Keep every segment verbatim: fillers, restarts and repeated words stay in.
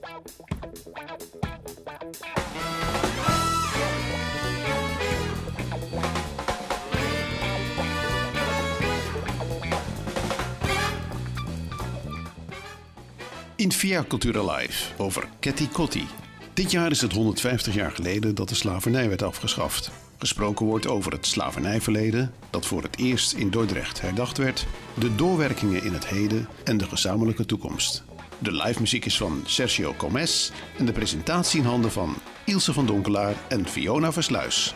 In Via Cultura Live over Ketty Kotti. Dit jaar is het honderdvijftig jaar geleden dat de slavernij werd afgeschaft. Gesproken wordt over het slavernijverleden, dat voor het eerst in Dordrecht herdacht werd, de doorwerkingen in het heden en de gezamenlijke toekomst. De live muziek is van Sergio Comes en de presentatie in handen van Ilse van Donkelaar en Fiona Versluis.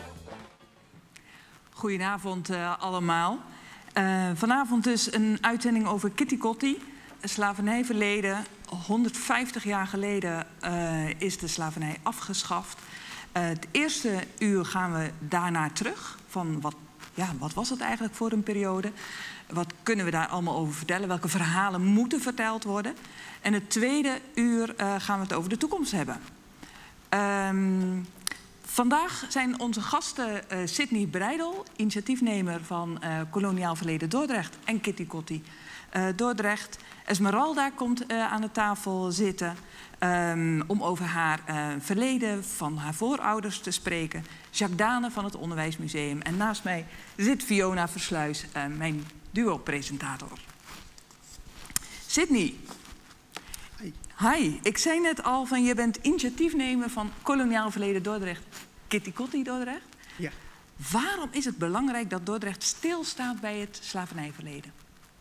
Goedenavond uh, allemaal. Uh, vanavond dus een uitzending over Ketty Kotti. Slavernijverleden. honderdvijftig jaar geleden uh, is de slavernij afgeschaft. Uh, het eerste uur gaan we daarna terug. Van wat, ja, wat was het eigenlijk voor een periode? Wat kunnen we daar allemaal over vertellen? Welke verhalen moeten verteld worden? En het tweede uur uh, gaan we het over de toekomst hebben. Um, vandaag zijn onze gasten uh, Sydney Breidel, initiatiefnemer van uh, Koloniaal Verleden Dordrecht en Ketty Kotti uh, Dordrecht. Esmeralda komt uh, aan de tafel zitten um, om over haar uh, verleden van haar voorouders te spreken. Jacques Dane van het Onderwijsmuseum. En naast mij zit Fiona Versluis, uh, mijn duo-presentator. Sydney. Hi. Hi. Ik zei net al van je bent initiatiefnemer van Koloniaal Verleden Dordrecht, Ketty Kotti Dordrecht. Ja. Waarom is het belangrijk dat Dordrecht stilstaat bij het slavernijverleden?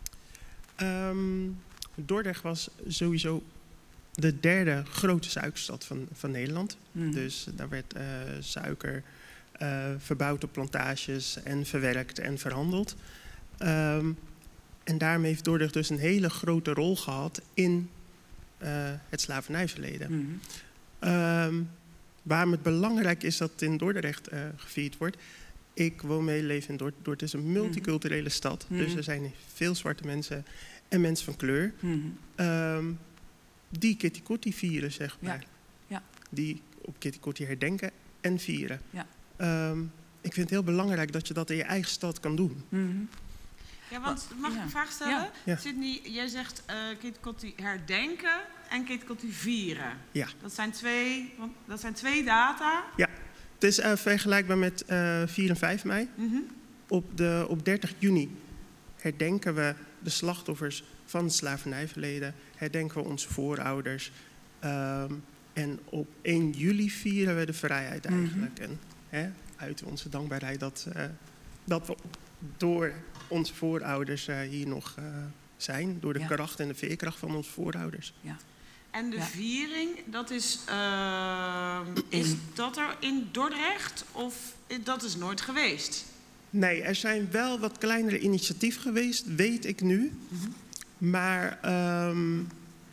Um, Dordrecht was sowieso de derde grote suikerstad van, van Nederland. Mm. Dus daar werd uh, suiker uh, verbouwd op plantages en verwerkt en verhandeld. Um, en daarmee heeft Dordrecht dus een hele grote rol gehad in uh, het slavernijverleden. Mm. Um, waarom het belangrijk is dat het in Dordrecht uh, gevierd wordt. Ik woon mijn hele leven in Dordrecht. Dordrecht is een multiculturele stad. Mm. Dus er zijn veel zwarte mensen en mensen van kleur. Mm. Um, die Ketty Kotti vieren, zeg maar. Ja. Ja. Die op Ketty Kotti herdenken en vieren. Ja. Um, ik vind het heel belangrijk dat je dat in je eigen stad kan doen. Mm-hmm. Ja, want mag ik ja. een vraag stellen? Ja. Ja. Sydney, jij zegt uh, Ketty Kotti herdenken en Ketty Kotti vieren. Ja. Dat zijn twee, want dat zijn twee data. Ja, het is uh, vergelijkbaar met uh, vier en vijf mei. Mm-hmm. Op, de, op dertig juni herdenken we de slachtoffers van het slavernijverleden. Herdenken we onze voorouders. Um, en op één juli vieren we de vrijheid eigenlijk. Mm-hmm. En hè, uiten onze dankbaarheid dat, uh, dat we door onze voorouders uh, hier nog uh, zijn. Door de ja. kracht en de veerkracht van onze voorouders. Ja. En de ja. viering, dat is, uh, is dat er in Dordrecht of dat is nooit geweest? Nee, er zijn wel wat kleinere initiatieven geweest, weet ik nu. Mm-hmm. Maar um,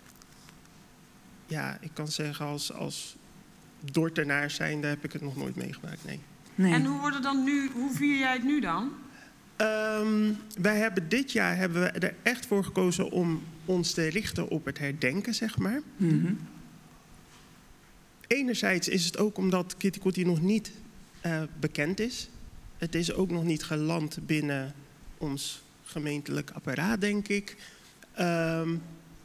ja, ik kan zeggen als, als Dordtenaar zijnde heb ik het nog nooit meegemaakt, nee. nee. En hoe, wordt het dan nu, hoe vier jij het nu dan? Um, wij hebben dit jaar hebben we er echt voor gekozen om ons te richten op het herdenken, zeg maar. Mm-hmm. Enerzijds is het ook omdat Ketty Kotti nog niet uh, bekend is. Het is ook nog niet geland binnen ons gemeentelijk apparaat, denk ik. Um,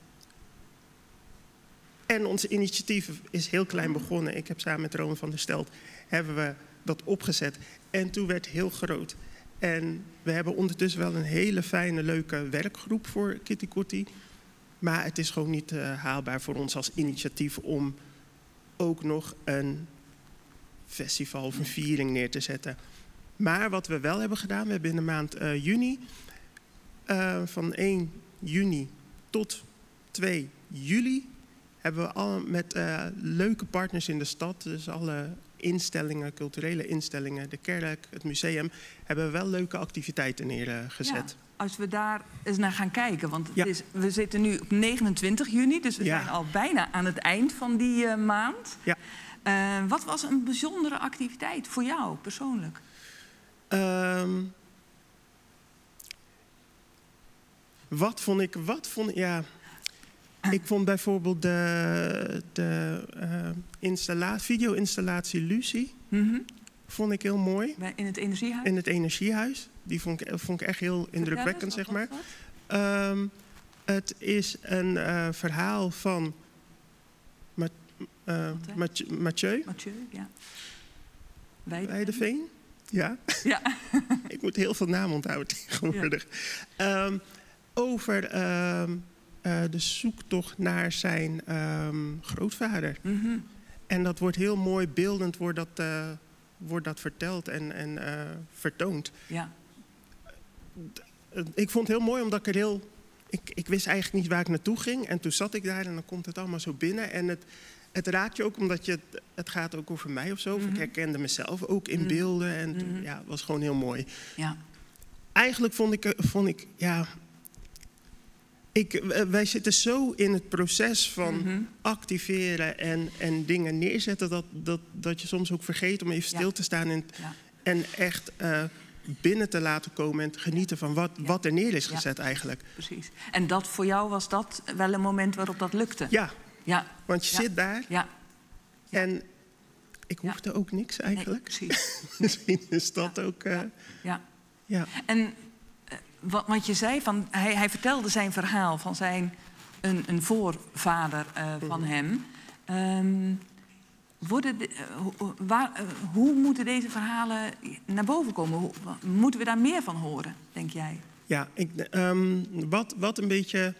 en ons initiatief is heel klein begonnen. Ik heb samen met Roman van der Stelt hebben we dat opgezet. En toen werd het heel groot. En we hebben ondertussen wel een hele fijne, leuke werkgroep voor Ketty Kotti. Maar het is gewoon niet uh, haalbaar voor ons als initiatief om ook nog een festival of een viering neer te zetten. Maar wat we wel hebben gedaan, we hebben in de maand uh, juni, uh, van één juni tot twee juli, hebben we al met uh, leuke partners in de stad, dus alle instellingen, culturele instellingen, de kerk, het museum, hebben we wel leuke activiteiten neergezet. Ja, als we daar eens naar gaan kijken, want het ja. is, we zitten nu op negenentwintig juni, dus we ja. zijn al bijna aan het eind van die uh, maand. Ja. Uh, wat was een bijzondere activiteit voor jou persoonlijk? Um, wat vond ik, wat vond ik, ja... Ik vond bijvoorbeeld de, de uh, installa- video-installatie Lucie, Mm-hmm. vond ik heel mooi. In het Energiehuis? In het Energiehuis. Die vond ik, vond ik echt heel indrukwekkend, zeg maar. Um, het is een uh, verhaal van Ma- uh, hè? Mathieu, Mathieu Mathieu, ja. Weideveen. Weideveen. Ja. Ja. Ik moet heel veel namen onthouden tegenwoordig. Ja. Um, over um, uh, de zoektocht naar zijn um, grootvader. Mm-hmm. En dat wordt heel mooi beeldend, wordt dat, uh, wordt dat verteld en, en uh, vertoond. Ja. Ik vond het heel mooi, omdat ik er heel... Ik, ik wist eigenlijk niet waar ik naartoe ging. En toen zat ik daar en dan komt het allemaal zo binnen. En het, het raakt je ook, omdat je, het gaat ook over mij of zo. Mm-hmm. Ik herkende mezelf ook in mm-hmm. beelden. En toen, mm-hmm. ja, het was gewoon heel mooi. Ja. Eigenlijk vond ik, vond ik ja... Ik, wij zitten zo in het proces van mm-hmm. activeren en, en dingen neerzetten... Dat, dat, dat je soms ook vergeet om even stil ja. te staan en, ja. en echt uh, binnen te laten komen... en te genieten van wat, ja. wat er neer is gezet ja. eigenlijk. Precies. En dat voor jou was dat wel een moment waarop dat lukte? Ja, ja. want je ja. zit daar ja. en ik hoefde ja. ook niks eigenlijk. Nee, precies. Misschien is dat ja. ook... Uh, ja. Ja. ja. En... Wat, wat je zei, van, hij, hij vertelde zijn verhaal van zijn, een, een voorvader uh, van hem. Um, worden de, uh, waar, uh, hoe moeten deze verhalen naar boven komen? Hoe, moeten we daar meer van horen, denk jij? Ja, ik, um, wat, wat een beetje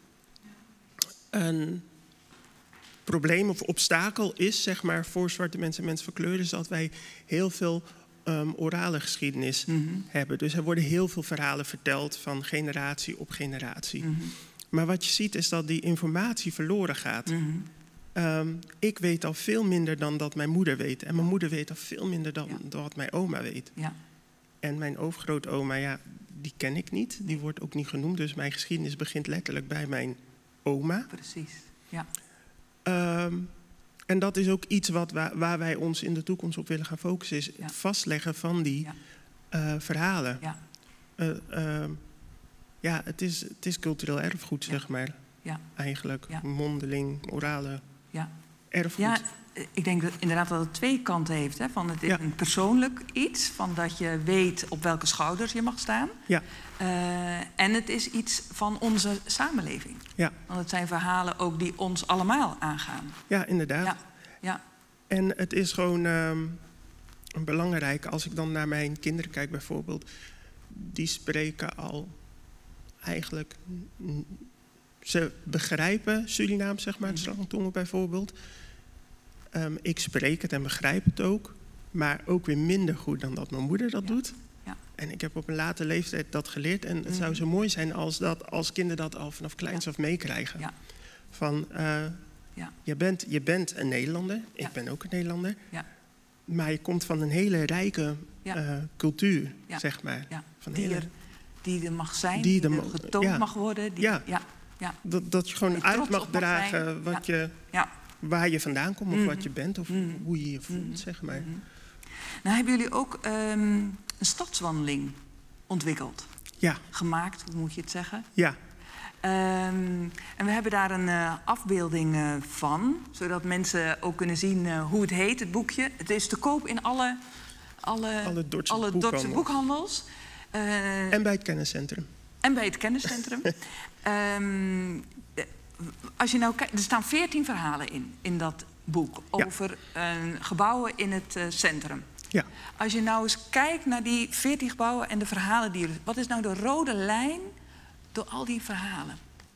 een probleem of obstakel is, zeg maar, voor zwarte mensen en mensen van kleur, is dat wij heel veel... Um, orale geschiedenis mm-hmm. hebben. Dus er worden heel veel verhalen verteld van generatie op generatie. Mm-hmm. Maar wat je ziet is dat die informatie verloren gaat. Mm-hmm. Um, ik weet al veel minder dan dat mijn moeder weet. En mijn moeder weet al veel minder dan, ja. dan wat mijn oma weet. Ja. En mijn overgrootoma, ja, die ken ik niet. Die wordt ook niet genoemd. Dus mijn geschiedenis begint letterlijk bij mijn oma. Precies, ja. Um, En dat is ook iets wat waar, waar wij ons in de toekomst op willen gaan focussen... is ja. het vastleggen van die ja. uh, verhalen. Ja, uh, uh, ja het, is, het is cultureel erfgoed, ja. zeg maar. Ja. Eigenlijk, ja. mondeling, orale ja. erfgoed. Ja, ik denk dat, inderdaad dat het twee kanten heeft. Hè? Van het is ja. een persoonlijk iets, van dat je weet op welke schouders je mag staan. Ja. Uh, en het is iets van onze samenleving. Ja. Want het zijn verhalen ook die ons allemaal aangaan. Ja, inderdaad. Ja. Ja. En het is gewoon um, belangrijk, als ik dan naar mijn kinderen kijk bijvoorbeeld... die spreken al eigenlijk... Ze begrijpen Surinaams, zeg maar, het Srawantongo bijvoorbeeld... Um, ik spreek het en begrijp het ook, maar ook weer minder goed dan dat mijn moeder dat ja. doet. Ja. En ik heb op een late leeftijd dat geleerd. En het mm. zou zo mooi zijn als, dat, als kinderen dat al vanaf kleins ja. af meekrijgen. Ja. Van, uh, ja. je, bent, je bent een Nederlander, ja. ik ben ook een Nederlander. Ja. Maar je komt van een hele rijke ja. uh, cultuur, ja. zeg maar. Ja. Van die, hele, er, die er mag zijn, die, die er getoond ja. mag worden. Die, ja. Ja. Ja. Dat, dat je gewoon uit mag dragen mag wat ja. je... Ja. waar je vandaan komt of mm-hmm. wat je bent of mm-hmm. hoe je je voelt, mm-hmm. zeg maar. Mm-hmm. Nou, hebben jullie ook um, een stadswandeling ontwikkeld? Ja. Gemaakt, hoe moet je het zeggen? Ja. Um, en we hebben daar een uh, afbeelding uh, van, zodat mensen ook kunnen zien uh, hoe het heet, het boekje. Het is te koop in alle, alle, alle Dordtse alle boekhandels. boekhandels. Uh, en bij het kenniscentrum. En bij het kenniscentrum. um, Als je nou kijkt, er staan veertien verhalen in, in dat boek... over ja. uh, gebouwen in het uh, centrum. Ja. Als je nou eens kijkt naar die veertien gebouwen en de verhalen die er... Wat is nou de rode lijn door al die verhalen?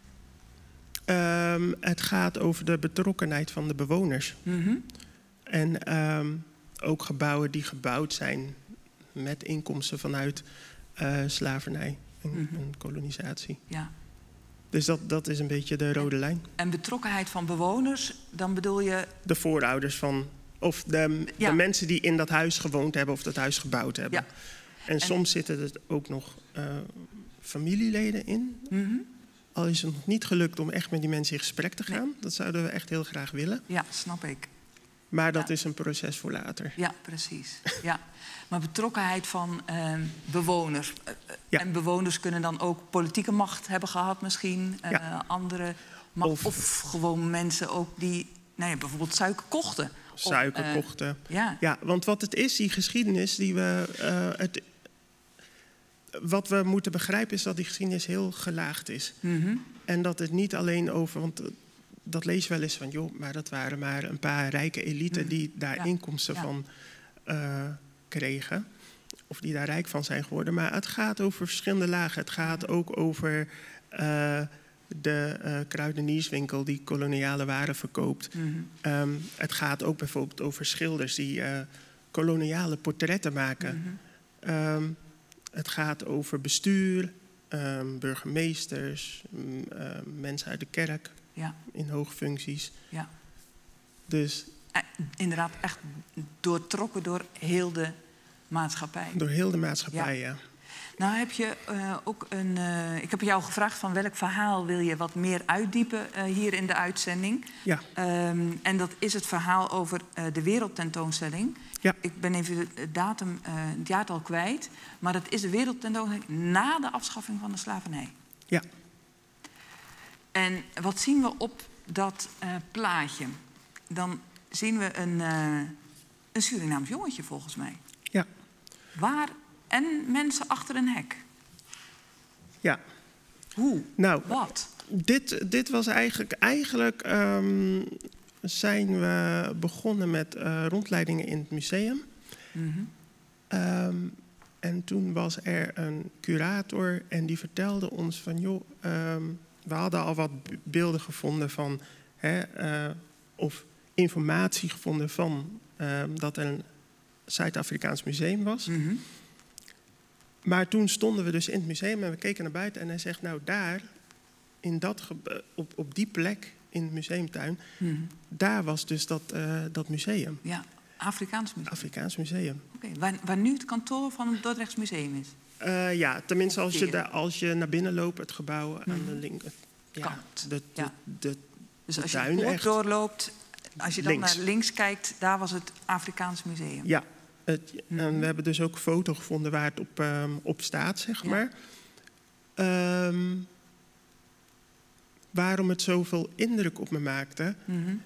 Um, het gaat over de betrokkenheid van de bewoners. Mm-hmm. En um, ook gebouwen die gebouwd zijn met inkomsten vanuit uh, slavernij en, mm-hmm. en kolonisatie. Ja. Dus dat, dat is een beetje de rode en, lijn. En betrokkenheid van bewoners, dan bedoel je... De voorouders van... of de, ja. de mensen die in dat huis gewoond hebben of dat huis gebouwd hebben. Ja. En, en soms zitten er ook nog uh, familieleden in. Mm-hmm. Al is het nog niet gelukt om echt met die mensen in gesprek te gaan. Nee. Dat zouden we echt heel graag willen. Ja, snap ik. Maar dat ja. is een proces voor later. Ja, precies. Ja. Maar betrokkenheid van uh, bewoners. Uh, ja. En bewoners kunnen dan ook politieke macht hebben gehad misschien. Uh, ja. Andere macht. Of, of gewoon mensen ook die nou ja, bijvoorbeeld suiker kochten. Suiker of, uh, kochten. Ja. ja, want wat het is, die geschiedenis die we... Uh, het, wat we moeten begrijpen is dat die geschiedenis heel gelaagd is. Mm-hmm. En dat het niet alleen over... Want dat lees je wel eens van, joh, maar dat waren maar een paar rijke elite Mm. die daar Ja. inkomsten Ja. van uh, kregen. Of die daar rijk van zijn geworden. Maar het gaat over verschillende lagen. Het gaat ook over uh, de uh, kruidenierswinkel die koloniale waren verkoopt. Mm-hmm. Um, het gaat ook bijvoorbeeld over schilders die uh, koloniale portretten maken. Mm-hmm. Um, het gaat over bestuur, um, burgemeesters, um, uh, mensen uit de kerk Ja. in hoge functies. Ja. Dus Uh, inderdaad, echt doortrokken door heel de maatschappij. door heel de maatschappij, ja. Ja. Nou heb je uh, ook een... Uh, ik heb jou gevraagd van welk verhaal wil je wat meer uitdiepen uh, hier in de uitzending. Ja. Um, en dat is het verhaal over uh, de wereldtentoonstelling. Ja. Ik ben even de datum, uh, het jaartal kwijt. Maar dat is de wereldtentoonstelling na de afschaffing van de slavernij. Ja. En wat zien we op dat uh, plaatje? Dan zien we een, uh, een Surinaams jongetje volgens mij. Ja. Waar en mensen achter een hek. Ja. Hoe? Nou, Wat? Dit, dit was eigenlijk... Eigenlijk um, zijn we begonnen met uh, rondleidingen in het museum. Mm-hmm. Um, en toen was er een curator en die vertelde ons van... joh, um, we hadden al wat beelden gevonden van... Hè, uh, of informatie gevonden van uh, dat er een Zuid-Afrikaans museum was. Mm-hmm. Maar toen stonden we dus in het museum en we keken naar buiten... en hij zegt, nou daar, in dat gebe- op, op die plek in het museumtuin... Mm-hmm. daar was dus dat, uh, dat museum. Ja, Afrikaans museum. Afrikaans museum. Oké, waar, waar nu het kantoor van het Dordrechts Museum is? Uh, ja, tenminste als je, Ongeveer. daar, als je naar binnen loopt, het gebouw aan Mhm. de link... Ja, Kant. de, de, Ja. de, Dus de als je tuin de poort echt. doorloopt, als je dan Links. naar links kijkt... daar was het Afrikaans Museum. Ja, het, Mhm. en we hebben dus ook een foto gevonden waar het op, um, op staat, zeg Ja. maar. Um, waarom het zoveel indruk op me maakte... Mm-hmm.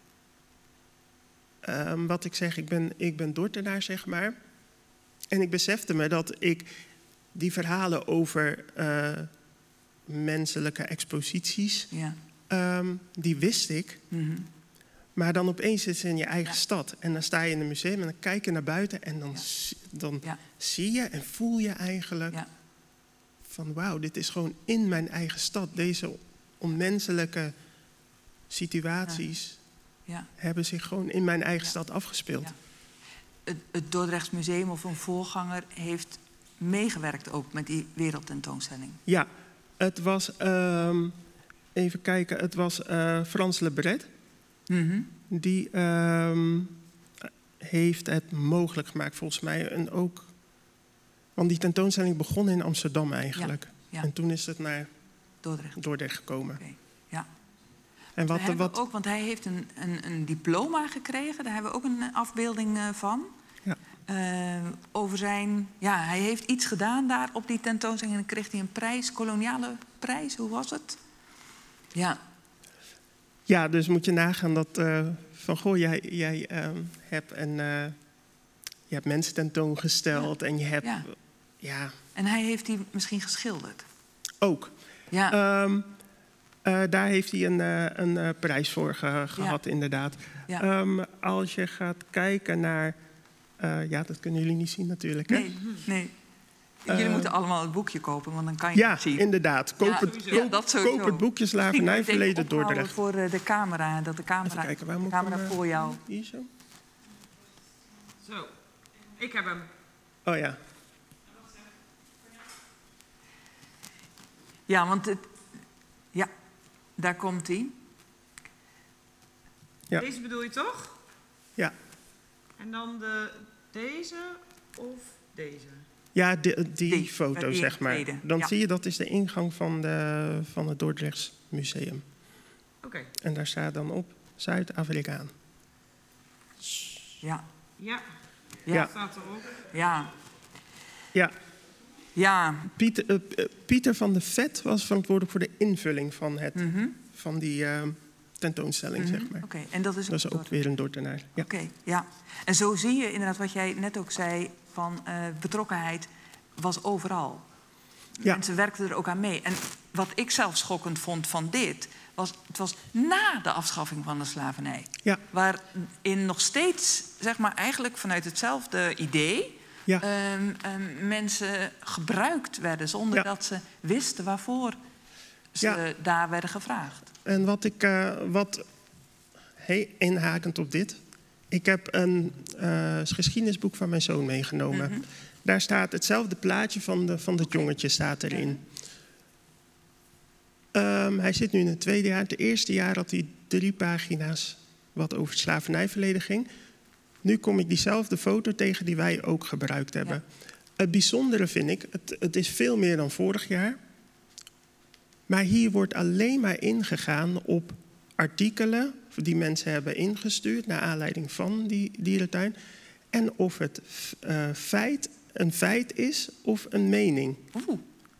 Um, wat ik zeg, ik ben, ik ben Dordtenaar, zeg maar. En ik besefte me dat ik die verhalen over uh, menselijke exposities... Ja. Um, die wist ik. Mm-hmm. Maar dan opeens zit ze in je eigen Ja. stad. En dan sta je in een museum en dan kijk je naar buiten... en dan, Ja. zie, dan Ja. zie je en voel je eigenlijk... Ja. van wauw, dit is gewoon in mijn eigen stad. Deze onmenselijke situaties... Ja. hebben zich gewoon in mijn eigen Ja. stad afgespeeld. Ja. Het, het Dordrechts Museum of een voorganger heeft meegewerkt ook met die wereldtentoonstelling. Ja, het was, um, even kijken, het was uh, Frans Lebret. Mm-hmm. Die um, heeft het mogelijk gemaakt volgens mij. En ook, want die tentoonstelling begon in Amsterdam eigenlijk. Ja, ja. En toen is het naar Dordrecht. Dordrecht gekomen. Okay. Ja. En wat, We hebben wat, ook, want hij heeft een, een, een diploma gekregen. Daar hebben we ook een afbeelding uh, van. Ja. Uh, over zijn... Ja, hij heeft iets gedaan daar op die tentoonstelling. En dan kreeg hij een prijs, koloniale prijs. Hoe was het? Ja. Ja, dus moet je nagaan dat... Uh, van, goh, jij, jij um, hebt, een, uh, je hebt mensen tentoongesteld. Ja. En je hebt... Ja. ja. En hij heeft die misschien geschilderd. Ook. Ja. Um, Uh, daar heeft hij een, uh, een uh, prijs voor ge gehad, ja. inderdaad. Ja. Um, als je gaat kijken naar... Uh, ja, dat kunnen jullie niet zien natuurlijk, hè? Nee, nee. Jullie uh, moeten allemaal het boekje kopen, want dan kan je ja, het zien. Inderdaad. Koop, ja, het, koop, ja, dat koop het boekje Slavernijverleden Dordrecht. Voor uh, de camera, dat de camera, Even kijken, waar moet de camera hem, voor jou... Hier zo? Zo, ik heb hem. Oh ja. Ja, want het... Ja, daar komt hij. Ja. Deze bedoel je toch? Ja. En dan de, deze of deze? Ja, die, die, die foto, die zeg maar. tweede. Dan Ja. zie je, dat is de ingang van, de, van het Dordrechts Museum. Oké. Okay. En daar staat dan op Zuid-Afrikaan. Ja. Ja. Ja. Ja. Staat erop. Ja. Ja. Ja. Pieter, uh, Pieter van de Vet was verantwoordelijk voor de invulling van, het, Mm-hmm. van die uh, tentoonstelling, Mm-hmm. zeg maar. Oké, okay. En dat is, dat is ook weer een Dordtenaar. Ja. Oké, okay. Ja. En zo zie je inderdaad wat jij net ook zei, van uh, betrokkenheid was overal. Ja. Mensen werkten er ook aan mee. En wat ik zelf schokkend vond van dit, was, het was na de afschaffing van de slavernij. Ja. Waarin nog steeds, zeg maar, eigenlijk vanuit hetzelfde idee... Ja. Um, um, mensen gebruikt werden zonder Ja. dat ze wisten waarvoor ze Ja. daar werden gevraagd. En wat ik, uh, wat hey, inhakend op dit, ik heb een uh, geschiedenisboek van mijn zoon meegenomen. Mm-hmm. Daar staat hetzelfde plaatje van, de, van het jongetje staat erin. Um, hij zit nu in het tweede jaar. Het eerste jaar had hij drie pagina's wat over het slavernijverleden ging. Nu kom ik diezelfde foto tegen die wij ook gebruikt hebben. Ja. Het bijzondere vind ik, het, het is veel meer dan vorig jaar. Maar hier wordt alleen maar ingegaan op artikelen die mensen hebben ingestuurd naar aanleiding van die dierentuin. En of het uh, feit een feit is of een mening. Oeh.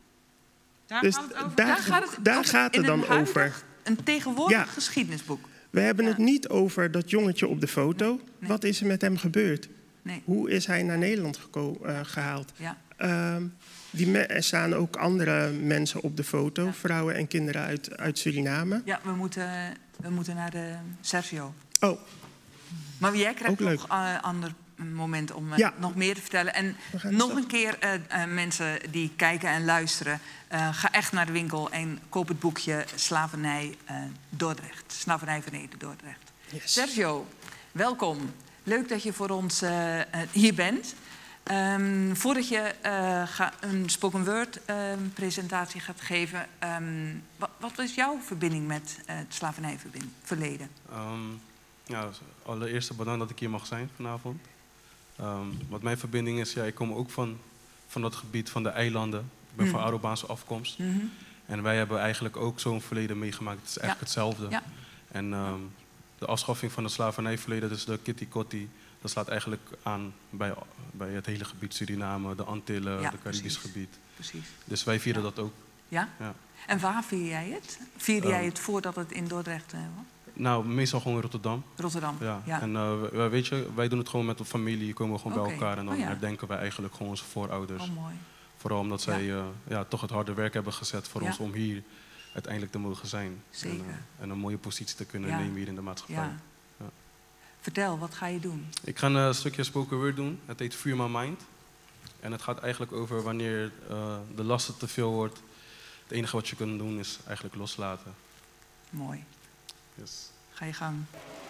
Daar dus gaat het over. daar, daar gaat het, daar over, gaat het dan huidig, over. Een tegenwoordig Ja. geschiedenisboek. We hebben ja. het niet over dat jongetje op de foto. Nee, nee. Wat is er met hem gebeurd? Nee. Hoe is hij naar Nederland geko- uh, gehaald? Ja. Uh, die me- er staan ook andere mensen op de foto. Ja. Vrouwen en kinderen uit, uit Suriname. Ja, we moeten, we moeten naar de Sergio. Oh. Maar jij krijgt Ook leuk. nog een uh, ander moment om uh, Ja. nog meer te vertellen. En gaan nog straks. een keer, uh, uh, mensen die kijken en luisteren... Uh, ga echt naar de winkel en koop het boekje Slavernij uh, Dordrecht. Slavernijverleden Dordrecht. Yes. Sergio, welkom. Leuk dat je voor ons uh, uh, hier bent. Um, voordat je uh, ga, een spoken word uh, presentatie gaat geven... Um, wat, wat is jouw verbinding met uh, het slavernijverleden? Um, ja, allereerst bedankt dat ik hier mag zijn vanavond. Um, wat mijn verbinding is, ja, ik kom ook van, van dat gebied van de eilanden. Ik ben mm. van Arubaanse afkomst. Mm-hmm. En wij hebben eigenlijk ook zo'n verleden meegemaakt. Het is eigenlijk ja. hetzelfde. Ja. En um, de afschaffing van het slavernijverleden, dus de Kitty Kotti... dat slaat eigenlijk aan bij, bij het hele gebied Suriname, de Antillen, ja, het Caribisch precies. gebied. Precies. Dus wij vieren ja. dat ook. Ja? ja? En waar vier jij het? Vierde um, jij um, het voordat het in Dordrecht uh, was? Nou, meestal gewoon in Rotterdam. Rotterdam, ja. ja. En uh, wij, weet je, wij doen het gewoon met de familie, komen we gewoon okay. bij elkaar... en dan oh, ja. herdenken wij eigenlijk gewoon onze voorouders. Oh, mooi. Vooral omdat zij ja. Uh, ja, toch het harde werk hebben gezet voor ja. ons om hier uiteindelijk te mogen zijn. Zeker. En, uh, en een mooie positie te kunnen ja. nemen hier in de maatschappij. Ja. Ja. Vertel, wat ga je doen? Ik ga een stukje spoken word doen. Het heet Free My Mind. En het gaat eigenlijk over wanneer uh, de lasten te veel wordt. Het enige wat je kunt doen is eigenlijk loslaten. Mooi. Yes. Ga je gang.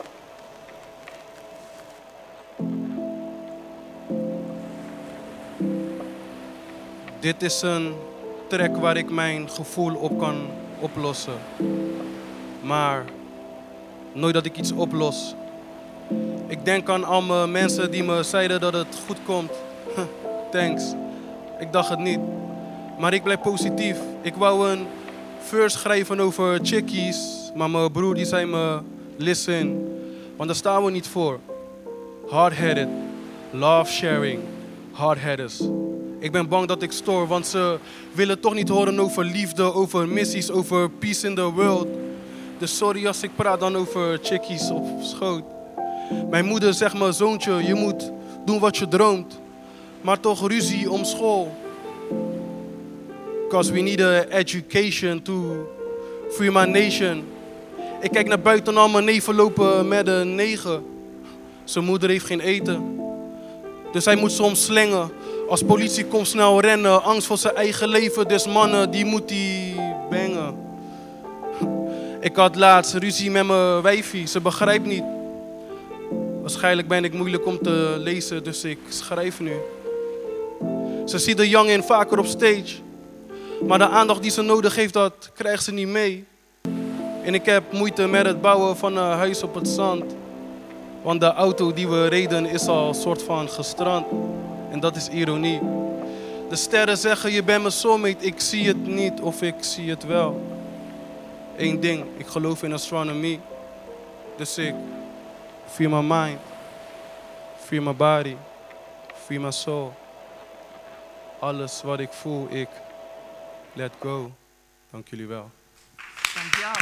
Dit is een track waar ik mijn gevoel op kan oplossen. Maar nooit dat ik iets oplos. Ik denk aan al mijn mensen die me zeiden dat het goed komt. Thanks. Ik dacht het niet. Maar ik blijf positief. Ik wou een verse schrijven over chickies. Maar mijn broer die zei me, listen. Want daar staan we niet voor. Hard-headed. Love sharing. Hard-headers. Ik ben bang dat ik stoor, want ze willen toch niet horen over liefde, over missies, over peace in the world. Dus sorry als ik praat dan over chickies op schoot. Mijn moeder zegt me, zoontje, je moet doen wat je droomt. Maar toch ruzie om school. Cause we need an education to free my nation. Ik kijk naar buiten, al mijn neven lopen met een negen. Zijn moeder heeft geen eten. Dus hij moet soms slengen. Als politie komt snel rennen. Angst voor zijn eigen leven. Dus mannen, die moet hij bangen. Ik had laatst ruzie met mijn wijfie. Ze begrijpt niet. Waarschijnlijk ben ik moeilijk om te lezen. Dus ik schrijf nu. Ze ziet de youngin vaker op stage. Maar de aandacht die ze nodig heeft, dat krijgt ze niet mee. En ik heb moeite met het bouwen van een huis op het zand. Want de auto die we reden is al een soort van gestrand. En dat is ironie. De sterren zeggen, je bent mijn soulmate. Ik zie het niet of ik zie het wel. Eén ding, ik geloof in astronomie. Dus ik, free my mind. Free my body. Free my soul. Alles wat ik voel, ik let go. Dank jullie wel. Dank jou.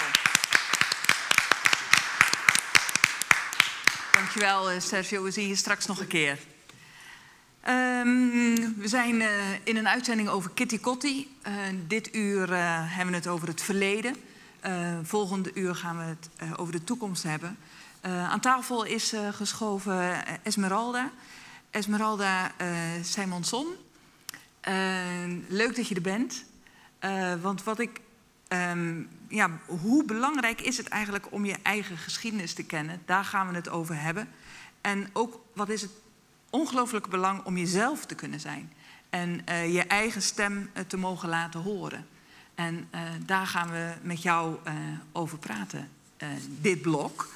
Dankjewel, Sergio. We zien je straks nog een keer. Um, we zijn uh, in een uitzending over Kitty Kotti. Uh, dit uur uh, hebben we het over het verleden. Uh, volgende uur gaan we het uh, over de toekomst hebben. Uh, aan tafel is uh, geschoven uh, Esmeralda. Esmeralda uh, Simonson. Uh, leuk dat je er bent. Uh, want wat ik... Um, ja, hoe belangrijk is het eigenlijk om je eigen geschiedenis te kennen? Daar gaan we het over hebben. En ook wat is het ongelooflijke belang om jezelf te kunnen zijn. En uh, je eigen stem uh, te mogen laten horen. En uh, daar gaan we met jou uh, over praten, uh, dit blok.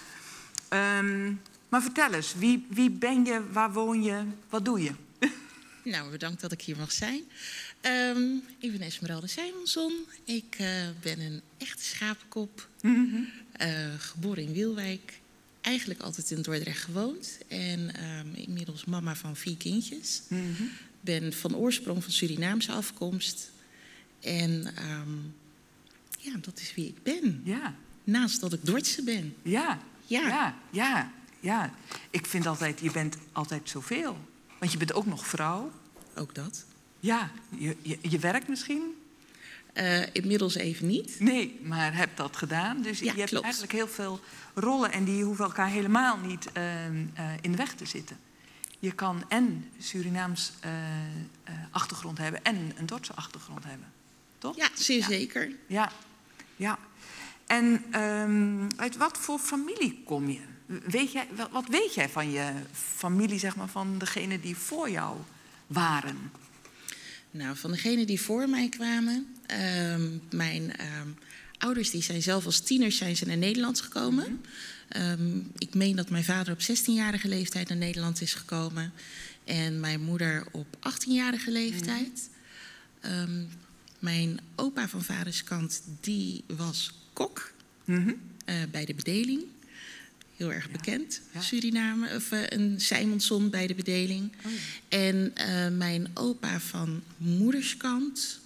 Um, maar vertel eens, wie, wie ben je, waar woon je, wat doe je? Nou, bedankt dat ik hier mag zijn. Um, ik ben Esmeralda Simonson. Ik uh, ben een echte schapenkop. Mm-hmm. uh, geboren in Wielwijk. Eigenlijk altijd in Dordrecht gewoond. En um, inmiddels mama van vier kindjes. Mm-hmm. Ben van oorsprong van Surinaamse afkomst. En um, ja, dat is wie ik ben. Ja. Naast dat ik Dordtse ben. Ja. Ja. Ja, ja, ja. Ik vind altijd, je bent altijd zoveel. Want je bent ook nog vrouw. Ook dat. Ja, je, je, je werkt misschien? Uh, inmiddels even niet. Nee, maar hebt dat gedaan. Dus ja, je hebt klopt. eigenlijk heel veel rollen en die hoeven elkaar helemaal niet uh, uh, in de weg te zitten. Je kan en Surinaams uh, uh, achtergrond hebben en een Dordtse achtergrond hebben. Toch? Ja, zeer ja. zeker. Ja, ja. En um, uit wat voor familie kom je? Weet jij, wat weet jij van je familie, zeg maar, van degenen die voor jou waren? Nou, van degenen die voor mij kwamen. Um, mijn um, ouders die zijn zelf als tieners zijn ze naar Nederland gekomen. Mm-hmm. um, ik meen dat mijn vader op zestienjarige leeftijd naar Nederland is gekomen. En mijn moeder op achttienjarige leeftijd. Mm-hmm. Um, mijn opa van vaders kant die was kok mm-hmm. uh, bij de bedeling. Heel erg ja. bekend, ja. Suriname, of uh, een Simonson bij de bedeling. Oh ja. En uh, mijn opa van moederskant,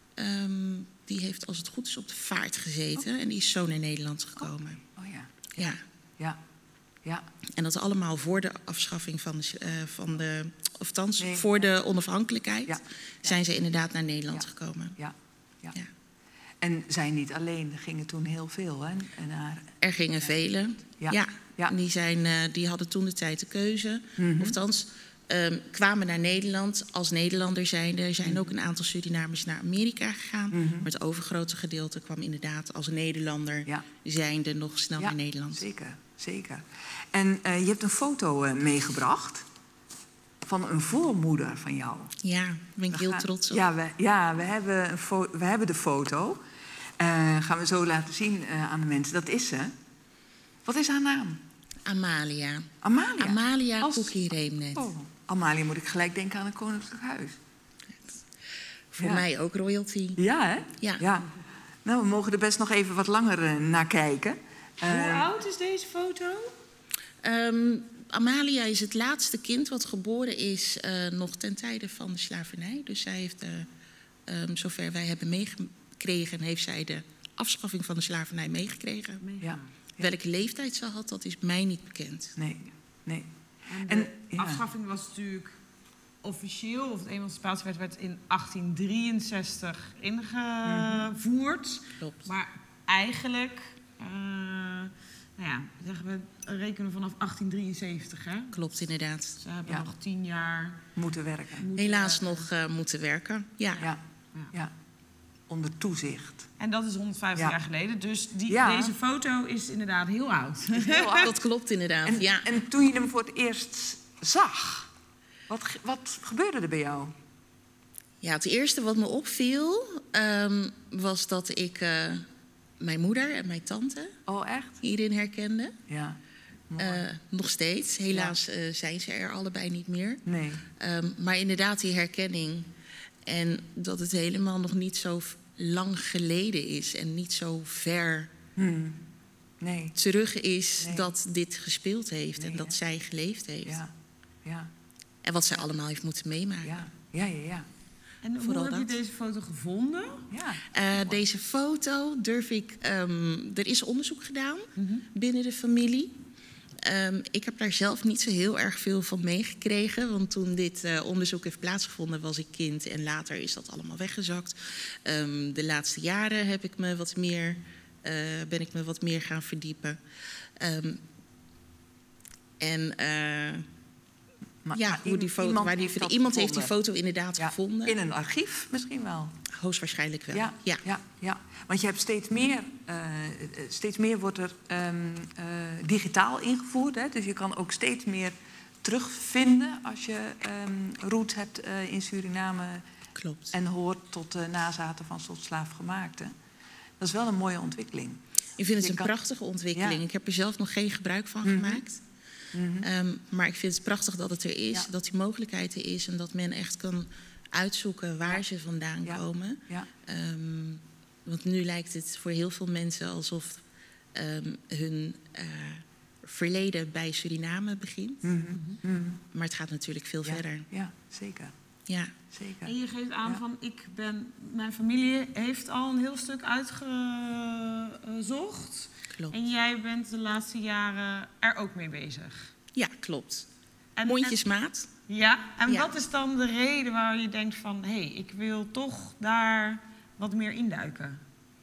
um, die heeft als het goed is op de vaart gezeten. Oh. En die is zo naar Nederland gekomen. Oh, oh ja. Ja. Ja. Ja. En dat allemaal voor de afschaffing van de, uh, van de of thans nee. voor de onafhankelijkheid, ja. zijn ja. ze inderdaad naar Nederland ja. gekomen. Ja. Ja. Ja. En zij niet alleen, er gingen toen heel veel, hè? Naar... Er gingen ja. velen, ja. ja. ja. Die, zijn, uh, die hadden toen de tijd de keuze. Mm-hmm. Ofthans, um, kwamen naar Nederland als Nederlander zijnde. Er zijn mm-hmm. ook een aantal Surinamers naar Amerika gegaan. Mm-hmm. Maar het overgrote gedeelte kwam inderdaad als Nederlander ja. zijnde nog snel ja, naar Nederland. Zeker, zeker. En uh, je hebt een foto uh, meegebracht van een voormoeder van jou. Ja, daar ben ik we heel gaan, trots op. Ja, we, ja we, hebben een fo- we hebben de foto. Uh, gaan we zo laten zien uh, aan de mensen. Dat is ze. Wat is haar naam? Amalia. Amalia? Amalia Als... Koekie-Reemnet. Oh, Amalia moet ik gelijk denken aan een koninklijk huis. Voor ja. mij ook royalty. Ja, hè? Ja. ja. Nou, we mogen er best nog even wat langer uh, naar kijken. Uh, Hoe oud is deze foto? Um, Amalia is het laatste kind wat geboren is uh, nog ten tijde van de slavernij. Dus zij heeft, uh, um, zover wij hebben meegekregen, heeft zij de afschaffing van de slavernij meegekregen. Ja. Welke leeftijd ze had, dat is mij niet bekend. Nee, nee. En de en, ja. afschaffing was natuurlijk officieel, of de emancipatiewet werd in achttien drieënzestig ingevoerd. Mm-hmm. Klopt. Maar eigenlijk... Uh, Nou ja, zeggen we, rekenen we vanaf achttien drieënzeventig, hè? Klopt, inderdaad. Ze hebben ja. nog tien jaar... Moeten werken. Moeten Helaas werken. nog uh, moeten werken, ja. Ja. Ja. ja. Onder toezicht. En dat is honderdvijftig ja. jaar geleden. Dus die, ja. deze foto is inderdaad heel oud. Is heel oud. Dat klopt inderdaad, en, ja. En toen je hem voor het eerst zag, wat, wat gebeurde er bij jou? Ja, het eerste wat me opviel um, was dat ik... Uh, mijn moeder en mijn tante oh, echt? hierin herkende. Ja. Uh, nog steeds. Helaas ja. uh, zijn ze er allebei niet meer. Nee. Um, maar inderdaad die herkenning. En dat het helemaal nog niet zo lang geleden is. En niet zo ver hmm. nee. terug is nee. dat dit gespeeld heeft. Nee, en dat hè? zij geleefd heeft. Ja. Ja. En wat zij allemaal heeft moeten meemaken. Ja, ja, ja. ja. En hoe heb je deze foto gevonden? Ja, uh, deze foto durf ik... Um, er is onderzoek gedaan mm-hmm. binnen de familie. Um, ik heb daar zelf niet zo heel erg veel van meegekregen. Want toen dit uh, onderzoek heeft plaatsgevonden was ik kind. En later is dat allemaal weggezakt. Um, de laatste jaren heb ik me wat meer uh, ben ik me wat meer gaan verdiepen. Um, en uh, maar, ja, maar hoe die foto, iemand, waar die, heeft, iemand heeft die foto inderdaad ja, gevonden. In een archief misschien wel. Hoogstwaarschijnlijk wel. Ja, ja. ja, ja. Want je hebt steeds meer, uh, steeds meer wordt er um, uh, digitaal ingevoerd. Hè? Dus je kan ook steeds meer terugvinden als je um, roots hebt uh, in Suriname. Klopt. En hoort tot de nazaten van tot slaafgemaakten. Dat is wel een mooie ontwikkeling. Ik vind het je een kan... prachtige ontwikkeling. Ja. Ik heb er zelf nog geen gebruik van mm-hmm. gemaakt. Mm-hmm. Um, maar ik vind het prachtig dat het er is, ja. dat die mogelijkheid er is en dat men echt kan uitzoeken waar ja. ze vandaan ja. komen. Ja. Um, want nu lijkt het voor heel veel mensen alsof um, hun uh, verleden bij Suriname begint. Mm-hmm. Mm-hmm. Maar het gaat natuurlijk veel ja. verder. Ja, zeker. Ja. Zeker. En je geeft aan ja. van, ik ben, mijn familie heeft al een heel stuk uitgezocht. Klopt. En jij bent de laatste jaren er ook mee bezig. Ja, klopt. En, Mondjesmaat. En, ja, en ja. wat is dan de reden waar je denkt van, hé, hey, ik wil toch daar wat meer induiken?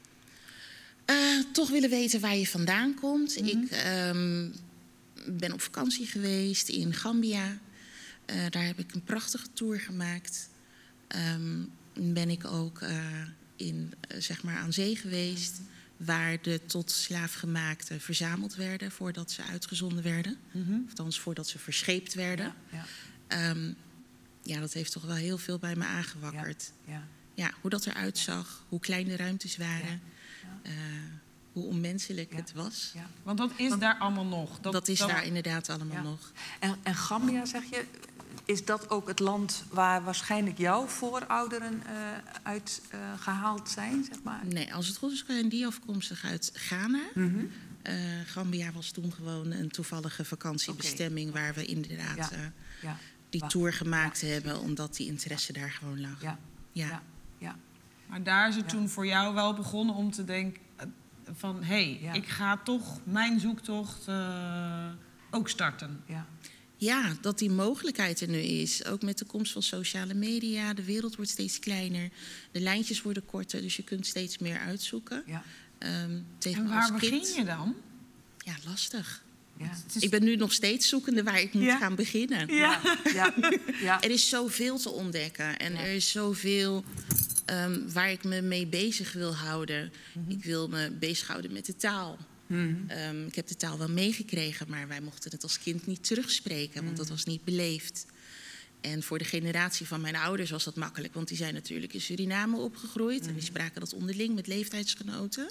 Uh, toch willen weten waar je vandaan komt. Mm-hmm. Ik um, ben op vakantie geweest in Gambia. Uh, daar heb ik een prachtige tour gemaakt. Um, ben ik ook uh, in, uh, zeg maar aan zee geweest, mm-hmm. waar de tot slaafgemaakten verzameld werden voordat ze uitgezonden werden. Mm-hmm. Althans, voordat ze verscheept werden. Ja, ja. Um, ja, dat heeft toch wel heel veel bij me aangewakkerd. Ja, ja. Ja, hoe dat eruit zag, hoe klein de ruimtes waren. Ja. Ja. Uh, hoe onmenselijk ja. het was. Ja. Want dat is Want, daar allemaal nog. Dat, dat is dat... daar inderdaad allemaal ja. nog. En, en Gambia, zeg je, is dat ook het land waar waarschijnlijk jouw voorouderen uh, uit uh, gehaald zijn, zeg maar? Nee, als het goed is, zijn die afkomstig uit Ghana. Mm-hmm. uh, Gambia was toen gewoon een toevallige vakantiebestemming okay. waar we inderdaad ja. Uh, ja. die tour gemaakt ja. hebben, omdat die interesse daar gewoon lag. Ja. Ja. Ja. Ja. Maar daar is het ja. toen voor jou wel begonnen om te denken van, hé, hey, ja. ik ga toch mijn zoektocht uh, ook starten. Ja. Ja, dat die mogelijkheid er nu is. Ook met de komst van sociale media. De wereld wordt steeds kleiner. De lijntjes worden korter, dus je kunt steeds meer uitzoeken. Ja. Um, en waar begin kind, je dan? Ja, lastig. Ja. Ik ben nu nog steeds zoekende waar ik moet ja. gaan beginnen. Ja. Ja. Ja. Er is zoveel te ontdekken. En ja. er is zoveel um, waar ik me mee bezig wil houden. Mm-hmm. Ik wil me bezighouden met de taal. Mm-hmm. Um, ik heb de taal wel meegekregen, maar wij mochten het als kind niet terugspreken, want mm-hmm. dat was niet beleefd. En voor de generatie van mijn ouders was dat makkelijk, want die zijn natuurlijk in Suriname opgegroeid. Mm-hmm. En die spraken dat onderling met leeftijdsgenoten,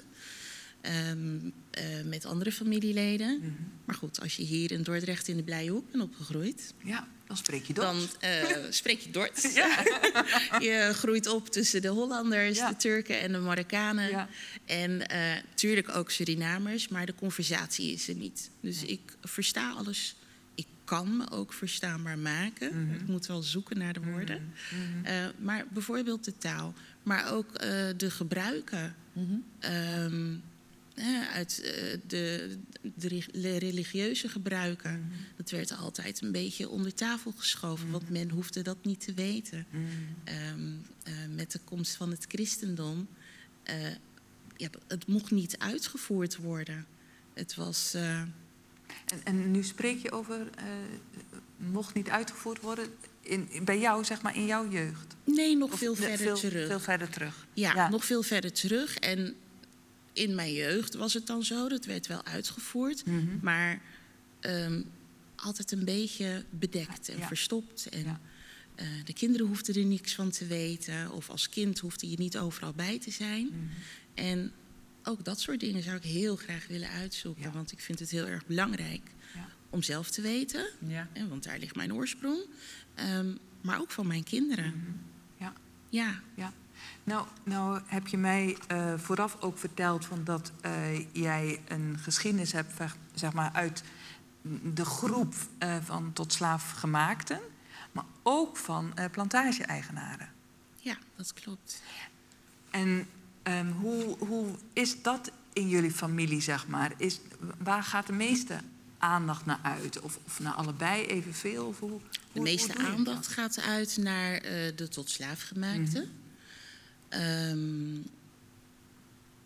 um, uh, met andere familieleden. Mm-hmm. Maar goed, als je hier in Dordrecht in de Blijhoek bent opgegroeid, ja, dan spreek je Dort. Dan uh, spreek je Dort. Ja. Je groeit op tussen de Hollanders, ja. de Turken en de Marokkanen. Ja. En uh, natuurlijk ook Surinamers, maar de conversatie is er niet. Dus ja. ik versta alles. Ik kan me ook verstaanbaar maken. Mm-hmm. Ik moet wel zoeken naar de woorden. Mm-hmm. Uh, maar bijvoorbeeld de taal, maar ook uh, de gebruiken. Mm-hmm. Um, Ja, uit uh, de, de, de religieuze gebruiken. Mm-hmm. Dat werd altijd een beetje onder tafel geschoven, mm-hmm. want men hoefde dat niet te weten. Mm-hmm. Um, uh, met de komst van het christendom, uh, ja, het mocht niet uitgevoerd worden. Het was... Uh... En, en nu spreek je over, uh, mocht niet uitgevoerd worden in, bij jou, zeg maar, in jouw jeugd? Nee, nog of veel verder veel, terug. Veel verder terug. Ja, ja, nog veel verder terug. En in mijn jeugd was het dan zo, dat werd wel uitgevoerd, mm-hmm. maar um, altijd een beetje bedekt en ja. verstopt. En ja. uh, de kinderen hoefden er niks van te weten, of als kind hoefde je niet overal bij te zijn. Mm-hmm. En ook dat soort dingen zou ik heel graag willen uitzoeken, ja. want ik vind het heel erg belangrijk ja. om zelf te weten, ja. hè, want daar ligt mijn oorsprong, um, maar ook van mijn kinderen. Mm-hmm. Ja. Ja. Ja. Nou, nou heb je mij uh, vooraf ook verteld van dat uh, jij een geschiedenis hebt, zeg maar, uit de groep uh, van tot slaafgemaakten, maar ook van uh, plantage-eigenaren. Ja, dat klopt. En um, hoe, hoe is dat in jullie familie, zeg maar? Is, waar gaat de meeste aandacht naar uit? Of, of naar allebei evenveel? Of hoe, hoe, de meeste hoe aandacht gaat uit naar uh, de tot slaafgemaakten. Mm-hmm. Um,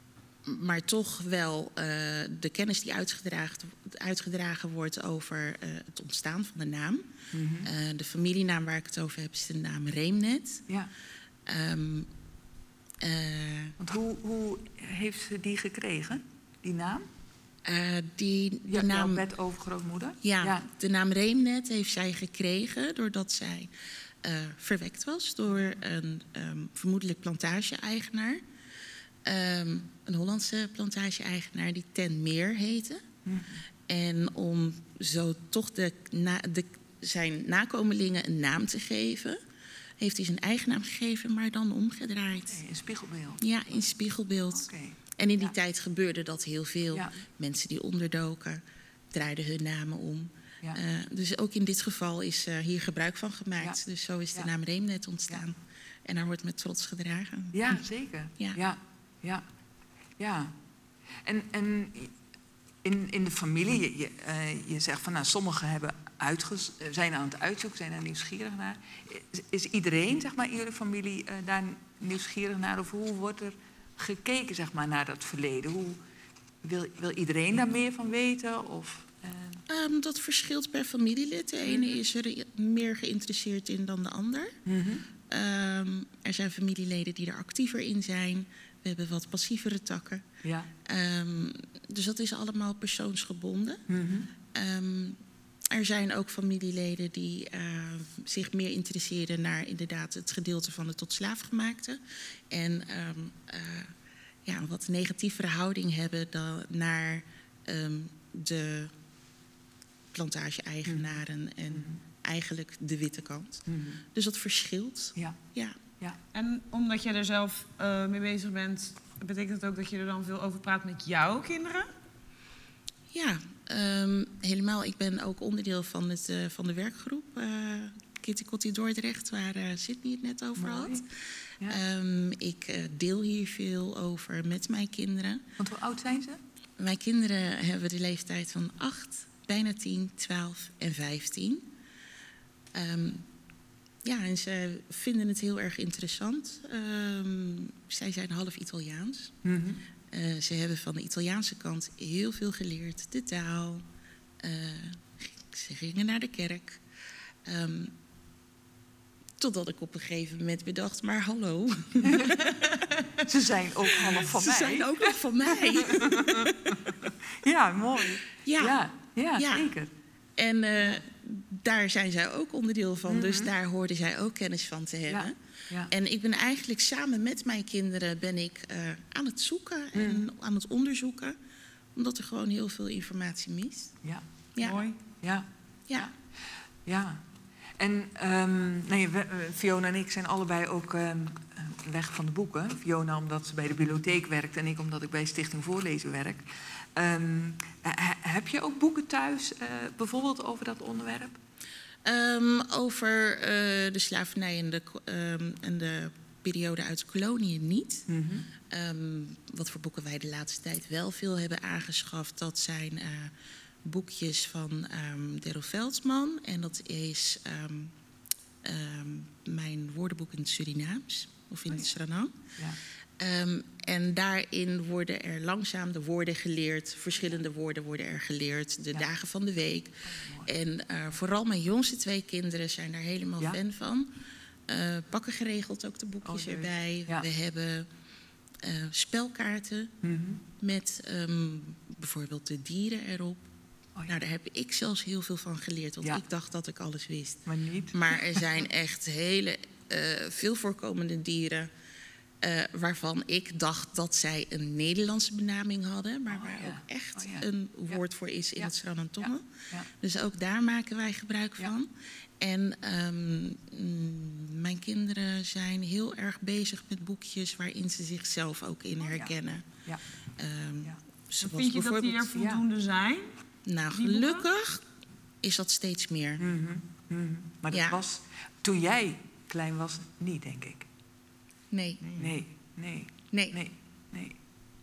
maar toch wel uh, de kennis die uitgedragen, uitgedragen wordt over uh, het ontstaan van de naam. Mm-hmm. uh, de familienaam waar ik het over heb is de naam Reemnet. Ja. Um, uh, Want hoe, hoe heeft ze die gekregen, die naam? Uh, die, de ja, naam, jouw bedovergrootmoeder? Ja, ja, de naam Reemnet heeft zij gekregen doordat zij uh, verwekt was door een um, vermoedelijk plantage-eigenaar. Um, een Hollandse plantage-eigenaar die Ten Meer heette. Mm. En om zo toch de, na, de, zijn nakomelingen een naam te geven, heeft hij zijn eigen naam gegeven, maar dan omgedraaid. Okay, in spiegelbeeld? Ja, in spiegelbeeld. Okay. En in die ja. tijd gebeurde dat heel veel. Ja. Mensen die onderdoken, draaiden hun namen om. Ja. Uh, dus ook in dit geval is uh, hier gebruik van gemaakt. Ja. Dus zo is de ja. naam Reemnet ontstaan. Ja. En daar wordt met trots gedragen. Ja, zeker. Ja, ja, ja. ja. En, en in, in de familie, je, je, uh, je zegt van nou, sommigen hebben uitges- zijn aan het uitzoeken, zijn daar nieuwsgierig naar. Is, is iedereen, zeg maar, in jullie familie uh, daar nieuwsgierig naar? Of hoe wordt er gekeken, zeg maar, naar dat verleden? Hoe, wil, wil iedereen daar meer van weten? Of, uh... um, dat verschilt per familielid. De ene mm-hmm. is er meer geïnteresseerd in dan de ander. Mm-hmm. Um, er zijn familieleden die er actiever in zijn. We hebben wat passievere takken. Ja. Um, dus dat is allemaal persoonsgebonden. Mm-hmm. Um, er zijn ook familieleden die uh, zich meer interesseren naar inderdaad het gedeelte van de tot slaafgemaakte. En um, uh, ja, een wat negatievere houding hebben dan naar um, de plantage-eigenaren mm-hmm. en mm-hmm. eigenlijk de witte kant. Mm-hmm. Dus dat verschilt. Ja. Ja. Ja. En omdat jij er zelf uh, mee bezig bent, betekent het ook dat je er dan veel over praat met jouw kinderen? Ja, um, helemaal. Ik ben ook onderdeel van, het, uh, van de werkgroep uh, Kitty Kotti Dordrecht, waar uh, Sydney het net over Mooi. had. Ja. Um, ik uh, deel hier veel over met mijn kinderen. Want hoe oud zijn ze? Mijn kinderen hebben de leeftijd van acht, bijna tien, twaalf en vijftien. Um, ja, en ze vinden het heel erg interessant. Um, zij zijn half Italiaans. Mm-hmm. Uh, ze hebben van de Italiaanse kant heel veel geleerd. De taal. Uh, ze gingen naar de kerk. Um, totdat ik op een gegeven moment bedacht, maar hallo. Ze zijn ook half van ze mij. Ze zijn ook nog van mij. Ja, mooi. Ja, ja, ja, ja. zeker. En uh, daar zijn zij ook onderdeel van. Mm-hmm. Dus daar hoorden zij ook kennis van te hebben. Ja. Ja. En ik ben eigenlijk samen met mijn kinderen ben ik uh, aan het zoeken mm. en aan het onderzoeken. Omdat er gewoon heel veel informatie mist. Ja, ja. mooi. Ja. Ja. Ja. En um, nee, we, Fiona en ik zijn allebei ook um, weg van de boeken. Fiona omdat ze bij de bibliotheek werkt en ik omdat ik bij Stichting Voorlezen werk. Um, he, heb je ook boeken thuis, uh, bijvoorbeeld over dat onderwerp? Um, over uh, de slavernij en de, um, en de periode uit de koloniën niet. Mm-hmm. Um, wat voor boeken wij de laatste tijd wel veel hebben aangeschaft, dat zijn uh, boekjes van um, Daryl Veldman. En dat is um, um, mijn woordenboek in het Surinaams, of in oh ja. het Suriname. Ja. Um, en daarin worden er langzaam de woorden geleerd. Verschillende woorden worden er geleerd. De ja. dagen van de week. Oh, en uh, vooral mijn jongste twee kinderen zijn daar helemaal ja. fan van. Uh, pakken geregeld ook de boekjes oh, erbij. Ja. We hebben uh, spelkaarten mm-hmm. met um, bijvoorbeeld de dieren erop. Oh, ja. Nou, daar heb ik zelfs heel veel van geleerd. Want ja. ik dacht dat ik alles wist. Maar niet. Maar er zijn echt hele uh, veel voorkomende dieren. Uh, waarvan ik dacht dat zij een Nederlandse benaming hadden, maar oh, waar ja. ook echt oh, ja. een woord ja. voor is in ja. het Sranan-Tongen. Ja. Ja. Dus ook daar maken wij gebruik ja. van. En um, mijn kinderen zijn heel erg bezig met boekjes waarin ze zichzelf ook in oh, herkennen. Ja. Ja. Um, ja. Vind je dat die er voldoende zijn? Nou, gelukkig is dat steeds meer. Mm-hmm. Mm-hmm. Maar dat ja. was toen jij klein was niet, denk ik. Nee. Nee, nee, nee, nee, nee.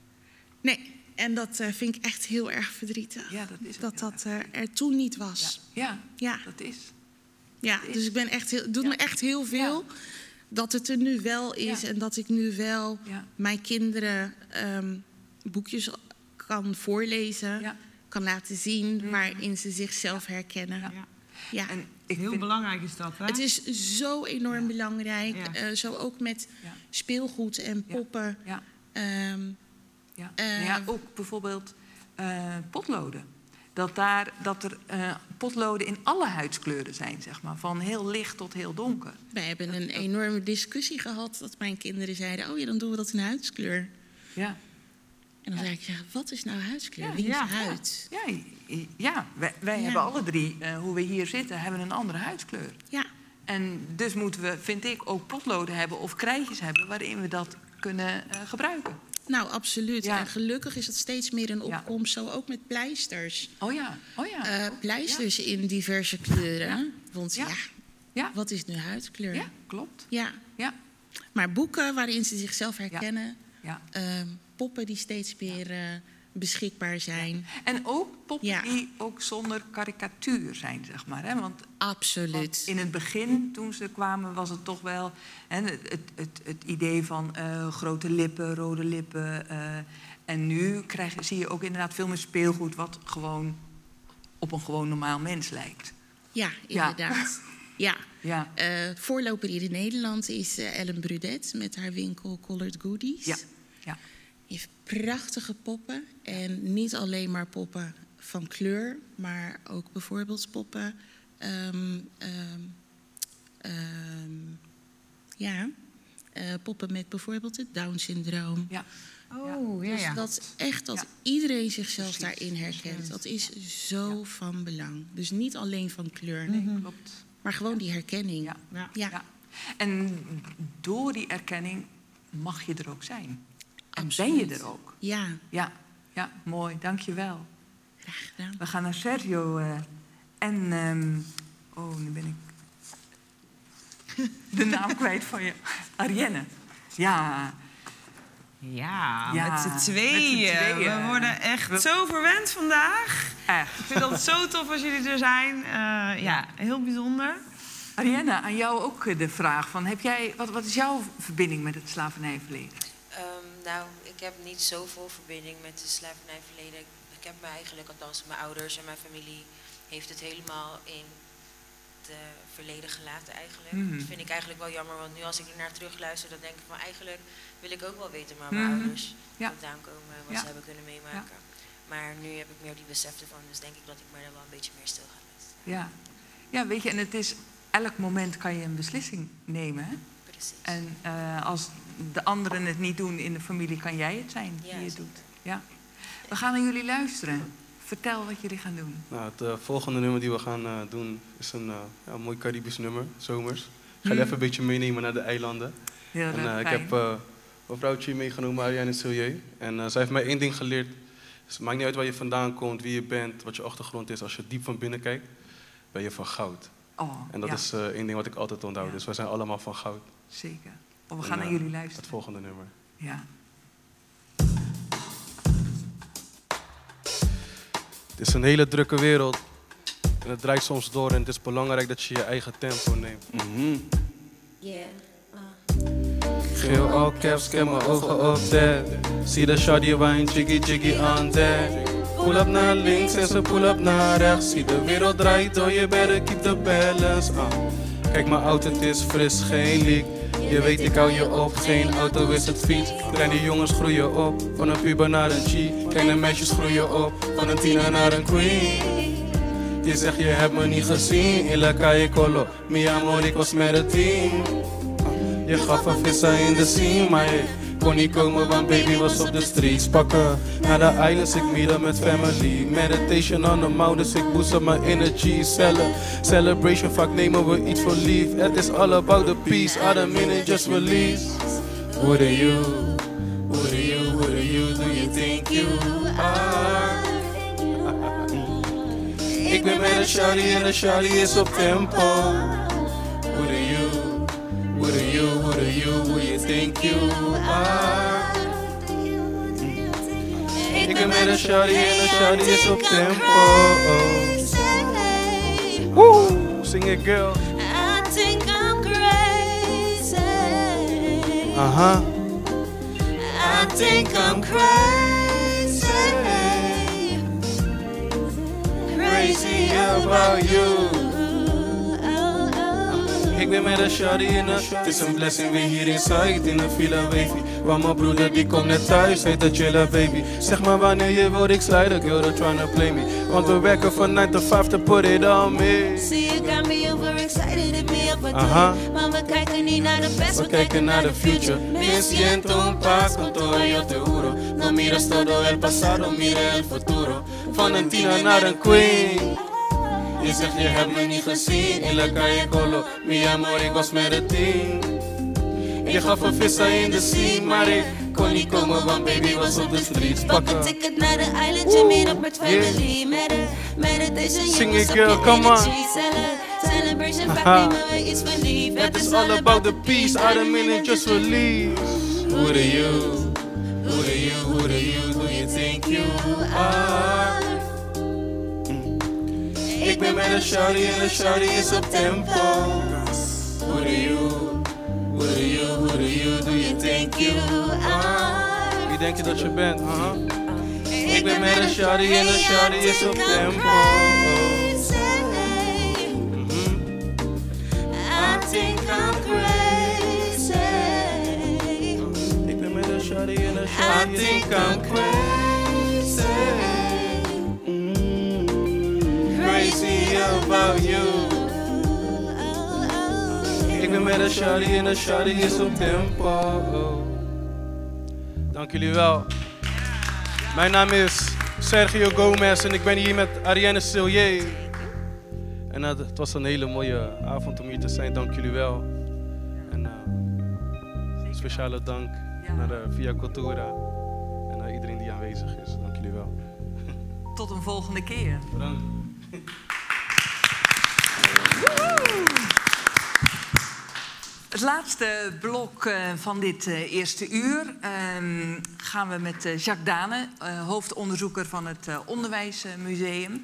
Nee, en dat uh, vind ik echt heel erg verdrietig. Ja, dat is dat dat uh, er toen niet was. Ja, ja, ja. dat is. Ja, dat is. Dus ik ben echt heel, het doet ja. me echt heel veel ja. dat het er nu wel is. Ja. En dat ik nu wel ja. mijn kinderen um, boekjes kan voorlezen, Ja. kan laten zien Mhm. waarin ze zichzelf herkennen. Ja. Ja. Ja. En ik Heel vind- belangrijk is dat, hè? Het is zo enorm Ja. belangrijk. Ja. Eh, zo ook met Ja. speelgoed en Ja. poppen. Ja. Ehm, Ja. Eh, Nou ja, ook bijvoorbeeld eh, potloden. Dat, daar, dat er eh, potloden in alle huidskleuren zijn, zeg maar. Van heel licht tot heel donker. wij hebben een enorme discussie gehad dat mijn kinderen zeiden... oh ja, dan doen we dat in huidskleur. Ja, En dan zei ik, ja, wat is nou huidskleur? Ja, Wiens ja. huid? ja, ja wij, wij Ja. hebben alle drie, eh, hoe we hier zitten, hebben een andere huidskleur. Ja, En dus moeten we, vind ik, ook potloden hebben of krijtjes hebben... waarin we dat kunnen eh, gebruiken. nou absoluut. Ja. En gelukkig is dat steeds meer een Ja. opkomst. Zo ook met pleisters. Oh ja, oh ja. Eh, pleisters in diverse kleuren. Ja. Want Ja. ja. Ja. wat is nu huidkleur? Ja, klopt. Ja. Ja, Maar boeken waarin ze zichzelf herkennen. ja. ehm, poppen die steeds meer eh, beschikbaar zijn. En ook poppen Ja. die ook zonder karikatuur zijn, zeg maar. Hè? Want Absoluut. Want in het begin, toen ze kwamen, was het toch wel hè, het, het, het, het idee van eh, grote lippen, rode lippen. eh, en nu krijg, zie je ook inderdaad veel meer speelgoed wat gewoon op een gewoon normaal mens lijkt. Ja, Ja. inderdaad. Ja. Ja, Eh, voorloper hier in Nederland is eh, Ellen Brudet met haar winkel Colored Goodies. ja, ja. Die heeft prachtige poppen. En niet alleen maar poppen van kleur, maar ook bijvoorbeeld poppen. ehm, ehm, ehm, ja, eh, poppen met bijvoorbeeld het Down-syndroom. ja. Oh, ja, Dus ja. dat echt dat Ja. iedereen zichzelf Precies. daarin herkent. Dat is zo van belang. Dus niet alleen van kleur, Nee, klopt. maar gewoon die herkenning. Ja. Ja. Ja, Ja. En door die erkenning mag je er ook zijn. En ben Absoluut. je er ook. ja, Ja, ja, mooi, dank je wel. graag gedaan. We gaan naar Sergio eh, en... ehm, oh, nu ben ik de naam kwijt van je. Arienne. Ja, Ja, Ja, met z'n met tweeën. z'n tweeën. We worden echt We- zo verwend vandaag. echt. Ik vind het zo tof als jullie er zijn. Eh, ja, heel bijzonder. Arienne, aan jou ook eh, de vraag van... Heb jij, wat, wat is jouw verbinding met het slavernijverleden? Um, nou, ik heb niet zoveel verbinding met het slavernijverleden. Ik, ik heb me eigenlijk, althans mijn ouders en mijn familie... heeft het helemaal in het verleden gelaten eigenlijk. Mhm. Dat vind ik eigenlijk wel jammer, want nu als ik er naar terug luister... dan denk ik van eigenlijk wil ik ook wel weten waar mijn Mhm. ouders Ja. vandaan komen... wat Ja. ze hebben kunnen meemaken. Maar nu heb ik meer die besef ervan, dus denk ik dat ik me er wel een beetje meer stil ga met. Ja. Ja, weet je, en het is... Elk moment kan je een beslissing nemen, hè? Precies. En uh, als de anderen het niet doen in de familie, kan jij het zijn Ja, die het zeker. doet. Ja. We gaan naar jullie luisteren. Vertel wat jullie gaan doen. Nou, het uh, volgende nummer die we gaan uh, doen is een uh, ja, mooi Caribisch nummer, zomers. Ik ga je Hmm. even een beetje meenemen naar de eilanden. Heel En, erg uh, ik fijn. heb uh, een vrouwtje meegenomen, Ariane Sillier. En uh, zij heeft mij één ding geleerd. Dus het maakt niet uit waar je vandaan komt, wie je bent, wat je achtergrond is. Als je diep van binnen kijkt, ben je van goud. Oh, En dat ja, is uh, één ding wat ik altijd onthoud. Ja. Dus wij zijn allemaal van goud. zeker. Oh, we En, gaan naar uh, jullie Het luisteren. volgende nummer. Ja. Het is een hele drukke wereld. En het draait soms door en het is belangrijk dat je je eigen tempo neemt. Yeah. Geel all caps, ik heb mijn ogen op dead. Zie de shawty wine, jiggy jiggy on deck. Pull up naar links en ze pull up naar rechts. Zie de wereld draait door, je better keep the balance. Uh. Kijk mijn auto, het is fris, geen leak. Je weet ik hou je op, geen auto is het fiets. Kleine jongens groeien op, van een puber naar een G. Kleine meisjes groeien op, van een tiener naar een queen. Je zegt je hebt me niet gezien, in la calle colo. Mi amor, ik was met het team. Je gaf een vissa in de scene, maar je kon niet komen, want baby was op de streets. Pakken naar de islands, ik meet up met family. Meditation on the mountains, ik boost up mijn energy. Cele celebration, vaak nemen we iets voor lief. Het is all about the peace, I don't mean it, just release. Who are you? Who are you? Who are you? Do you think you are? Ik ben met een shawty en een shawty is op tempo. Who are you? Who are you? Who are you? Who you think you are? Ik ben met een shawty en een shawty is op tempo. Woo! Sing it, girl. I think I'm crazy. Uh-huh. I think I'm crazy. crazy about you. Ik ben met een shawty in een. Het is een blessing weer hier inside in een villa wavy. Want mijn broeder die komt net thuis, heet dat chilla baby. Zeg maar wanneer je wilt, ik slide, girl, they're trying to play me. Want we werken van nine to five to put it on me. See you got me overexcited, hit me up Aha. Maar we kijken niet naar de best, We kijken naar de future. Me siento en paz con todo yo te juro. No miras todo el pasado, mira el futuro. Van een tiener naar een queen. Je zegt je hebt me niet gezien. In la calle Colo, mi amor, ik was met het team. Je gaf een vissen in de scene, maar ik kon niet komen, want baby was op de streets. Pak een ticket naar de island, je meet op met family. Met de meditation, Sing jongens it, op girl, je come on. energy. Cele- Celebration, vaak Aha. nemen we iets van lief. Het is all about the peace, I don't mean it just for leave. Who do you, who do you, who do you, do you think you are? Ik ben met een shawty en een shawty is op tempo. Who do you, who do you, who do you, do you think you are? Wie denk je dat je bent, huh? Ik ben met een shawty en een shawty is op tempo. I think I'm crazy. Ik ben met een shawty en een shawty is op tempo. Crazy about you. Ik ben met een shawty en een shawty is op tempo. Dank jullie wel. Mijn naam is Sergio Gomez en ik ben hier met Ariane Sillier. En uh, het was een hele mooie avond om hier te zijn. Dank jullie wel. En uh, speciale dank naar uh, Via Cultura en naar iedereen die aanwezig is. Dank jullie wel. Tot een volgende keer. Bedankt. Het laatste blok uh, van dit uh, eerste uur uh, gaan we met uh, Jacques Dane, uh, hoofdonderzoeker van het uh, Onderwijsmuseum.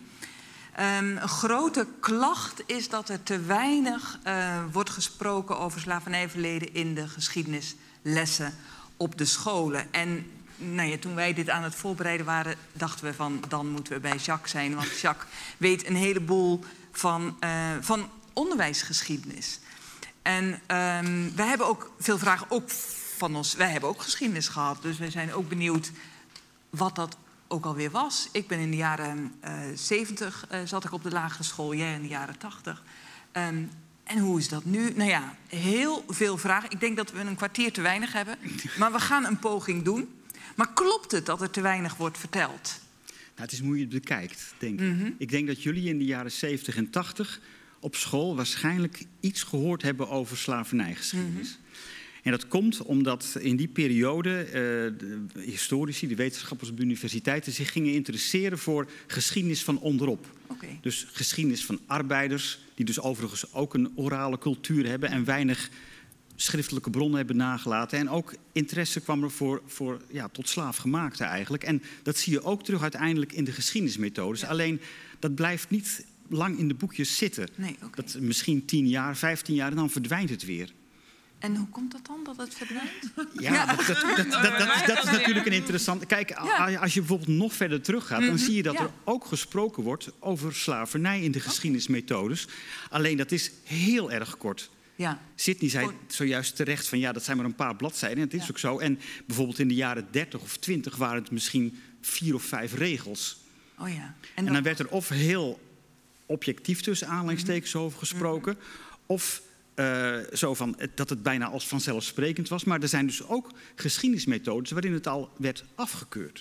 Um, een grote klacht is dat er te weinig uh, wordt gesproken over slavernijverleden in de geschiedenislessen op de scholen. En nou ja, toen wij dit aan het voorbereiden waren, dachten we van dan moeten we bij Jacques zijn. Want Jacques weet een heleboel van, uh, van onderwijsgeschiedenis. En um, wij hebben ook veel vragen, ook van ons. Wij hebben ook geschiedenis gehad, dus wij zijn ook benieuwd wat dat ook alweer was. Ik ben in de jaren zeventig uh, uh, zat ik op de lagere school, jij in de jaren tachtig. Um, en hoe is dat nu? Nou ja, heel veel vragen. Ik denk dat we een kwartier te weinig hebben, maar we gaan een poging doen. Maar klopt het dat er te weinig wordt verteld? Nou, het is hoe je het bekijkt, denk ik. Mm-hmm. Ik denk dat jullie in de jaren zeventig en tachtig op school waarschijnlijk iets gehoord hebben over slavernijgeschiedenis. Mm-hmm. En dat komt omdat in die periode uh, de historici, de wetenschappers op de universiteiten zich gingen interesseren voor geschiedenis van onderop. Okay. Dus geschiedenis van arbeiders, die dus overigens ook een orale cultuur hebben en weinig schriftelijke bronnen hebben nagelaten. En ook interesse kwam er voor, voor ja, tot slaafgemaakte eigenlijk. En dat zie je ook terug uiteindelijk in de geschiedenismethodes. Ja. Alleen dat blijft niet lang in de boekjes zitten. Nee, okay. Dat misschien tien jaar, vijftien jaar en dan verdwijnt het weer. En hoe komt dat dan, dat het verdwijnt? Ja, ja. Dat, dat, dat, dat, dat, dat is natuurlijk een interessante... Kijk, ja. Als je bijvoorbeeld nog verder teruggaat, mm-hmm. dan zie je dat ja. er ook gesproken wordt over slavernij in de geschiedenismethodes. Alleen dat is heel erg kort. Ja. Sidney zei zojuist terecht van ja, dat zijn maar een paar bladzijden. En dat is ja. ook zo. En bijvoorbeeld in de jaren dertig of twintig waren het misschien vier of vijf regels. Oh ja. En, en dan, dan werd er of heel objectief tussen aanleidingstekens mm-hmm. over gesproken, mm-hmm. of uh, zo van dat het bijna als vanzelfsprekend was. Maar er zijn dus ook geschiedenismethodes waarin het al werd afgekeurd.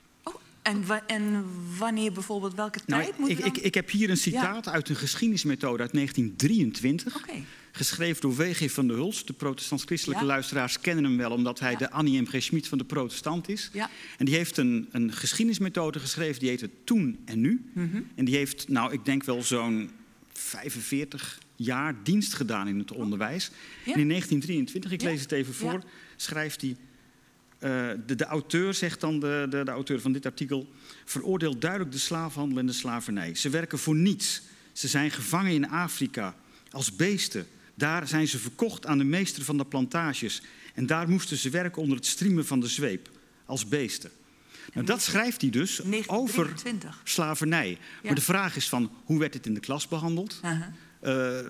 En, wa en wanneer bijvoorbeeld, welke nou, tijd moet ik, dan... ik, ik heb hier een citaat ja. uit een geschiedenismethode uit negentien drieëntwintig. Okay. Geschreven door W G van der Hulst. De protestants-christelijke ja. luisteraars kennen hem wel, omdat hij ja. de Annie M G Schmid van de protestant is. Ja. En die heeft een, een geschiedenismethode geschreven, die heet het Toen en Nu. Mm-hmm. En die heeft, nou, ik denk wel zo'n vijfenveertig jaar dienst gedaan in het onderwijs. Ja. En in negentien drieëntwintig, ik ja. lees het even voor, ja. schrijft hij... Uh, de, de auteur, zegt dan de, de, de auteur van dit artikel, veroordeelt duidelijk de slavenhandel en de slavernij. Ze werken voor niets. Ze zijn gevangen in Afrika als beesten. Daar zijn ze verkocht aan de meester van de plantages. En daar moesten ze werken onder het striemen van de zweep, als beesten. Nou, dat schrijft hij dus over slavernij. Ja. Maar de vraag is van, hoe werd het in de klas behandeld? Uh-huh. Uh,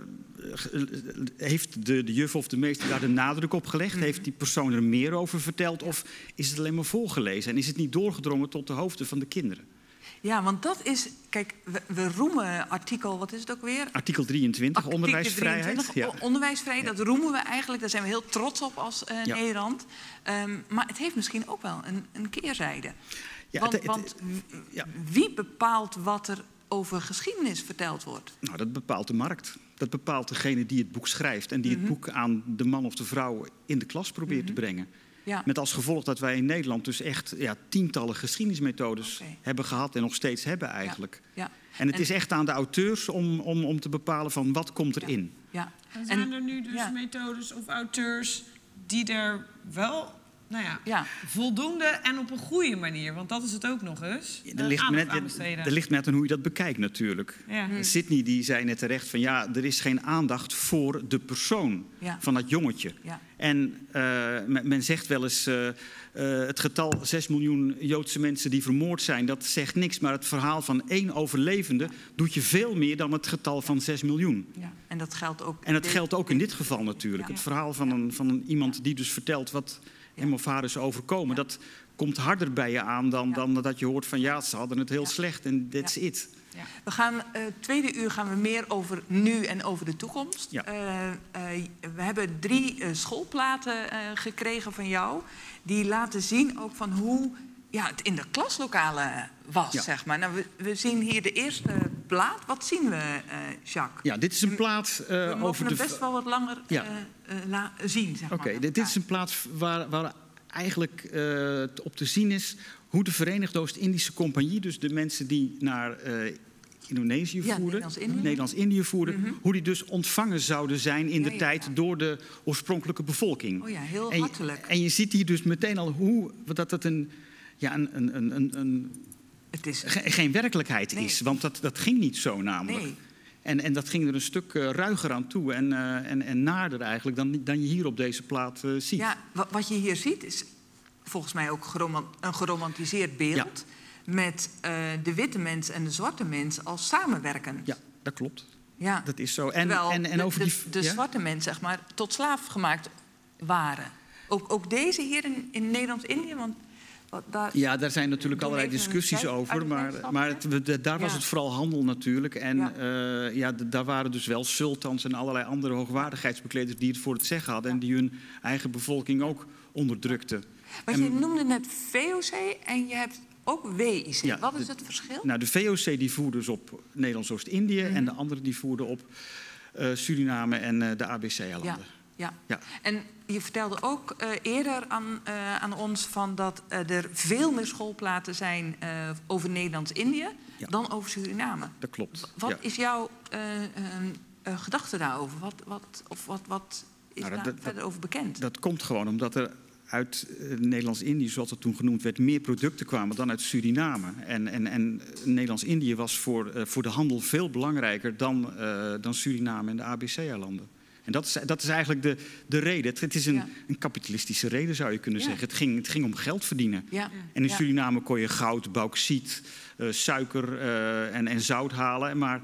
heeft de, de juf of de meester daar de nadruk op gelegd? Mm-hmm. Heeft die persoon er meer over verteld? Of is het alleen maar voorgelezen? En is het niet doorgedrongen tot de hoofden van de kinderen? Ja, want dat is... Kijk, we, we roemen artikel... Wat is het ook weer? Artikel drieëntwintig, artikel onderwijsvrijheid. drieëntwintig, ja. Onderwijsvrijheid, dat roemen we eigenlijk. Daar zijn we heel trots op als uh, ja. Nederland. Um, maar het heeft misschien ook wel een, een keerzijde. Ja, want het, het, want ja. wie bepaalt wat er over geschiedenis verteld wordt? Nou, dat bepaalt de markt. Dat bepaalt degene die het boek schrijft... en die mm-hmm. het boek aan de man of de vrouw in de klas probeert mm-hmm. te brengen. Ja. Met als gevolg dat wij in Nederland dus echt ja, tientallen geschiedenismethodes okay. hebben gehad... en nog steeds hebben eigenlijk. Ja. Ja. En het en... is echt aan de auteurs om, om, om te bepalen van wat komt erin. Ja. Ja. En zijn en... er nu dus ja. methodes of auteurs die er wel... Nou ja, ja, voldoende en op een goede manier. Want dat is het ook nog eens. Ja, er, ligt net, er ligt net aan hoe je dat bekijkt natuurlijk. Ja. Hmm. Sydney die zei net terecht van ja, er is geen aandacht voor de persoon ja. van dat jongetje. Ja. En uh, men, men zegt wel eens, uh, uh, het getal zes miljoen Joodse mensen die vermoord zijn, dat zegt niks. Maar het verhaal van één overlevende ja. doet je veel meer dan het getal van zes miljoen. Ja. En dat geldt ook, en dat geldt ook in dit geval natuurlijk. Ja. Het verhaal van, een, van een, iemand die dus vertelt wat... hem of haar is overkomen. Ja. Dat komt harder bij je aan dan, ja. dan dat je hoort van ja, ze hadden het heel ja. slecht en that's ja. it. Ja. We gaan, uh, tweede uur gaan we meer over nu en over de toekomst. Ja. Uh, uh, we hebben drie uh, schoolplaten uh, gekregen van jou. Die laten zien ook van hoe ja, het in de klaslokalen was, ja. zeg maar. Nou, we, we zien hier de eerste plaat. Wat zien we, uh, Jacques? Ja, dit is een plaat uh, we over de... We best wel wat langer ja. uh, uh, la- zien, zeg Oké, maar. dit is een plaat waar, waar eigenlijk uh, op te zien is... hoe de Verenigde Oost-Indische Compagnie... dus de mensen die naar uh, Indonesië ja, voerden... Nederlands-Indië, Nederlands-Indië voerden... Mm-hmm. hoe die dus ontvangen zouden zijn in de ja, ja, tijd... Ja. door de oorspronkelijke bevolking. Oh ja, heel en, hartelijk. En je ziet hier dus meteen al hoe dat het een... Ja, een, een, een, een, een het is... ge- geen werkelijkheid nee. is, want dat, dat ging niet zo namelijk. Nee. En, en dat ging er een stuk uh, ruiger aan toe en, uh, en, en naarder eigenlijk dan, dan je hier op deze plaat uh, ziet. Ja, wat je hier ziet is volgens mij ook gerom- een geromantiseerd beeld... Ja. met uh, de witte mens en de zwarte mens als samenwerkend. Ja, dat klopt. Ja. Dat is zo. En, Terwijl en, en de, over de, die, de ja? zwarte mens, zeg maar, tot slaaf gemaakt waren. Ook, ook deze hier in, in Nederlands-Indië, want... Daar, ja, daar zijn natuurlijk allerlei discussies over, maar, maar het, de, daar was ja. het vooral handel natuurlijk. En ja. Uh, ja, de, daar waren dus wel sultans en allerlei andere hoogwaardigheidsbekleders die het voor het zeggen hadden... en die hun eigen bevolking ook onderdrukten. Maar en, je noemde net V O C en je hebt ook W I C. Ja, Wat is de, het verschil? Nou, de V O C die voerde dus op Nederlands Oost-Indië... Mm-hmm. en de andere die voerden op uh, Suriname en uh, de A B C-landen. Ja. Ja. ja, en je vertelde ook uh, eerder aan, uh, aan ons van dat uh, er veel meer schoolplaten zijn uh, over Nederlands-Indië ja. dan over Suriname. Dat klopt. Wat ja. is jouw uh, uh, uh, gedachte daarover? Wat, wat, of wat, wat is nou, dat, daar dat, verder over bekend? Dat komt gewoon omdat er uit uh, Nederlands-Indië, zoals het toen genoemd werd, meer producten kwamen dan uit Suriname. En, en, en Nederlands-Indië was voor, uh, voor de handel veel belangrijker dan, uh, dan Suriname en de A B C-landen. En dat is, dat is eigenlijk de, de reden. Het, het is een, ja. een kapitalistische reden, zou je kunnen ja. zeggen. Het ging, het ging om geld verdienen. Ja. En in Suriname kon je goud, bauxiet, uh, suiker uh, en, en zout halen. Maar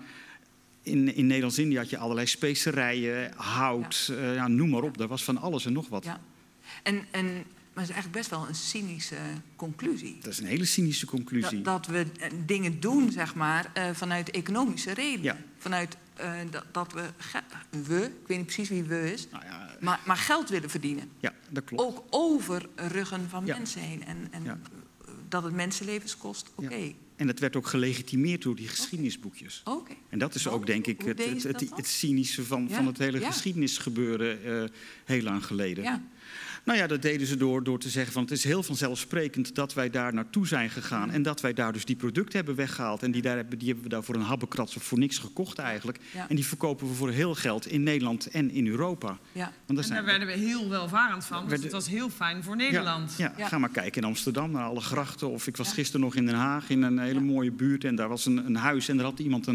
in, in Nederlands-Indië had je allerlei specerijen, hout, ja. Uh, ja, noem maar op. Ja. Daar was van alles en nog wat. Ja. En, en, maar het is eigenlijk best wel een cynische conclusie. Dat is een hele cynische conclusie. Dat, dat we dingen doen, zeg maar, uh, vanuit economische redenen. Ja. Vanuit uh, dat, dat we, we, ik weet niet precies wie we is, nou ja, maar, maar geld willen verdienen. Ja, dat klopt. Ook over ruggen van ja. mensen heen. En, en ja. dat het mensenlevens kost, oké. Okay. Ja. En dat werd ook gelegitimeerd door die geschiedenisboekjes. Okay. Okay. En dat is Wat? ook, denk ik, het, het, het, het, het cynische van, ja. van het hele ja. geschiedenisgebeuren uh, heel lang geleden. Ja. Nou ja, dat deden ze door, door te zeggen van het is heel vanzelfsprekend dat wij daar naartoe zijn gegaan. En dat wij daar dus die producten hebben weggehaald. En die, daar hebben, die hebben we daar voor een habbekrats of voor niks gekocht eigenlijk. Ja. En die verkopen we voor heel geld in Nederland en in Europa. Ja. Want en daar zijn... werden we heel welvarend van, want het was heel fijn voor Nederland. Ja, ja. Ja. Ga maar kijken in Amsterdam naar alle grachten. Of ik was ja. gisteren nog in Den Haag in een hele mooie buurt. En daar was een, een huis en daar had iemand een...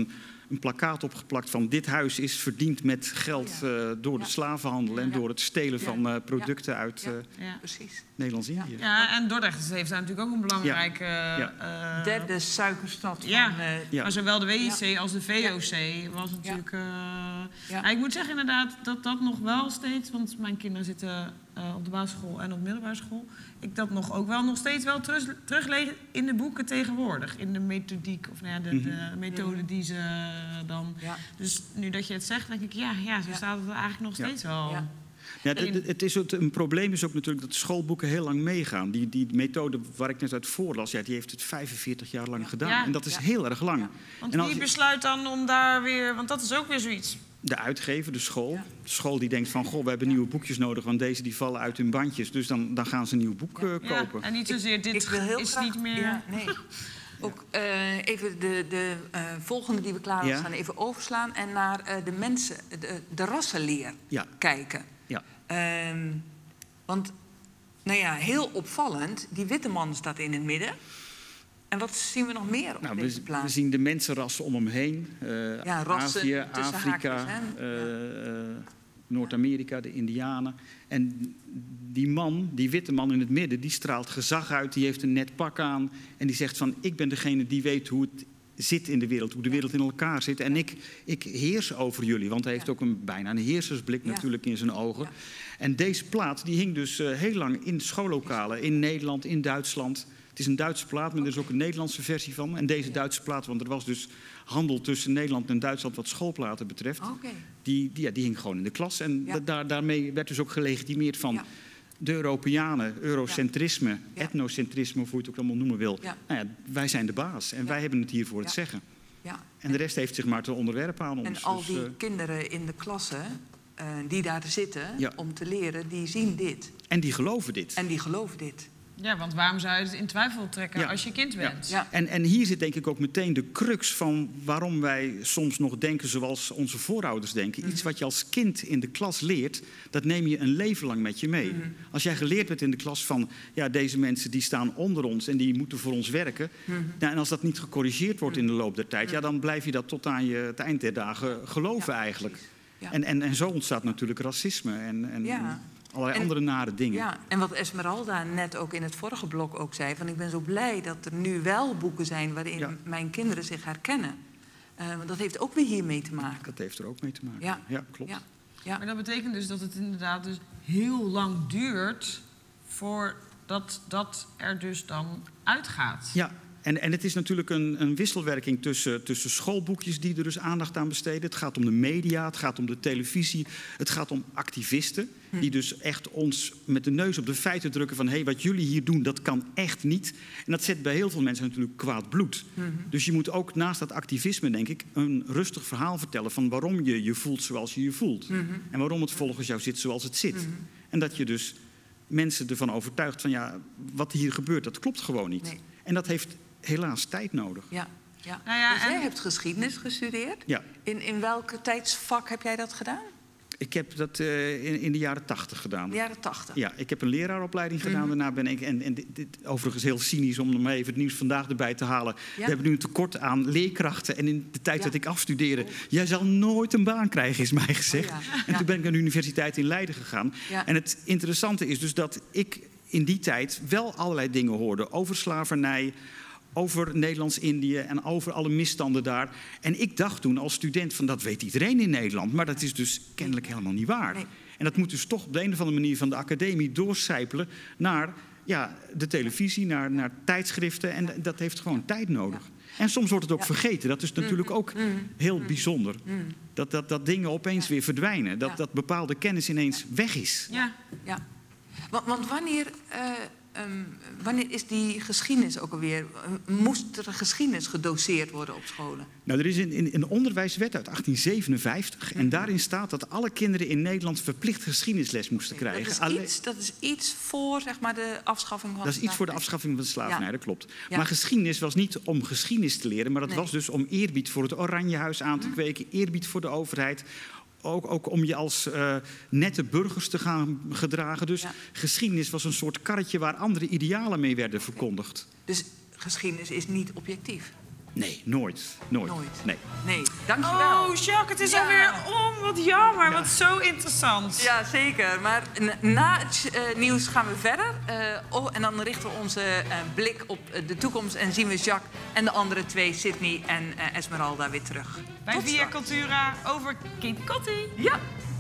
een plakkaat opgeplakt van dit huis is verdiend met geld uh, door de ja. slavenhandel en ja. door het stelen ja. van uh, producten ja. uit uh, ja. Precies. Nederlands-Indië. Ja. ja, en Dordrecht heeft daar natuurlijk ook een belangrijke... Ja. Uh, Derde suikerstad ja. van... Uh, ja. Maar zowel de W I C ja. als de V O C ja. was natuurlijk... Uh, ja. Nou, ik moet zeggen inderdaad dat dat nog wel steeds... Want mijn kinderen zitten uh, op de basisschool en op de middelbare school... Ik dat nog ook wel nog steeds wel terug, teruglees in de boeken tegenwoordig. In de methodiek of nou ja, de, de methode die ze dan... Ja. Dus nu dat je het zegt, denk ik, ja, ja zo staat het eigenlijk nog steeds ja. wel. Ja. Ja, het, het is ook, een probleem is ook natuurlijk dat schoolboeken heel lang meegaan. Die, die methode waar ik net uit voorlas, ja, die heeft het vijfenveertig jaar lang gedaan. Ja. En dat is ja. heel erg lang. Ja. Want en als wie je... besluit dan om daar weer... Want dat is ook weer zoiets. De uitgever, de school. Ja. De school die denkt van, goh, we hebben nieuwe boekjes nodig... want deze die vallen uit hun bandjes. Dus dan, dan gaan ze een nieuw boek uh, kopen. Ja. En niet zozeer, dit ik, ik wil heel is graag, niet meer... Ja, nee. Ook uh, even de, de uh, volgende die we klaar ja. staan even overslaan... en naar uh, de mensen, de, de rassenleer ja. kijken. Ja. Um, want, nou ja, heel opvallend, die witte man staat in het midden. En wat zien we nog meer op nou, deze we, plaats? We zien de mensenrassen om hem heen. Uh, ja, rassen, Azië, Afrika, haakjes, uh, uh, Noord-Amerika, de Indianen. En die man, die witte man in het midden, die straalt gezag uit. Die heeft een net pak aan. En die zegt van, ik ben degene die weet hoe het zit in de wereld, hoe de wereld in elkaar zit. En ik, ik heers over jullie, want hij heeft ja. ook een, bijna een heersersblik ja. natuurlijk in zijn ogen. Ja. En deze plaat die hing dus uh, heel lang in schoollokalen, in Nederland, in Duitsland. Het is een Duitse plaat, maar er is ook een Nederlandse versie van. En deze ja. Duitse plaat, want er was dus handel tussen Nederland en Duitsland wat schoolplaten betreft. Okay. Die, die, ja, die hing gewoon in de klas. En ja. da daarmee werd dus ook gelegitimeerd van... Ja. De Europeanen, eurocentrisme, ja. etnocentrisme, of hoe je het ook allemaal noemen wil. Ja. Nou ja, wij zijn de baas en ja. wij hebben het hier voor ja. het zeggen. Ja. En de rest heeft zich maar te onderwerpen aan ons. En al dus, die uh, kinderen in de klassen uh, die daar zitten ja. om te leren, die zien dit. En die geloven dit. En die geloven dit. Ja, want waarom zou je het in twijfel trekken ja. als je kind bent? Ja. Ja. En, en hier zit denk ik ook meteen de crux van waarom wij soms nog denken zoals onze voorouders denken. Mm-hmm. Iets wat je als kind in de klas leert, dat neem je een leven lang met je mee. Mm-hmm. Als jij geleerd werd in de klas van, ja, deze mensen die staan onder ons en die moeten voor ons werken. Mm-hmm. Ja, en als dat niet gecorrigeerd wordt in de loop der tijd, mm-hmm. ja, dan blijf je dat tot aan je, het eind der dagen geloven ja, eigenlijk. Ja. En, en, en zo ontstaat natuurlijk racisme en... en ja. allerlei en, andere nare dingen. Ja, en wat Esmeralda net ook in het vorige blok ook zei... van ik ben zo blij dat er nu wel boeken zijn... waarin ja. mijn kinderen zich herkennen. Uh, want dat heeft ook weer hiermee te maken. Dat heeft er ook mee te maken. Ja, ja klopt. Ja. Ja. Maar dat betekent dus dat het inderdaad dus heel lang duurt... voordat dat er dus dan uitgaat. Ja. En, en het is natuurlijk een, een wisselwerking tussen, tussen schoolboekjes die er dus aandacht aan besteden. Het gaat om de media, het gaat om de televisie, het gaat om activisten. Hm. Die dus echt ons met de neus op de feiten drukken van... hé, hey, wat jullie hier doen, dat kan echt niet. En dat zet bij heel veel mensen natuurlijk kwaad bloed. Hm. Dus je moet ook naast dat activisme, denk ik... een rustig verhaal vertellen van waarom je je voelt zoals je je voelt. Hm. En waarom het volgens jou zit zoals het zit. Hm. En dat je dus mensen ervan overtuigt van... ja, wat hier gebeurt, dat klopt gewoon niet. Nee. En dat heeft... helaas tijd nodig. Ja, ja. Nou ja, dus jij en... hebt geschiedenis gestudeerd. Ja. In, in welk tijdsvak heb jij dat gedaan? Ik heb dat uh, in, in de jaren tachtig gedaan. De jaren tachtig? Ja, ik heb een leraaropleiding gedaan. Mm-hmm. Daarna ben ik, en, en dit, dit, overigens heel cynisch om nog even het nieuws vandaag erbij te halen. Ja. We hebben nu een tekort aan leerkrachten. En in de tijd ja. dat ik afstudeerde, jij zal nooit een baan krijgen, is mij gezegd. Oh, ja. En ja. toen ben ik naar de universiteit in Leiden gegaan. Ja. En het interessante is dus dat ik in die tijd wel allerlei dingen hoorde over slavernij... over Nederlands-Indië en over alle misstanden daar. En ik dacht toen als student van dat weet iedereen in Nederland. Maar dat is dus kennelijk helemaal niet waar. Nee. En dat moet dus toch op de een of andere manier van de academie doorcijpelen... naar ja, de televisie, naar, naar tijdschriften. En dat heeft gewoon tijd nodig. En soms wordt het ook vergeten. Dat is natuurlijk ook heel bijzonder. Dat, dat, dat dingen opeens weer verdwijnen. Dat, dat bepaalde kennis ineens weg is. Ja, ja. Want, want wanneer... Uh... Um, wanneer is die geschiedenis ook alweer... moest er geschiedenis gedoseerd worden op scholen? Nou, er is een, een, een onderwijswet uit achttien zevenenvijftig... Mm-hmm. en daarin staat dat alle kinderen in Nederland verplicht geschiedenisles moesten okay, krijgen. Dat is, Alle... iets, dat is iets voor zeg maar, de afschaffing van Dat is iets voor de afschaffing van de slavernij, ja. dat klopt. Ja. Maar geschiedenis was niet om geschiedenis te leren... maar dat nee. was dus om eerbied voor het Oranjehuis aan te mm. kweken... eerbied voor de overheid... Ook, ook om je als uh, nette burgers te gaan gedragen. Dus ja. geschiedenis was een soort karretje waar andere idealen mee werden verkondigd. Dus geschiedenis is niet objectief? Nee, nooit. Nooit. Nooit. Nee. Nee, dankjewel. Oh, Jacques, het is Ja. alweer om. Wat jammer, wat zo interessant. Ja, zeker. Maar na het uh, nieuws gaan we verder. Uh, oh, en dan richten we onze uh, blik op uh, de toekomst en zien we Jacques en de andere twee, Sydney en uh, Esmeralda, weer terug. Bij Tot Via straks. Cultura over Kitty Kotti. Ja.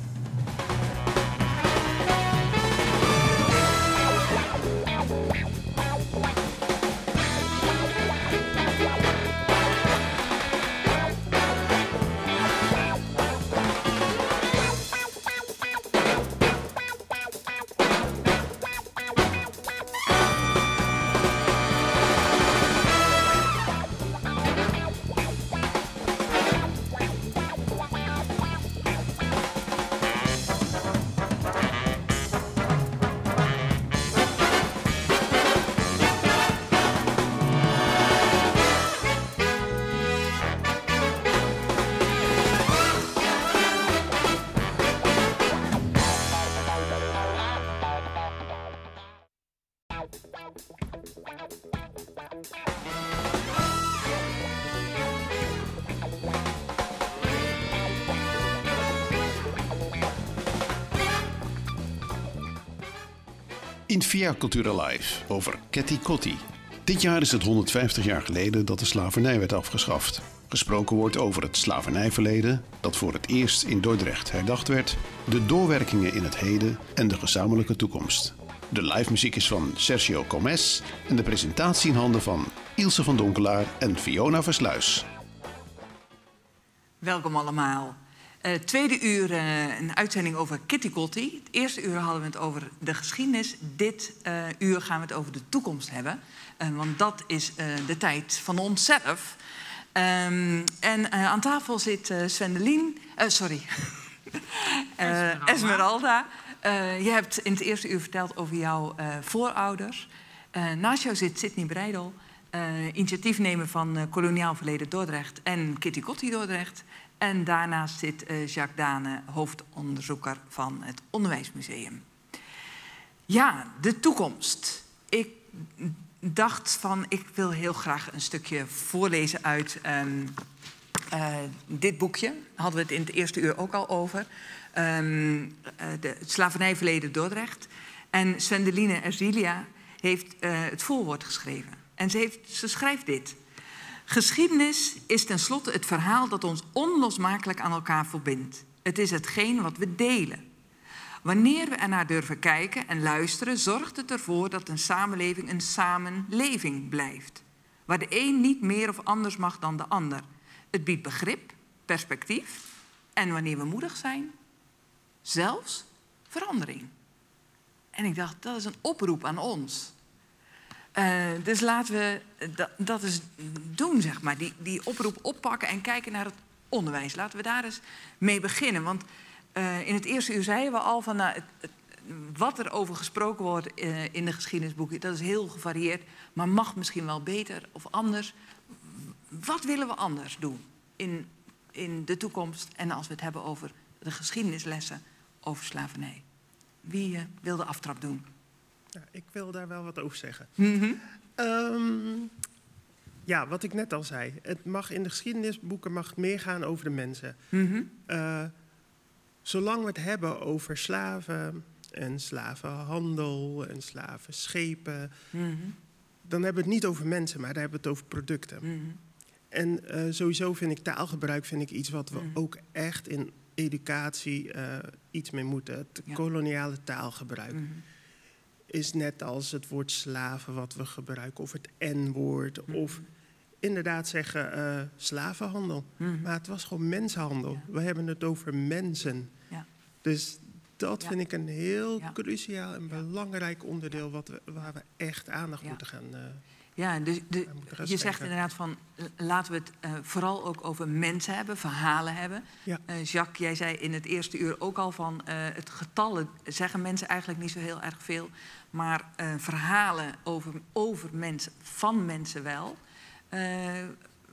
In Via Cultura Live over Ketty Kotti. Dit jaar is het honderdvijftig jaar geleden dat de slavernij werd afgeschaft. Gesproken wordt over het slavernijverleden, dat voor het eerst in Dordrecht herdacht werd, de doorwerkingen in het heden en de gezamenlijke toekomst. De live muziek is van Sergio Gomez en de presentatie in handen van Ilse van Donkelaar en Fiona Versluis. Welkom allemaal. Uh, tweede uur uh, een uitzending over Kitty Kotti. Het eerste uur hadden we het over de geschiedenis. Dit uh, uur gaan we het over de toekomst hebben. Uh, want dat is uh, de tijd van onszelf. Um, en uh, aan tafel zit uh, Swendelien... Uh, sorry. uh, Esmeralda. Uh, je hebt in het eerste uur verteld over jouw uh, voorouders. Uh, naast jou zit Sydney Breidel. Uh, initiatiefnemer van uh, Koloniaal Verleden Dordrecht en Kitty Kotti Dordrecht. En daarnaast zit uh, Jacques Dane, hoofdonderzoeker van het Onderwijsmuseum. Ja, de toekomst. Ik dacht van, ik wil heel graag een stukje voorlezen uit um, uh, dit boekje. Hadden we het in het eerste uur ook al over. Um, uh, de, het slavernijverleden Dordrecht. En Swendeline Erzilia heeft uh, het voorwoord geschreven. En ze, heeft, ze schrijft dit. Geschiedenis is tenslotte het verhaal dat ons onlosmakelijk aan elkaar verbindt. Het is hetgeen wat we delen. Wanneer we ernaar durven kijken en luisteren, zorgt het ervoor dat een samenleving een samenleving blijft. Waar de een niet meer of anders mag dan de ander. Het biedt begrip, perspectief en wanneer we moedig zijn, zelfs verandering. En ik dacht, dat is een oproep aan ons. Uh, dus laten we dat, dat eens doen, zeg maar. Die, die oproep oppakken en kijken naar het onderwijs. Laten we daar eens mee beginnen. Want uh, in het eerste uur zeiden we al van... Nou, het, het, wat er over gesproken wordt uh, in de geschiedenisboeken... dat is heel gevarieerd, maar mag misschien wel beter of anders. Wat willen we anders doen in, in de toekomst... en als we het hebben over de geschiedenislessen over slavernij? Wie uh, wil de aftrap doen? Ja, ik wil daar wel wat over zeggen. Mm-hmm. um, ja, wat ik net al zei. Het mag in de geschiedenisboeken mag het meer gaan over de mensen. Mm-hmm. uh, zolang we het hebben over slaven en slavenhandel en slavenschepen... Mm-hmm. dan hebben we het niet over mensen, maar dan hebben we het over producten. Mm-hmm. En uh, sowieso vind ik taalgebruik vind ik iets wat we Mm-hmm. ook echt in educatie uh, iets mee moeten. Het ja. koloniale taalgebruik. Mm-hmm. Is net als het woord slaven wat we gebruiken, of het N-woord, Mm-hmm. of inderdaad zeggen uh, slavenhandel. Mm-hmm. Maar het was gewoon mensenhandel. Ja. We hebben het over mensen. Ja. Dus dat ja. vind ik een heel ja. cruciaal en ja. belangrijk onderdeel wat we, waar we echt aandacht ja. moeten gaan uh, Ja, dus de, moeten je zegt inderdaad van... laten we het uh, vooral ook over mensen hebben, verhalen hebben. Ja. Uh, Jacques, jij zei in het eerste uur ook al van... Uh, het getallen zeggen mensen eigenlijk niet zo heel erg veel... maar uh, verhalen over, over mensen, van mensen wel... Uh,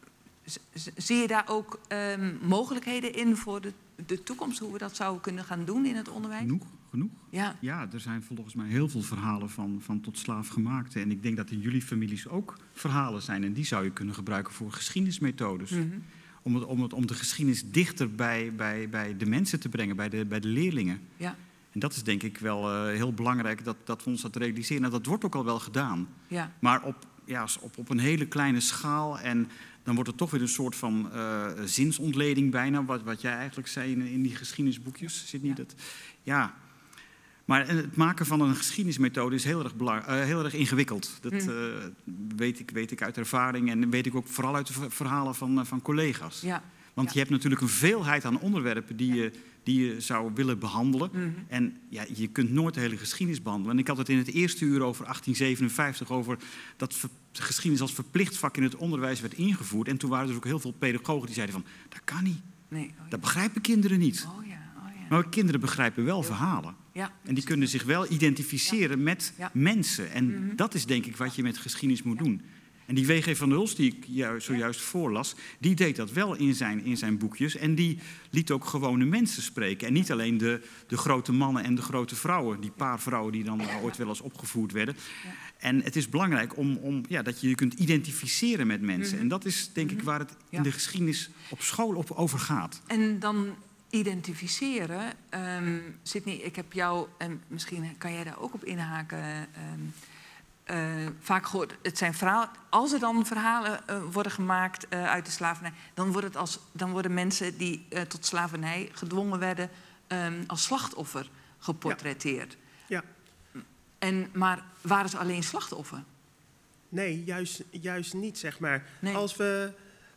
zie je daar ook um, mogelijkheden in voor de, de toekomst? Hoe we dat zouden kunnen gaan doen in het onderwijs? Genoeg, genoeg. Ja, ja er zijn volgens mij heel veel verhalen van, van tot slaafgemaakte. En ik denk dat in jullie families ook verhalen zijn. En die zou je kunnen gebruiken voor geschiedenismethodes. Mm-hmm. Om, het, om, het, om de geschiedenis dichter bij, bij, bij de mensen te brengen, bij de, bij de leerlingen. Ja. En dat is denk ik wel uh, heel belangrijk dat, dat we ons dat realiseren. En dat wordt ook al wel gedaan. Ja. Maar op, ja, op, op een hele kleine schaal. En dan wordt het toch weer een soort van uh, zinsontleding bijna. Wat, wat jij eigenlijk zei in, in die geschiedenisboekjes. Zit niet ja. Dat, ja. Maar het maken van een geschiedenismethode is heel erg, belang, uh, heel erg ingewikkeld. Dat uh, weet, ik, weet ik uit ervaring en weet ik ook vooral uit de verhalen van, uh, van collega's. Ja. Want ja. je hebt natuurlijk een veelheid aan onderwerpen die, ja. je, die je zou willen behandelen. Mm-hmm. En ja, je kunt nooit de hele geschiedenis behandelen. En ik had het in het eerste uur over achttien zevenenvijftig... over dat ver, geschiedenis als verplicht vak in het onderwijs werd ingevoerd. En toen waren er dus ook heel veel pedagogen die zeiden van... dat kan niet. Nee, oh ja. Dat begrijpen kinderen niet. Oh ja, oh ja. Maar kinderen begrijpen wel verhalen. Ja. En die kunnen zich wel identificeren ja. met ja. mensen. En mm-hmm. dat is denk ik wat je met geschiedenis moet ja. doen. En die W G van der Hulst, die ik juist, zojuist voorlas... die deed dat wel in zijn, in zijn boekjes. En die liet ook gewone mensen spreken. En niet alleen de, de grote mannen en de grote vrouwen. Die paar vrouwen die dan ooit wel eens opgevoerd werden. Ja. En het is belangrijk om, om, ja, dat je je kunt identificeren met mensen. Mm-hmm. En dat is denk ik waar het in de geschiedenis op school op over gaat. En dan identificeren... Um, Sydney, ik heb jou... en misschien kan jij daar ook op inhaken... Um, Uh, vaak gehoord, het zijn verhalen. Als er dan verhalen uh, worden gemaakt uh, uit de slavernij, dan, wordt het als, dan worden mensen die uh, tot slavernij gedwongen werden um, als slachtoffer geportretteerd. Ja. Ja. En, maar waren ze alleen slachtoffer? Nee, juist, juist niet, zeg maar. Nee. Als we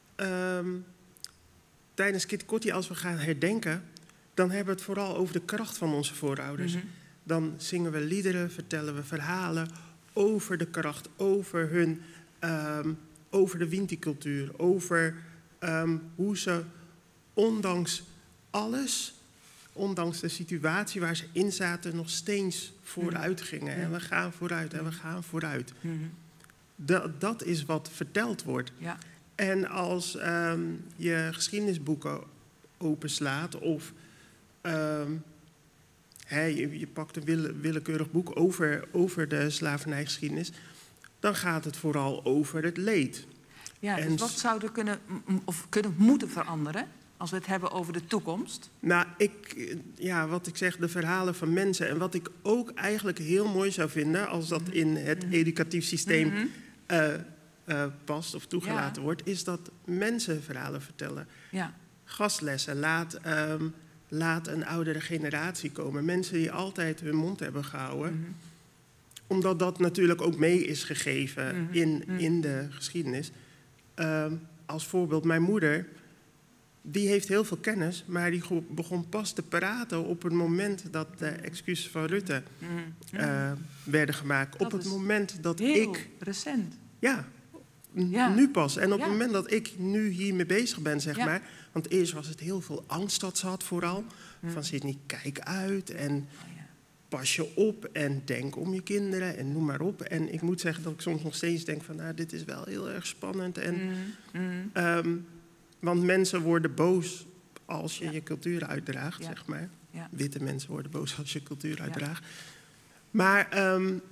um, tijdens Kitty Kotti, als we gaan herdenken, dan hebben we het vooral over de kracht van onze voorouders. Mm-hmm. Dan zingen we liederen, vertellen we verhalen over de kracht, over hun, um, over de Winti-cultuur, over um, hoe ze ondanks alles, ondanks de situatie waar ze in zaten, nog steeds vooruit gingen. En we gaan vooruit en we gaan vooruit. Mm-hmm. Dat, dat is wat verteld wordt. Ja. En als um, je geschiedenisboeken openslaat of... Um, He, je, je pakt een wille, willekeurig boek over, over de slavernijgeschiedenis, dan gaat het vooral over het leed. Ja, en dus wat zou er kunnen, of kunnen moeten veranderen als we het hebben over de toekomst? Nou, ik, ja, wat ik zeg, de verhalen van mensen. En wat ik ook eigenlijk heel mooi zou vinden, als dat in het educatief systeem mm-hmm. uh, uh, past of toegelaten ja. wordt, is dat mensen verhalen vertellen. Ja. Gastlessen, laat... Um, Laat een oudere generatie komen. Mensen die altijd hun mond hebben gehouden. Mm-hmm. Omdat dat natuurlijk ook mee is gegeven mm-hmm. in, in de geschiedenis. Um, als voorbeeld, mijn moeder, die heeft heel veel kennis, maar die begon pas te praten op het moment dat de excuses van Rutte mm-hmm. uh, werden gemaakt. Dat op het moment dat heel ik... recent. Ja, ja, nu pas. En op ja. het moment dat ik nu hiermee bezig ben, zeg ja. maar... Want eerst was het heel veel angst dat ze had vooral. Mm. Van Sydney, kijk uit en oh, ja. pas je op en denk om je kinderen en noem maar op. En ik moet zeggen dat ik soms nog steeds denk van... nou, dit is wel heel erg spannend. En, mm. Mm. Um, want mensen worden boos als je ja. je cultuur uitdraagt, ja. zeg maar. Ja. Witte mensen worden boos als je cultuur uitdraagt. Ja. Maar... Um,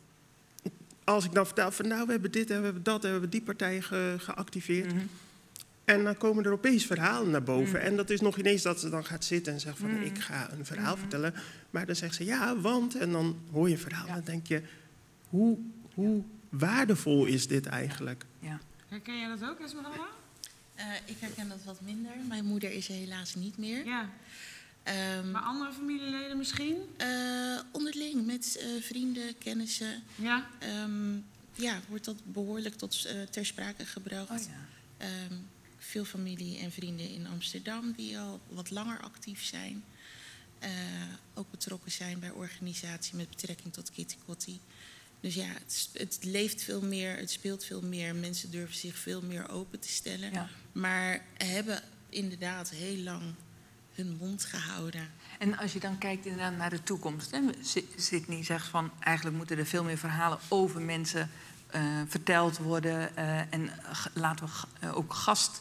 als ik dan vertel van nou, we hebben dit en we hebben dat en we hebben die partij ge, geactiveerd. Mm-hmm. En dan komen er opeens verhalen naar boven. Mm-hmm. En dat is nog ineens dat ze dan gaat zitten en zegt van mm-hmm. ik ga een verhaal mm-hmm. vertellen. Maar dan zegt ze ja, want. En dan hoor je verhaal ja. en dan denk je, hoe, hoe waardevol is dit eigenlijk? Ja. Herken jij dat ook, Esmeralda? Uh, ik herken dat wat minder. Mijn moeder is er helaas niet meer. Ja. Um, maar andere familieleden misschien? Uh, onderling, met uh, vrienden, kennissen. Ja. Um, ja, wordt dat behoorlijk tot uh, ter sprake gebracht. Oh, ja. um, veel familie en vrienden in Amsterdam die al wat langer actief zijn. Uh, ook betrokken zijn bij organisatie met betrekking tot Kitty Kotti. Dus ja, het, het leeft veel meer, het speelt veel meer. Mensen durven zich veel meer open te stellen. Ja. Maar hebben inderdaad heel lang hun mond gehouden. En als je dan kijkt inderdaad naar de toekomst. Hè? Sydney zegt van eigenlijk moeten er veel meer verhalen over mensen uh, verteld worden. Uh, en g- laten we g- uh, ook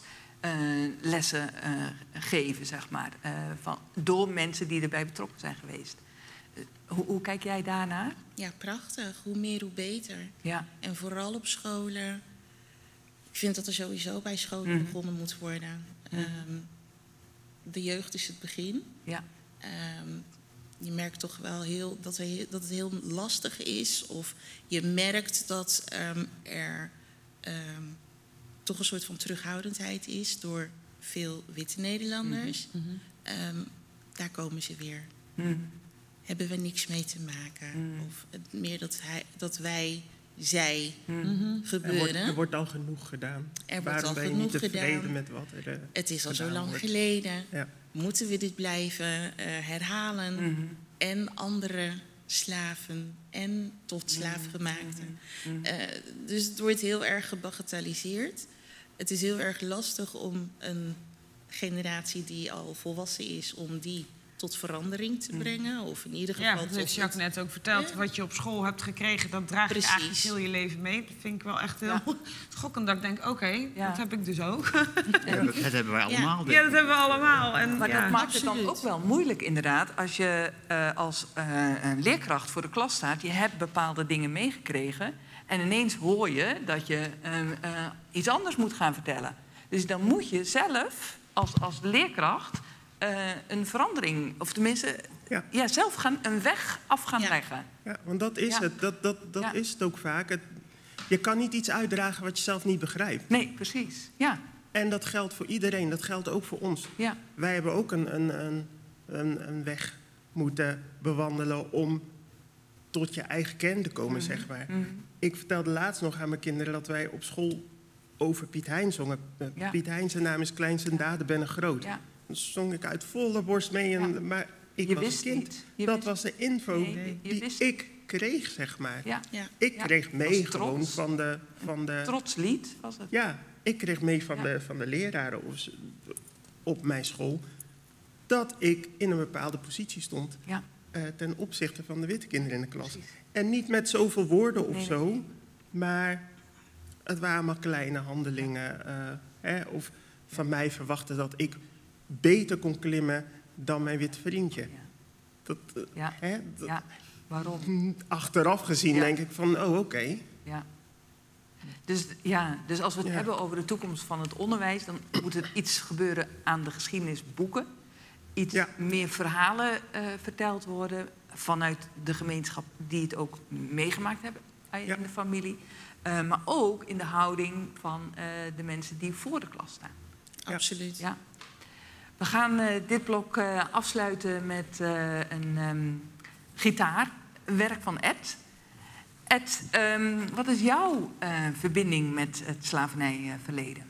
gastlessen uh, uh, geven, zeg maar. Uh, van, door mensen die erbij betrokken zijn geweest. Uh, hoe, hoe kijk jij daarnaar? Ja, prachtig. Hoe meer, hoe beter. Ja. En vooral op scholen. Ik vind dat er sowieso bij scholen mm. begonnen moet worden. Mm. Um, de jeugd is het begin. Ja. Um, je merkt toch wel heel, dat, er, dat het heel lastig is. Of je merkt dat um, er um, toch een soort van terughoudendheid is door veel witte Nederlanders. Mm-hmm. Um, daar komen ze weer. Mm. Hebben we niks mee te maken. Mm. Of het, meer dat, hij, dat wij, zij mm-hmm. gebeuren. Er wordt, er wordt al genoeg gedaan. Er Waarom wordt al ben je genoeg niet tevreden gedaan. met wat er uh, Het is al zo lang wordt. geleden. Ja. Moeten we dit blijven uh, herhalen? Mm-hmm. En andere slaven en tot slaafgemaakten. Mm-hmm. Uh, dus het wordt heel erg gebagatelliseerd. Het is heel erg lastig om een generatie die al volwassen is, om die tot verandering te brengen. Of in ieder geval. Ja, dat heeft Jacques net ook verteld. Ja. Wat je op school hebt gekregen, dat draag Precies. je eigenlijk heel je leven mee. Dat vind ik wel echt heel ja. schokkend. Dat ik denk, oké, okay, ja. dat heb ik dus ook. Ja, dat, dat hebben wij allemaal. Ja, ja dat hebben we allemaal. En, maar ja. dat maakt het dan ook wel moeilijk inderdaad. Als je uh, als uh, een leerkracht voor de klas staat. Je hebt bepaalde dingen meegekregen. En ineens hoor je dat je uh, uh, iets anders moet gaan vertellen. Dus dan moet je zelf als, als leerkracht uh, een verandering, of tenminste ja. Ja, zelf gaan, een weg af gaan ja. leggen. Ja, want dat is ja. het. Dat, dat, dat ja. is het ook vaak. Het, je kan niet iets uitdragen wat je zelf niet begrijpt. Nee, precies. Ja. En dat geldt voor iedereen. Dat geldt ook voor ons. Ja. Wij hebben ook een, een, een, een, een weg moeten bewandelen om tot je eigen kern te komen, mm-hmm. zeg maar. Mm-hmm. Ik vertelde laatst nog aan mijn kinderen dat wij op school over Piet Hein zongen. Ja. Piet Hein, zijn naam is klein, zijn daden ben groot. Ja. Dan zong ik uit volle borst mee. En, ja. Maar ik je was wist een kind. Niet. Je dat wist... was de info nee, die wist... ik kreeg, zeg maar. Ja. Ja. Ik ja. kreeg mee gewoon van de, van de... Trotslied was het? Ja, ik kreeg mee van, ja. de, van de leraren op mijn school dat ik in een bepaalde positie stond. Ja. Uh, ten opzichte van de witte kinderen in de klas. Precies. En niet met zoveel woorden of nee, zo, nee. maar het waren maar kleine handelingen. Uh, hè, of van mij verwachten dat ik beter kon klimmen dan mijn witte vriendje. Ja. Dat, uh, ja. Hè, dat, ja. Waarom? Achteraf gezien ja. denk ik van, oh oké. Okay. Ja. Dus, ja, dus als we het ja. hebben over de toekomst van het onderwijs, dan moet er iets gebeuren aan de geschiedenisboeken. Iets ja. meer verhalen uh, verteld worden vanuit de gemeenschap die het ook meegemaakt hebben uh, ja. in de familie. Uh, maar ook in de houding van uh, de mensen die voor de klas staan. Absoluut. Ja. We gaan uh, dit blok uh, afsluiten met uh, een um, gitaar, een werk van Ed. Ed, um, wat is jouw uh, verbinding met het slavernijverleden?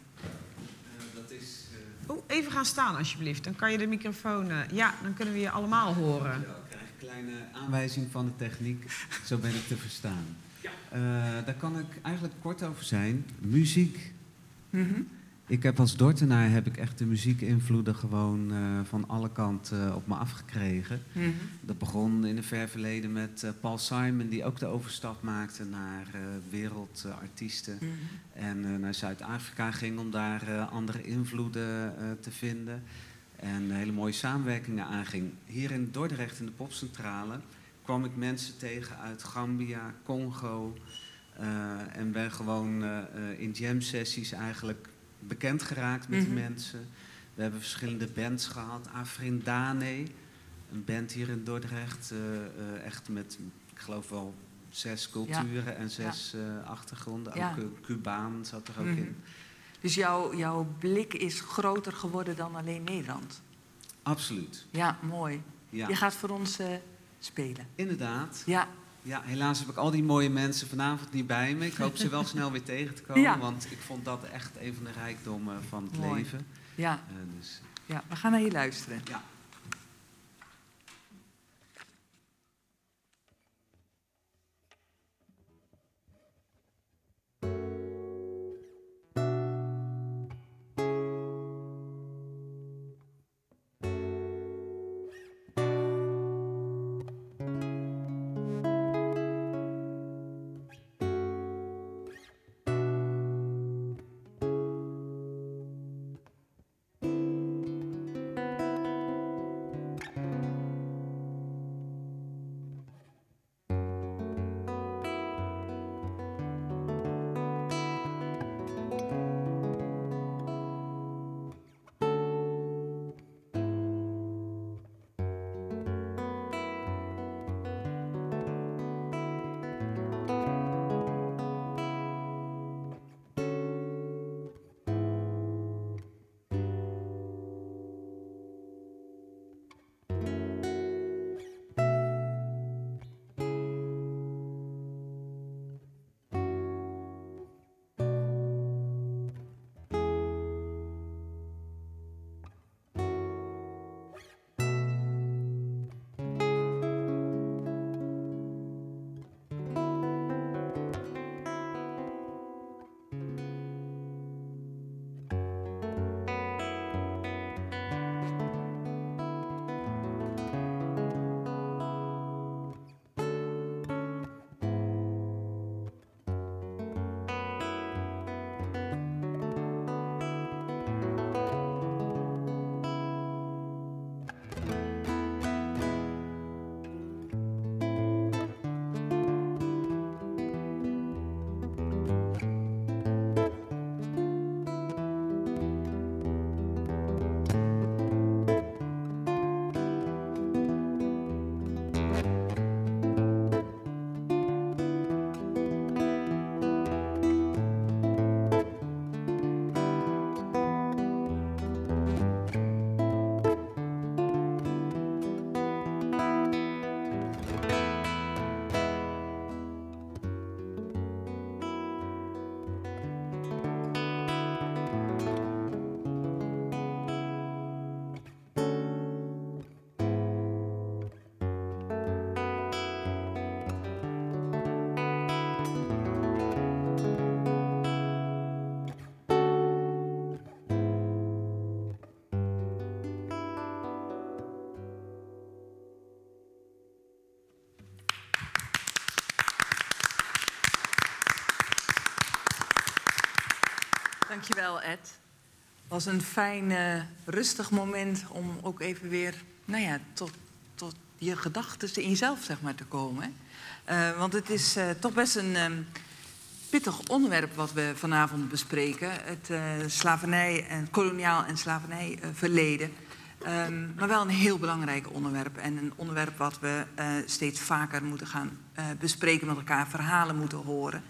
Oh, even gaan staan alsjeblieft. Dan kan je de microfoon... Uh, ja, dan kunnen we je allemaal horen. Ja, ik krijg een kleine aanwijzing van de techniek. Zo ben ik te verstaan. Ja. Uh, daar kan ik eigenlijk kort over zijn. Muziek. Mm-hmm. Ik heb als Dordtenaar heb ik echt de muziekinvloeden gewoon uh, van alle kanten uh, op me afgekregen. Mm-hmm. Dat begon in het ver verleden met uh, Paul Simon, die ook de overstap maakte naar uh, wereldartiesten. Uh, mm-hmm. En uh, naar Zuid-Afrika ging om daar uh, andere invloeden uh, te vinden. En uh, hele mooie samenwerkingen aanging. Hier in Dordrecht, in de popcentrale, kwam ik mensen tegen uit Gambia, Congo. Uh, en ben gewoon uh, uh, in jam-sessies eigenlijk bekend geraakt met mm-hmm. de mensen. We hebben verschillende bands gehad. Afrindane, een band hier in Dordrecht. Uh, uh, echt met, ik geloof wel, zes culturen ja. en zes ja. uh, achtergronden. Ja. Ook uh, Cubaan zat er ook mm-hmm. in. Dus jouw, jouw blik is groter geworden dan alleen Nederland? Absoluut. Ja, mooi. Ja. Je gaat voor ons uh, spelen. Inderdaad. Ja. Ja, helaas heb ik al die mooie mensen vanavond niet bij me. Ik hoop ze wel snel weer tegen te komen, ja. want ik vond dat echt een van de rijkdommen van het mooi. leven. Ja. Uh, dus. Ja, we gaan naar je luisteren. Ja. Dankjewel, Ed. Het was een fijn, uh, rustig moment om ook even weer, nou ja, tot, tot je gedachten in jezelf, zeg maar, te komen. Uh, want het is uh, toch best een um, pittig onderwerp wat we vanavond bespreken. Het uh, slavernij en koloniaal en slavernijverleden. Uh, um, maar wel een heel belangrijk onderwerp. En een onderwerp wat we uh, steeds vaker moeten gaan uh, bespreken met elkaar, verhalen moeten horen.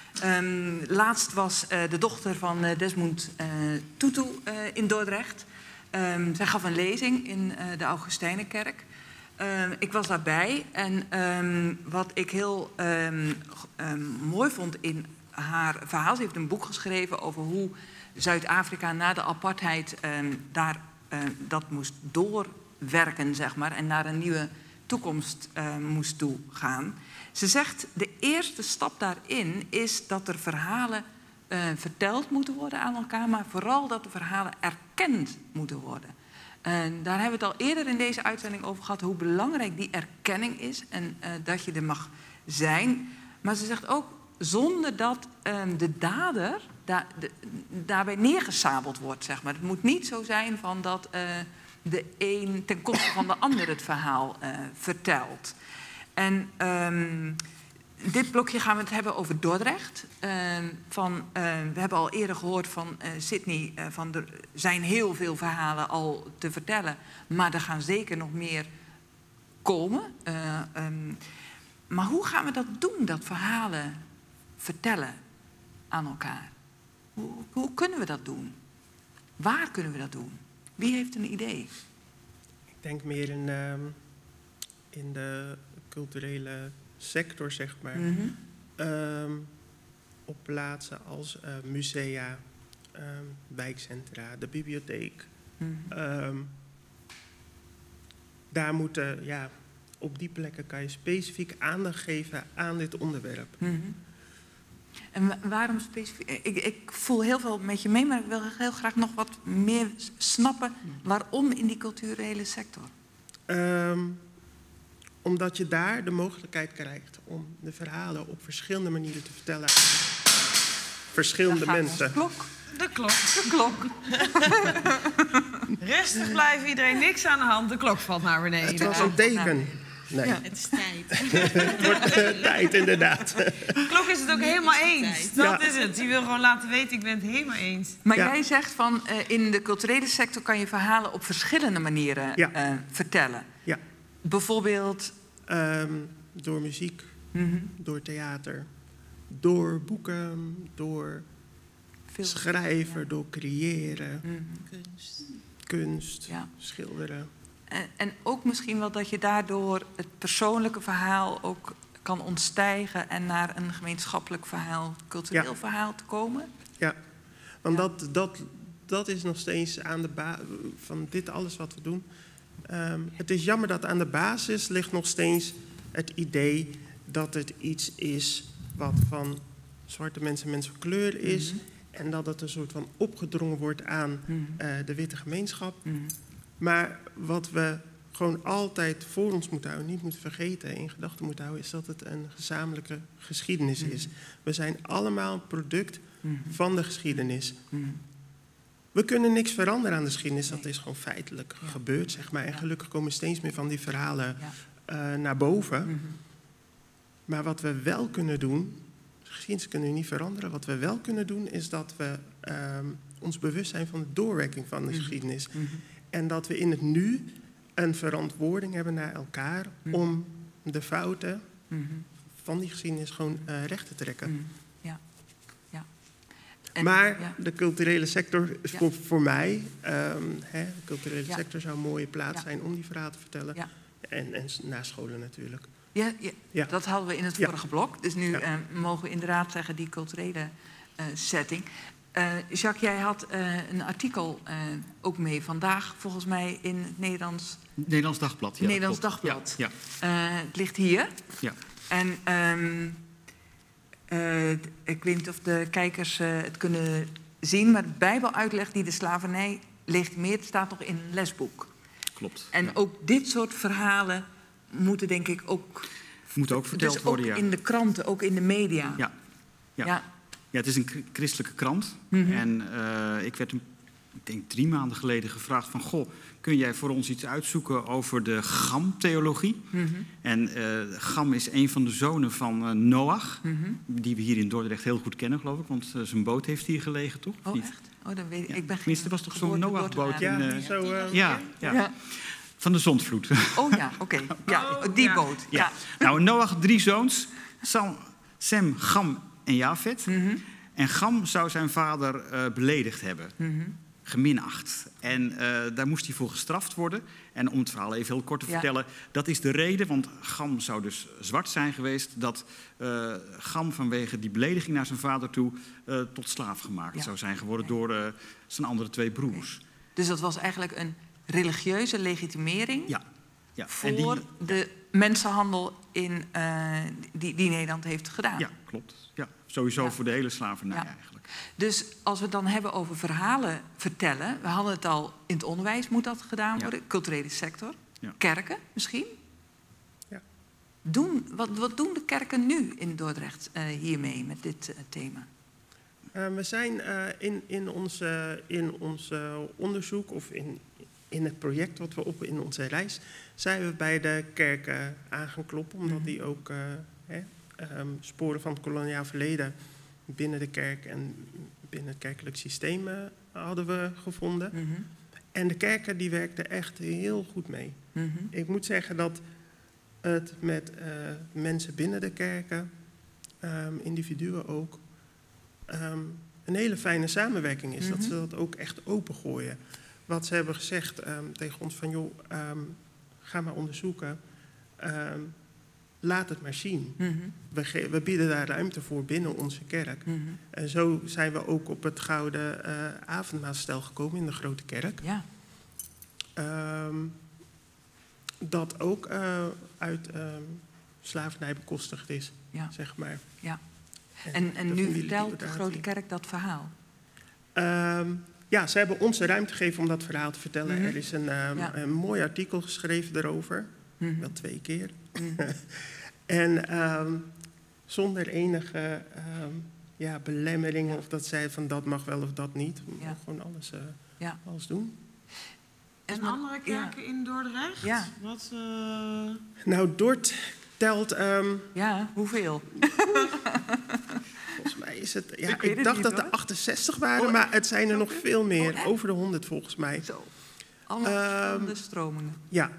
Um, laatst was uh, de dochter van uh, Desmond uh, Tutu uh, in Dordrecht. Um, zij gaf een lezing in uh, de Augustijnenkerk. Um, ik was daarbij en um, wat ik heel um, um, mooi vond in haar verhaal... ze heeft een boek geschreven over hoe Zuid-Afrika na de apartheid um, daar, uh, dat moest doorwerken, zeg maar, en naar een nieuwe toekomst uh, moest toe gaan. Ze zegt, de eerste stap daarin is dat er verhalen uh, verteld moeten worden aan elkaar... maar vooral dat de verhalen erkend moeten worden. En daar hebben we het al eerder in deze uitzending over gehad... hoe belangrijk die erkenning is en uh, dat je er mag zijn. Maar ze zegt ook, zonder dat uh, de dader da de, daarbij neergesabeld wordt, zeg maar. Het moet niet zo zijn van dat uh, de een ten koste van de ander het verhaal uh, vertelt... En um, dit blokje gaan we het hebben over Dordrecht. Uh, van, uh, we hebben al eerder gehoord van uh, Sydney... Uh, van er zijn heel veel verhalen al te vertellen... maar er gaan zeker nog meer komen. Uh, um, maar hoe gaan we dat doen, dat verhalen vertellen aan elkaar? Hoe, hoe kunnen we dat doen? Waar kunnen we dat doen? Wie heeft een idee? Ik denk meer in, uh, in de... culturele sector, zeg maar. Mm-hmm. um, op plaatsen als uh, musea, um, wijkcentra, de bibliotheek. Mm-hmm. um, daar moeten, ja, op die plekken kan je specifiek aandacht geven aan dit onderwerp. Mm-hmm. En waarom specifiek? Ik, ik voel heel veel met je mee, maar ik wil heel graag nog wat meer snappen. Waarom in die culturele sector? Um, Omdat je daar de mogelijkheid krijgt om de verhalen op verschillende manieren te vertellen aan verschillende mensen. De klok. De klok. De klok. Rustig blijven, iedereen, niks aan de hand. De klok valt naar beneden. Het was een teken. Nee. Ja, het is tijd. Het wordt uh, tijd, inderdaad. De klok is het ook helemaal eens. Dat ja. is het. Die wil gewoon laten weten, ik ben het helemaal eens. Maar ja. jij zegt van, uh, in de culturele sector kan je verhalen op verschillende manieren ja. uh, vertellen. Ja. Bijvoorbeeld? Um, door muziek, mm-hmm. door theater, door boeken, door Veel schrijven, ja. door creëren, mm-hmm. kunst, kunst ja. schilderen. En, en ook misschien wel dat je daardoor het persoonlijke verhaal ook kan ontstijgen en naar een gemeenschappelijk verhaal, cultureel ja. verhaal te komen. Ja, want ja. Dat, dat, dat is nog steeds aan de basis van dit alles wat we doen. Um, het is jammer dat aan de basis ligt nog steeds het idee dat het iets is wat van zwarte mensen, mensen van kleur is. Mm-hmm. En dat het een soort van opgedrongen wordt aan mm-hmm. uh, de witte gemeenschap. Mm-hmm. Maar wat we gewoon altijd voor ons moeten houden, niet moeten vergeten, in gedachten moeten houden, is dat het een gezamenlijke geschiedenis mm-hmm. is. We zijn allemaal een product mm-hmm. van de geschiedenis. Mm-hmm. We kunnen niks veranderen aan de geschiedenis, dat is gewoon feitelijk ja. gebeurd, zeg maar. En gelukkig komen steeds meer van die verhalen ja. uh, naar boven. Mm-hmm. Maar wat we wel kunnen doen, de geschiedenis kunnen we niet veranderen. Wat we wel kunnen doen, is dat we um, ons bewust zijn van de doorwerking van de mm-hmm. geschiedenis. Mm-hmm. En dat we in het nu een verantwoording hebben naar elkaar mm-hmm. om de fouten mm-hmm. van die geschiedenis gewoon uh, recht te trekken. Mm-hmm. Ja. Ja. En, maar ja. de culturele sector is ja. voor, voor mij, um, hè, de culturele ja. sector zou een mooie plaats ja. zijn om die verhalen te vertellen. Ja. En, en na scholen natuurlijk. Ja, ja, ja, dat hadden we in het vorige ja. blok. Dus nu ja. uh, mogen we inderdaad zeggen die culturele uh, setting. Uh, Jacques, jij had uh, een artikel uh, ook mee vandaag, volgens mij in het Nederlands... Nederlands Dagblad, ja. Nederlands Dagblad. Ja, ja. Uh, het ligt hier. Ja. En um, uh, ik weet niet of de kijkers uh, het kunnen zien, maar de Bijbeluitleg die de slavernij legitimeert staat nog in een lesboek. Klopt. En ja. ook dit soort verhalen moeten denk ik ook... Moeten ook verteld dus worden, ook ja. in de kranten, ook in de media. Ja. Ja. ja. Ja, het is een christelijke krant. Mm-hmm. En uh, ik werd, een, ik denk drie maanden geleden gevraagd van... Goh, kun jij voor ons iets uitzoeken over de Cham-theologie? Mm-hmm. En uh, Cham is een van de zonen van uh, Noach. Mm-hmm. Die we hier in Dordrecht heel goed kennen, geloof ik. Want uh, zijn boot heeft hier gelegen, toch? Oh, echt? Oh, dan weet ik. Ja. ik ben Tenminste, er was toch zo'n Noach-boot? Ja, in, uh, zo, uh, ja, ja. ja. Van de zondvloed. Oh ja, oké. Okay. Ja, oh, die ja. boot. Ja. Ja. Nou, Noach had drie zoons. Sam, Sem, Cham en Jafet. Mm-hmm. En Cham zou zijn vader uh, beledigd hebben. Mm-hmm. Geminacht. En uh, daar moest hij voor gestraft worden. En om het verhaal even heel kort te ja. vertellen... dat is de reden, want Cham zou dus zwart zijn geweest... dat uh, Cham vanwege die belediging naar zijn vader toe... Uh, tot slaaf gemaakt ja. zou zijn geworden okay. door uh, zijn andere twee broers. Okay. Dus dat was eigenlijk een religieuze legitimering... Ja. Ja. voor en die, de ja. mensenhandel in, uh, die, die Nederland heeft gedaan. Ja, klopt. Ja, sowieso ja. voor de hele slavernij ja. eigenlijk. Dus als we het dan hebben over verhalen vertellen... we hadden het al, in het onderwijs moet dat gedaan worden... Ja. culturele sector, ja. kerken misschien. Ja. Doen, wat, wat doen de kerken nu in Dordrecht uh, hiermee, met dit uh, thema? Uh, we zijn uh, in, in ons, uh, in ons uh, onderzoek of in, in het project wat we op in onze reis... zijn we bij de kerken aan gaan kloppen... omdat die ook uh, hè, um, sporen van het koloniaal verleden... binnen de kerk en binnen het kerkelijk systeem uh, hadden we gevonden. Mm-hmm. En de kerken die werkten echt heel goed mee. Mm-hmm. Ik moet zeggen dat het met uh, mensen binnen de kerken, um, individuen ook, um, een hele fijne samenwerking is. Mm-hmm. Dat ze dat ook echt opengooien. Wat ze hebben gezegd um, tegen ons van, joh, um, ga maar onderzoeken. Um, Laat het maar zien. Mm-hmm. We, ge- we bieden daar ruimte voor binnen onze kerk. Mm-hmm. En zo zijn we ook op het Gouden uh, Avondmaalstel gekomen in de Grote Kerk. Ja. Um, dat ook uh, uit um, slavernij bekostigd is, ja. zeg maar. Ja. En, en, en nu vertelt de Grote Kerk dat verhaal? Um, ja, ze hebben ons de ruimte gegeven om dat verhaal te vertellen. Mm-hmm. Er is een, um, ja. een mooi artikel geschreven erover. Mm-hmm. Wel twee keer. Mm-hmm. en um, zonder enige um, ja, belemmeringen of dat zij van dat mag wel of dat niet. We ja. gewoon alles, uh, ja. alles doen. En andere kerken ja. in Dordrecht? Ja. Wat, uh... Nou, Dort telt... Um, ja, hoeveel? volgens mij is het... Ja, ik ik dacht niet, dat hoor. er achtenzestig waren, oh, maar het zijn er nog veel meer. Oh, over de honderd volgens mij. Zo. Allemaal um, de stromingen. Ja.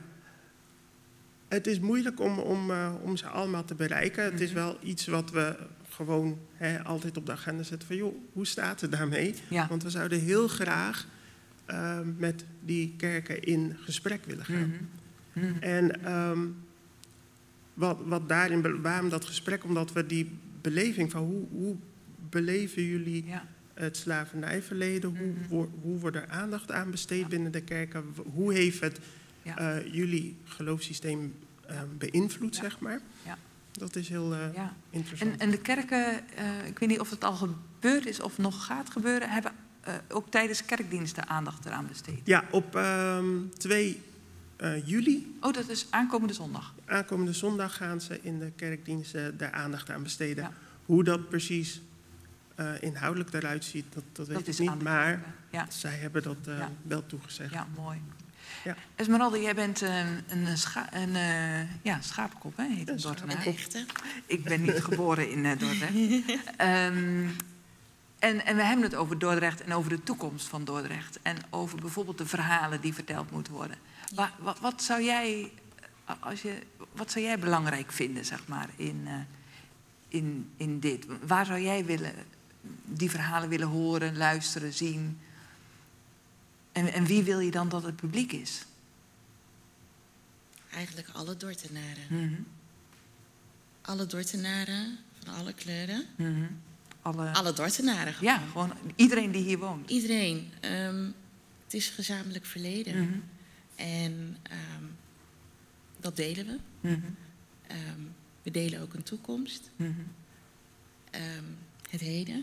Het is moeilijk om, om, uh, om ze allemaal te bereiken. Mm-hmm. Het is wel iets wat we gewoon hè, altijd op de agenda zetten. Van joh, hoe staat het daarmee? Ja. Want we zouden heel graag uh, met die kerken in gesprek willen gaan. Mm-hmm. Mm-hmm. En um, wat, wat daarin, waarom dat gesprek? Omdat we die beleving van hoe, hoe beleven jullie ja. het slavernijverleden? Mm-hmm. Hoe, hoe wordt er aandacht aan besteed ja. binnen de kerken? Hoe heeft het ja. uh, jullie geloofssysteem uh, beïnvloed, ja. zeg maar? Ja. Dat is heel uh, ja. interessant. En, en de kerken, uh, ik weet niet of het al gebeurd is of nog gaat gebeuren, hebben uh, ook tijdens kerkdiensten aandacht eraan besteed? Ja, op um, twee uh, juli. Oh, dat is aankomende zondag? Aankomende zondag gaan ze in de kerkdiensten daar aandacht aan besteden. Ja. Hoe dat precies uh, inhoudelijk eruit ziet, dat, dat weet dat ik niet. Maar ja. zij hebben dat uh, ja. wel toegezegd. Ja, mooi. Ja. Esmeralda, jij bent uh, een, scha- een uh, ja, schaapkop, hè? Heet het Dordtenaar. Een echte. Ik ben niet geboren in uh, Dordrecht. um, en, en we hebben het over Dordrecht en over de toekomst van Dordrecht. En over bijvoorbeeld de verhalen die verteld moeten worden. Ja. Wa- wat, wat, zou jij, als je, wat zou jij belangrijk vinden, zeg maar, in, uh, in, in dit? Waar zou jij willen, die verhalen willen horen, luisteren, zien? En, en wie wil je dan dat het publiek is? Eigenlijk alle Dordtenaren. Mm-hmm. Alle Dordtenaren van alle kleuren. Mm-hmm. Alle... alle Dordtenaren. Ja, gewoon iedereen die hier woont. Iedereen. Um, het is gezamenlijk verleden. Mm-hmm. En um, dat delen we. Mm-hmm. Um, we delen ook een toekomst. Mm-hmm. Um, het heden.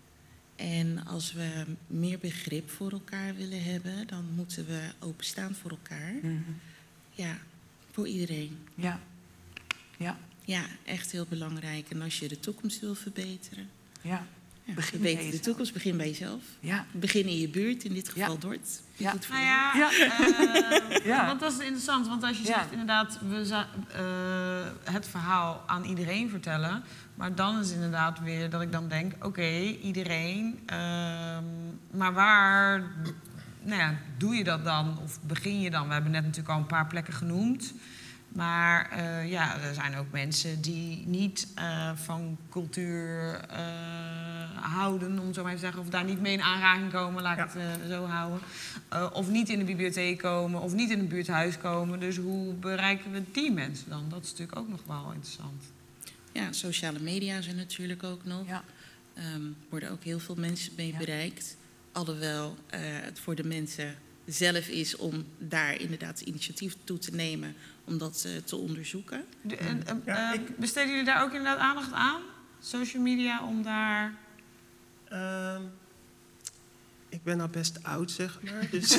En als we meer begrip voor elkaar willen hebben, dan moeten we openstaan voor elkaar. Mm-hmm. Ja, voor iedereen. Ja. Ja. Ja, echt heel belangrijk. En als je de toekomst wil verbeteren, ja. Ja, Begin beter bij de jezelf. toekomst, begin bij jezelf. Ja. Begin in je buurt, in dit geval Ja. Dort. Ja. Goed voor Nou je. ja, Ja. eh, Ja. want dat is interessant. Want als je Ja. zegt inderdaad we za- eh, het verhaal aan iedereen vertellen. Maar dan is het inderdaad weer dat ik dan denk, oké, okay, iedereen. ehm, maar waar nou ja, doe je dat dan? Of begin je dan? We hebben net natuurlijk al een paar plekken genoemd. Maar uh, ja, er zijn ook mensen die niet uh, van cultuur uh, houden, om zo maar te zeggen. Of daar niet mee in aanraking komen, laat ik ja. het uh, zo houden. Uh, of niet in de bibliotheek komen, of niet in een buurthuis komen. Dus hoe bereiken we die mensen dan? Dat is natuurlijk ook nog wel interessant. Ja, sociale media zijn natuurlijk ook nog. Ja. Um, worden ook heel veel mensen mee ja. bereikt. Alhoewel uh, het voor de mensen zelf is om daar inderdaad initiatief toe te nemen om dat uh, te onderzoeken. De, uh, uh, ja, uh, ik... Besteden jullie daar ook inderdaad aandacht aan? Social media, om daar... Uh, ik ben al best oud, zeg maar. Dus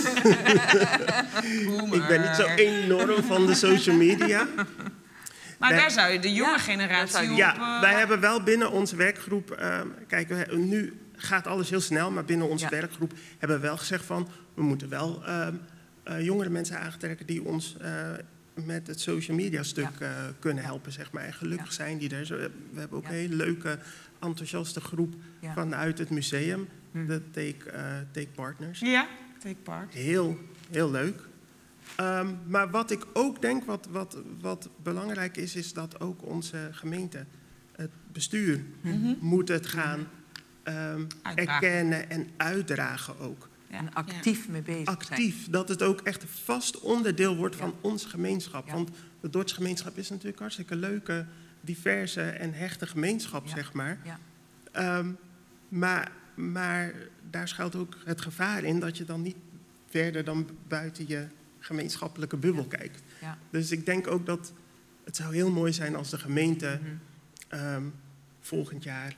ik ben niet zo enorm van de social media. Maar wij, daar zou je de jonge ja, generatie op... Ja, uh, wij hebben wel binnen onze werkgroep... Uh, kijk, we, nu gaat alles heel snel, maar binnen onze ja. werkgroep hebben we wel gezegd van... we moeten wel uh, uh, jongere mensen aantrekken die ons uh, met het social media stuk ja. uh, kunnen helpen, zeg maar. En gelukkig ja. zijn die er. We hebben ook ja. een hele leuke, enthousiaste groep ja. vanuit het museum. Hm. De Take, uh, Take Partners. Ja, Take Part. Heel, heel leuk. Um, maar wat ik ook denk, wat, wat, wat belangrijk is, is dat ook onze gemeente, het bestuur, mm-hmm. moet het gaan um, erkennen en uitdragen ook. Ja, en actief ja. mee bezig Actief, zijn. dat het ook echt een vast onderdeel wordt van ja. onze gemeenschap. Ja. Want de Dordtse gemeenschap is natuurlijk hartstikke leuke, diverse en hechte gemeenschap, ja. zeg maar. Ja. Um, maar. Maar daar schuilt ook het gevaar in dat je dan niet verder dan buiten je gemeenschappelijke bubbel ja. kijkt. Ja. Dus ik denk ook dat het zou heel mooi zijn als de gemeente mm-hmm. um, volgend jaar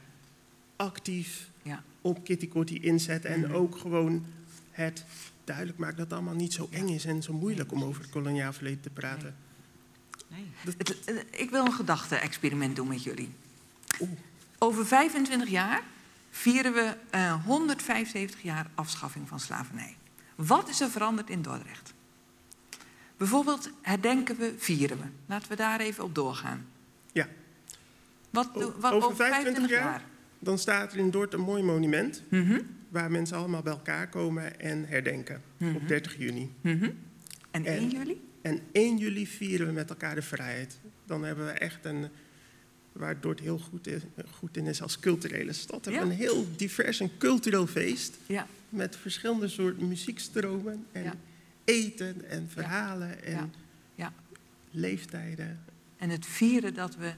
actief ja. op Kitty Kotti inzet en mm-hmm. ook gewoon het duidelijk maakt dat het allemaal niet zo eng is en zo moeilijk nee. om over het koloniaal verleden te praten. Nee. Nee. Dat... Het, het, ik wil een gedachte-experiment doen met jullie. Oeh. Over vijfentwintig jaar vieren we uh, honderdvijfenzeventig jaar afschaffing van slavernij. Wat is er veranderd in Dordrecht? Bijvoorbeeld herdenken we, vieren we. Laten we daar even op doorgaan. Ja. Wat, o- wat, over over vijfentwintig jaar, jaar? Dan staat er in Dordt een mooi monument... Mm-hmm. waar mensen allemaal bij elkaar komen en herdenken. Mm-hmm. Op dertig juni. Mm-hmm. En één juli? En één juli vieren we met elkaar de vrijheid. Dan hebben we echt een... waar Dordt heel goed, is, goed in is als culturele stad. We ja. hebben een heel divers en cultureel feest. Ja. Met verschillende soorten muziekstromen en ja. eten en verhalen ja. en ja. Ja. leeftijden. En het vieren dat we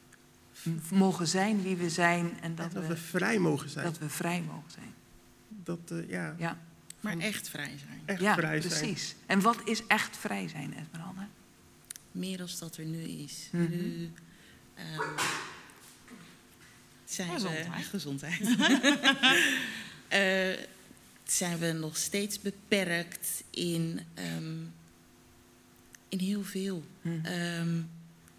mogen zijn wie we zijn. En dat, en dat we, we vrij mogen zijn. Dat we vrij mogen zijn. Dat, uh, ja. ja. Maar echt vrij zijn. Echt ja, vrij precies. zijn. En wat is echt vrij zijn, Esmeralda? Meer dan dat er nu is. Mm-hmm. Nu... Um, zijn gezondheid. we, gezondheid. uh, zijn we nog steeds beperkt in, um, in heel veel. Hmm. Um,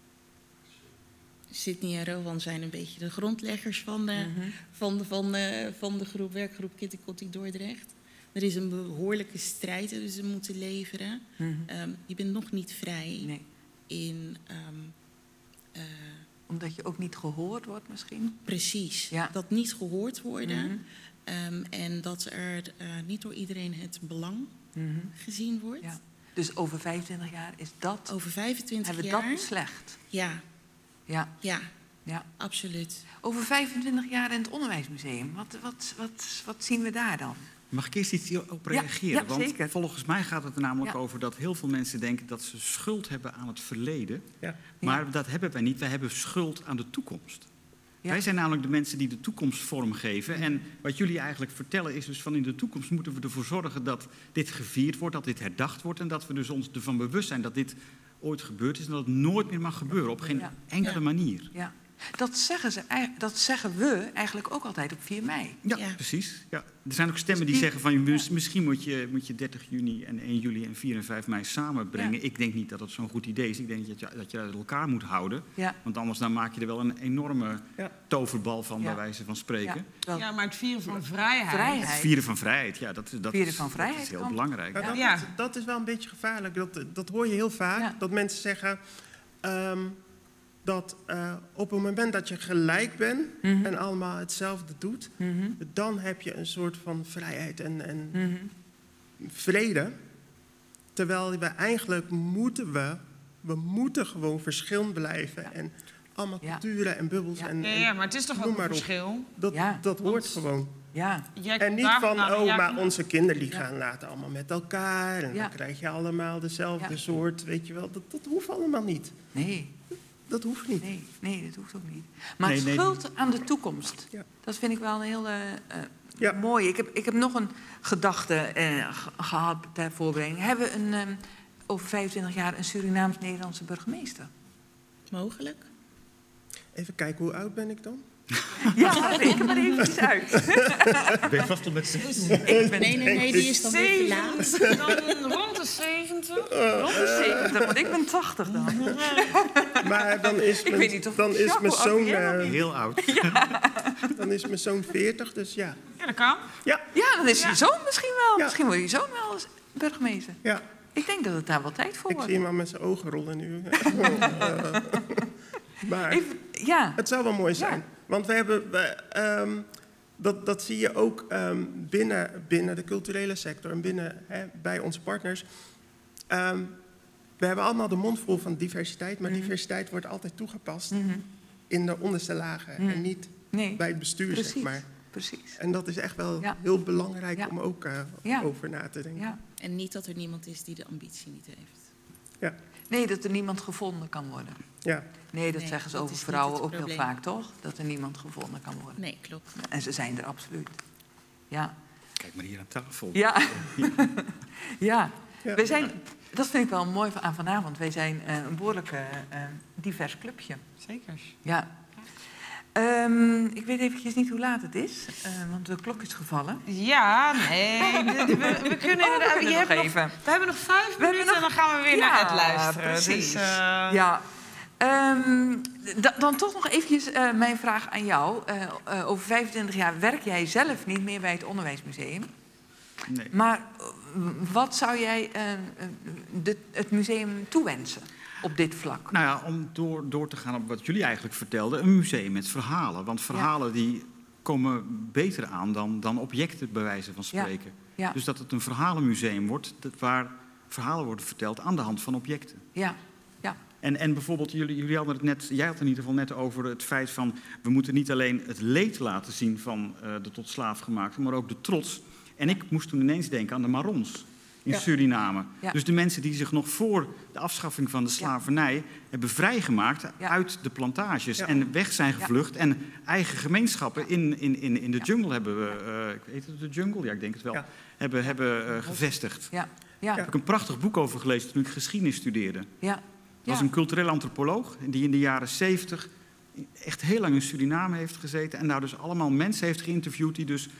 Sydney en Rowan zijn een beetje de grondleggers van de, mm-hmm. van de, van de, van de groep, werkgroep Kitty Kotti Dordrecht. Er is een behoorlijke strijd die ze moeten leveren. Mm-hmm. Um, je bent nog niet vrij nee. in... Um, uh, Omdat je ook niet gehoord wordt misschien? Precies, ja. dat niet gehoord worden. Mm-hmm. Um, en dat er uh, niet door iedereen het belang mm-hmm. gezien wordt. Ja. Dus over vijfentwintig jaar is dat... Over vijfentwintig hebben jaar... Hebben we dat beslecht? Ja. Ja. Ja, ja. absoluut. Over vijfentwintig jaar in het Onderwijsmuseum. Wat, wat, wat, wat zien we daar dan? Mag ik eerst iets op reageren? Ja, ja, Want zeker. volgens mij gaat het er namelijk ja. over dat heel veel mensen denken dat ze schuld hebben aan het verleden. Ja. Maar ja. dat hebben wij niet. Wij hebben schuld aan de toekomst. Ja. Wij zijn namelijk de mensen die de toekomst vormgeven. En wat jullie eigenlijk vertellen is dus van in de toekomst moeten we ervoor zorgen dat dit gevierd wordt, dat dit herdacht wordt. En dat we dus ons ervan bewust zijn dat dit ooit gebeurd is en dat het nooit meer mag gebeuren. Op geen ja. enkele ja. manier. Ja. Dat zeggen, ze, dat zeggen we eigenlijk ook altijd op vier mei. Ja, ja. precies. Ja. Er zijn ook stemmen die zeggen van ja. misschien moet je, moet je dertig juni en één juli en vier en vijf mei samenbrengen. Ja. Ik denk niet dat dat zo'n goed idee is. Ik denk dat je, dat je uit elkaar moet houden. Ja. Want anders dan maak je er wel een enorme ja. toverbal van, ja. bij wijze van spreken. Ja, ja, maar het vieren van vrijheid. vrijheid. Het vieren van vrijheid, ja, dat, dat, vieren van vrijheid dat is heel kan. belangrijk. Nou, dat, ja. is, dat is wel een beetje gevaarlijk. Dat, dat hoor je heel vaak. Ja. Dat mensen zeggen... Um, dat uh, op het moment dat je gelijk bent mm-hmm. en allemaal hetzelfde doet... Mm-hmm. dan heb je een soort van vrijheid en, en mm-hmm. vrede. Terwijl we eigenlijk moeten we... we moeten gewoon verschillend blijven. Ja. En allemaal ja. culturen en bubbels. Ja. En, ja, ja, maar het is toch ook een verschil? Dat, ja. dat hoort Want, gewoon. Ja. En niet van, oh, maar komt... onze kinderen die gaan ja. later allemaal met elkaar... en ja. dan krijg je allemaal dezelfde ja. soort, weet je wel. Dat, dat hoeft allemaal niet. Nee. Dat hoeft niet. Nee, nee, dat hoeft ook niet. Maar nee, schuld nee. aan de toekomst, ja. dat vind ik wel een heel uh, ja. mooi. Ik heb, ik heb nog een gedachte uh, gehad ter voorbereiding. Hebben we een, um, over vijfentwintig jaar een Surinaams-Nederlandse burgemeester? Mogelijk. Even kijken, hoe oud ben ik dan? Ja, reken maar eventjes uit. Ben je vast al met zes? Nee, nee, nee, die is dan weer laat. Dan rond de zeventig. Rond de zeventig, want ik ben tachtig dan. Maar dan is mijn, ik weet niet of dan is mijn zoon... Uh, heel oud. Ja. Dan is mijn zoon veertig, dus ja. Ja, dat kan. Ja, ja dan is ja. je zoon misschien wel. Ja. Misschien wordt je zoon wel eens burgemeester. Ja. Ik denk dat het daar wel tijd voor ik wordt. Ik zie hem al met zijn ogen rollen nu. uh, maar Even, ja. het zou wel mooi zijn. Ja. Want we hebben... We, um, dat, dat zie je ook um, binnen, binnen de culturele sector en binnen, hè, bij onze partners. Um, we hebben allemaal de mond vol van diversiteit, maar mm-hmm. diversiteit wordt altijd toegepast mm-hmm. in de onderste lagen mm-hmm. en niet nee. bij het bestuur, Precies. zeg maar. Precies. En dat is echt wel ja. heel belangrijk ja. om ook uh, ja. over na te denken. Ja. En niet dat er niemand is die de ambitie niet heeft. Ja. Nee, dat er niemand gevonden kan worden. Ja. Nee, dat nee, zeggen ze dat over vrouwen ook probleem. heel vaak, toch? Dat er niemand gevonden kan worden. Nee, klopt. En ze zijn er absoluut. Ja. Kijk maar hier aan tafel. Ja. ja. ja. We zijn, dat vind ik wel mooi aan vanavond. Wij zijn uh, een behoorlijk uh, divers clubje. Zeker. Ja. Um, ik weet eventjes niet hoe laat het is, uh, want de klok is gevallen. Ja, nee, we, we, we kunnen oh, inderdaad... We, je nog hebt even. Nog, we hebben nog vijf we minuten nog, en dan gaan we weer ja, naar Ed luisteren. Precies. Dus, uh... Ja. Um, da, dan toch nog eventjes uh, mijn vraag aan jou. Uh, uh, over vijfentwintig jaar werk jij zelf niet meer bij het Onderwijsmuseum. Nee. Maar uh, wat zou jij uh, de, het museum toewensen op dit vlak? Nou ja, om door, door te gaan op wat jullie eigenlijk vertelden. Een museum met verhalen. Want verhalen ja. die komen beter aan dan, dan objecten, bij wijze van spreken. Ja. Ja. Dus dat het een verhalenmuseum wordt, dat waar verhalen worden verteld aan de hand van objecten. Ja. Ja. En, en bijvoorbeeld, jullie, jullie hadden het net, jij had het in ieder geval net over het feit van... we moeten niet alleen het leed laten zien van uh, de tot slaaf gemaakte, maar ook de trots. En ik moest toen ineens denken aan de Marrons in ja. Suriname. Ja. Dus de mensen die zich nog voor de afschaffing van de slavernij... Ja. hebben vrijgemaakt ja. uit de plantages ja. en weg zijn gevlucht... Ja. en eigen gemeenschappen in, in, in, in de jungle ja. hebben we... Uh, ik weet het, de jungle? Ja, ik denk het wel. Ja. Hebben, hebben uh, gevestigd. Ja. Ja. Daar heb ik een prachtig boek over gelezen toen ik geschiedenis studeerde. Ja. Het was ja. een cultureel antropoloog die in de jaren zeventig echt heel lang in Suriname heeft gezeten... en daar dus allemaal mensen heeft geïnterviewd die dus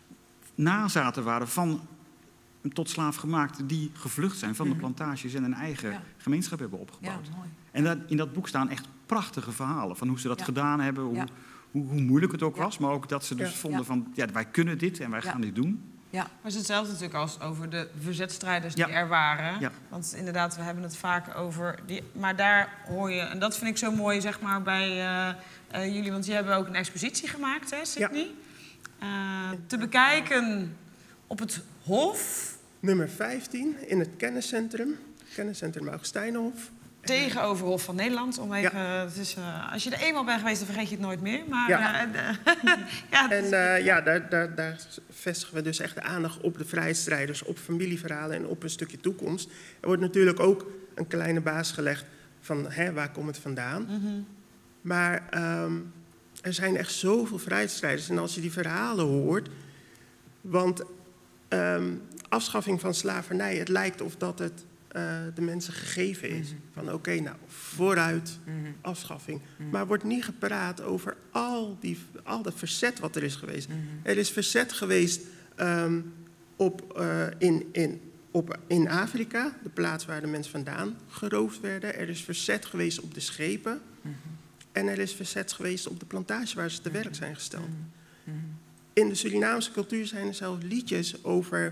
nazaten waren van een tot slaaf gemaakte... die gevlucht zijn van mm. de plantages en een eigen ja. gemeenschap hebben opgebouwd. Ja, mooi. En dat, in dat boek staan echt prachtige verhalen van hoe ze dat ja. gedaan hebben... Hoe, ja. hoe, hoe moeilijk het ook ja. was, maar ook dat ze dus ja. vonden ja. van... ja, wij kunnen dit en wij ja. gaan dit doen... Ja. Maar het is hetzelfde natuurlijk als over de verzetstrijders die ja. er waren. Ja. Want inderdaad, we hebben het vaak over... Die, maar daar hoor je... En dat vind ik zo mooi, zeg maar, bij uh, uh, jullie. Want jullie hebben ook een expositie gemaakt, hè, Sydney? Ja. Uh, te bekijken op het Hof. Nummer vijftien in het kenniscentrum. Kenniscentrum Augustijnhof. Tegenover Hof van Nederland. Om even, ja. het is, uh, als je er eenmaal bent geweest, dan vergeet je het nooit meer. Maar, ja. Uh, ja, en uh, ja, daar, daar, daar vestigen we dus echt de aandacht op de vrijheidsstrijders, op familieverhalen en op een stukje toekomst. Er wordt natuurlijk ook een kleine baas gelegd van hè, waar komt het vandaan. Mm-hmm. Maar um, er zijn echt zoveel vrijheidsstrijders. En als je die verhalen hoort, want um, afschaffing van slavernij, het lijkt of dat het uh, de mensen gegeven is. Mm-hmm. Van oké, okay, nou, vooruit, mm-hmm. afschaffing. Mm-hmm. Maar wordt niet gepraat over al, die, al dat verzet wat er is geweest. Mm-hmm. Er is verzet geweest um, op, uh, in, in, op, in Afrika, de plaats waar de mensen vandaan geroofd werden. Er is verzet geweest op de schepen. Mm-hmm. En er is verzet geweest op de plantage waar ze te werk zijn gesteld. Mm-hmm. In de Surinaamse cultuur zijn er zelfs liedjes over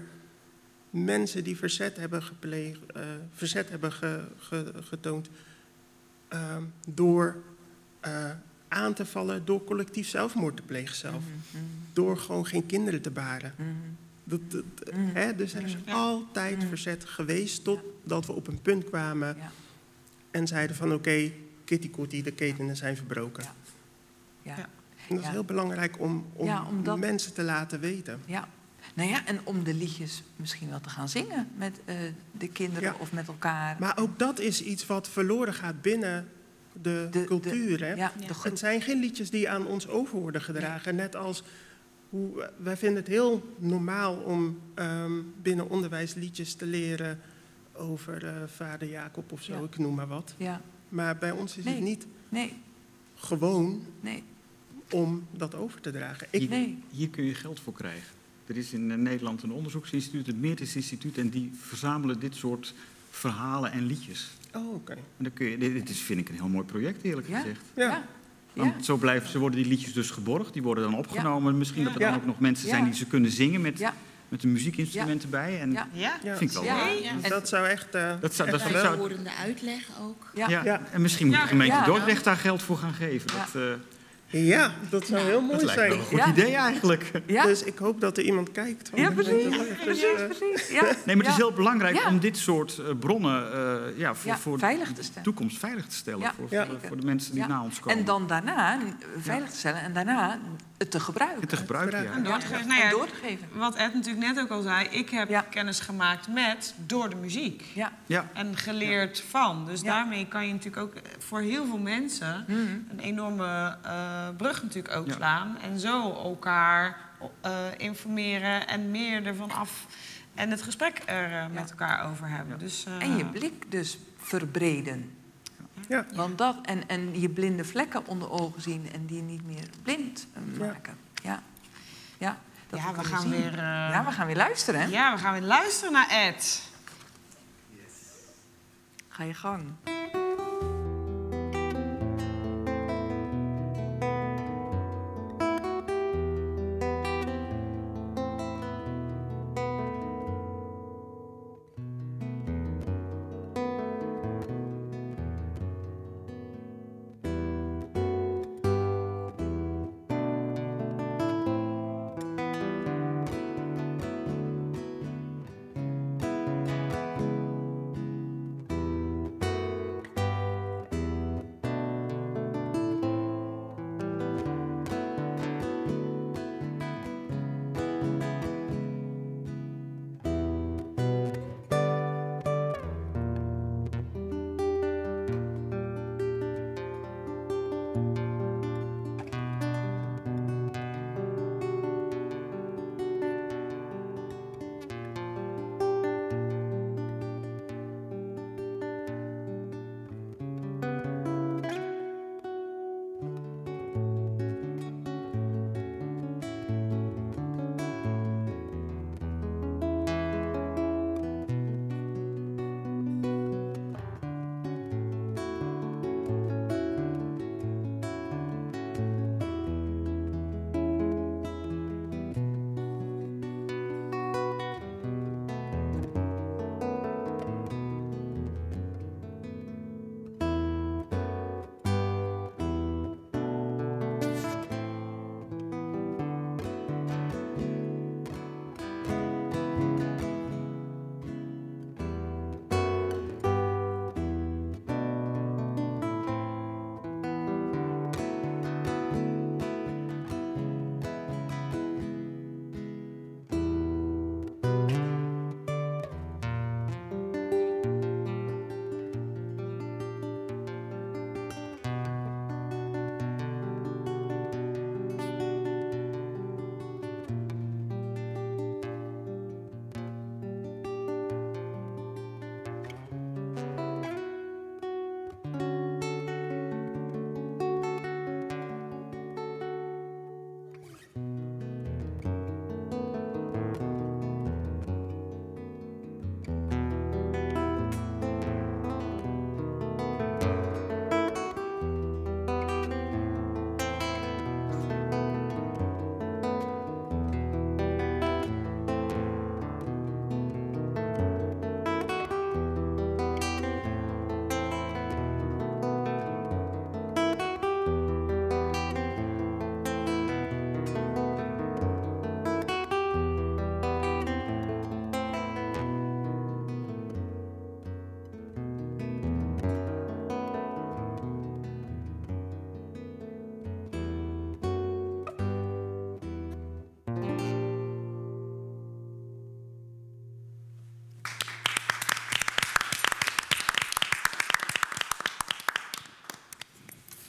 mensen die verzet hebben, gepleegd, uh, verzet hebben ge, ge, getoond uh, door uh, aan te vallen, door collectief zelfmoord te plegen zelf. Mm-hmm. Door gewoon geen kinderen te baren. Mm-hmm. Dat, dat, mm-hmm. hè, dus er is ja. altijd mm-hmm. verzet geweest totdat we op een punt kwamen ja. en zeiden van oké, okay, kitty kotti, de ketenen zijn verbroken. Ja. Ja. Ja. En dat is ja. heel belangrijk om, om ja, omdat... mensen te laten weten. Ja. Nou ja, en om de liedjes misschien wel te gaan zingen met uh, de kinderen ja. of met elkaar. Maar ook dat is iets wat verloren gaat binnen de, de cultuur. De, hè? Ja, de het zijn geen liedjes die aan ons over worden gedragen. Nee. Net als, hoe, wij vinden het heel normaal om um, binnen onderwijs liedjes te leren over uh, vader Jacob of zo, ja. ik noem maar wat. Ja. Maar bij ons is nee. het niet nee. gewoon nee. om dat over te dragen. Ik, nee. Hier kun je geld voor krijgen. Er is in Nederland een onderzoeksinstituut, het Meertens Instituut, en die verzamelen dit soort verhalen en liedjes. Oh, oké. Okay. En dan kun je, dit is, vind ik, een heel mooi project, eerlijk ja? gezegd. Ja. ja. Want ja. zo blijven, ze worden die liedjes dus geborgd, die worden dan opgenomen. Ja. Misschien ja. dat er dan ja. ook nog mensen zijn die ze kunnen zingen met, ja. met een muziekinstrument ja. erbij. En ja. ja. vind ik wel ja. mooi. Ja. Ja. Dat zou echt... Uh, dat zou, dat en zou, horende uitleg ook. Ja. Ja. Ja. En misschien moet de gemeente ja. Dordrecht daar geld voor gaan geven. Ja. Dat, uh, Ja, dat zou heel mooi dat zijn. Dat lijkt wel een goed ja. idee eigenlijk. Ja. Dus ik hoop dat er iemand kijkt. Ja, precies. precies, precies. Ja. Nee, maar het is heel belangrijk ja. om dit soort uh, bronnen uh, ja, voor, ja, voor de toekomst veilig te stellen. Ja. Voor, ja. voor, voor de mensen die ja. na ons komen. En dan daarna veilig te stellen en daarna het te gebruiken. Het te gebruiken, ja. En door te geven. Nou ja, door te geven. Wat Ed natuurlijk net ook al zei, ik heb ja. kennis gemaakt met door de muziek. Ja. Ja. En geleerd ja. van. Dus ja. daarmee kan je natuurlijk ook voor heel veel mensen mm-hmm. een enorme uh, brug natuurlijk ook ja. slaan. En zo elkaar uh, informeren en meer ervan af. En het gesprek er uh, ja. met elkaar over hebben. Ja. Dus, uh, en je blik dus verbreden. Ja. Want dat, en, en je blinde vlekken onder ogen zien en die niet meer blind uh, maken. Ja, ja, dat ja we, we gaan zien. weer... Uh, ja, we gaan weer luisteren, hè? Ja, we gaan weer luisteren naar Ed. Yes. Ga je gang.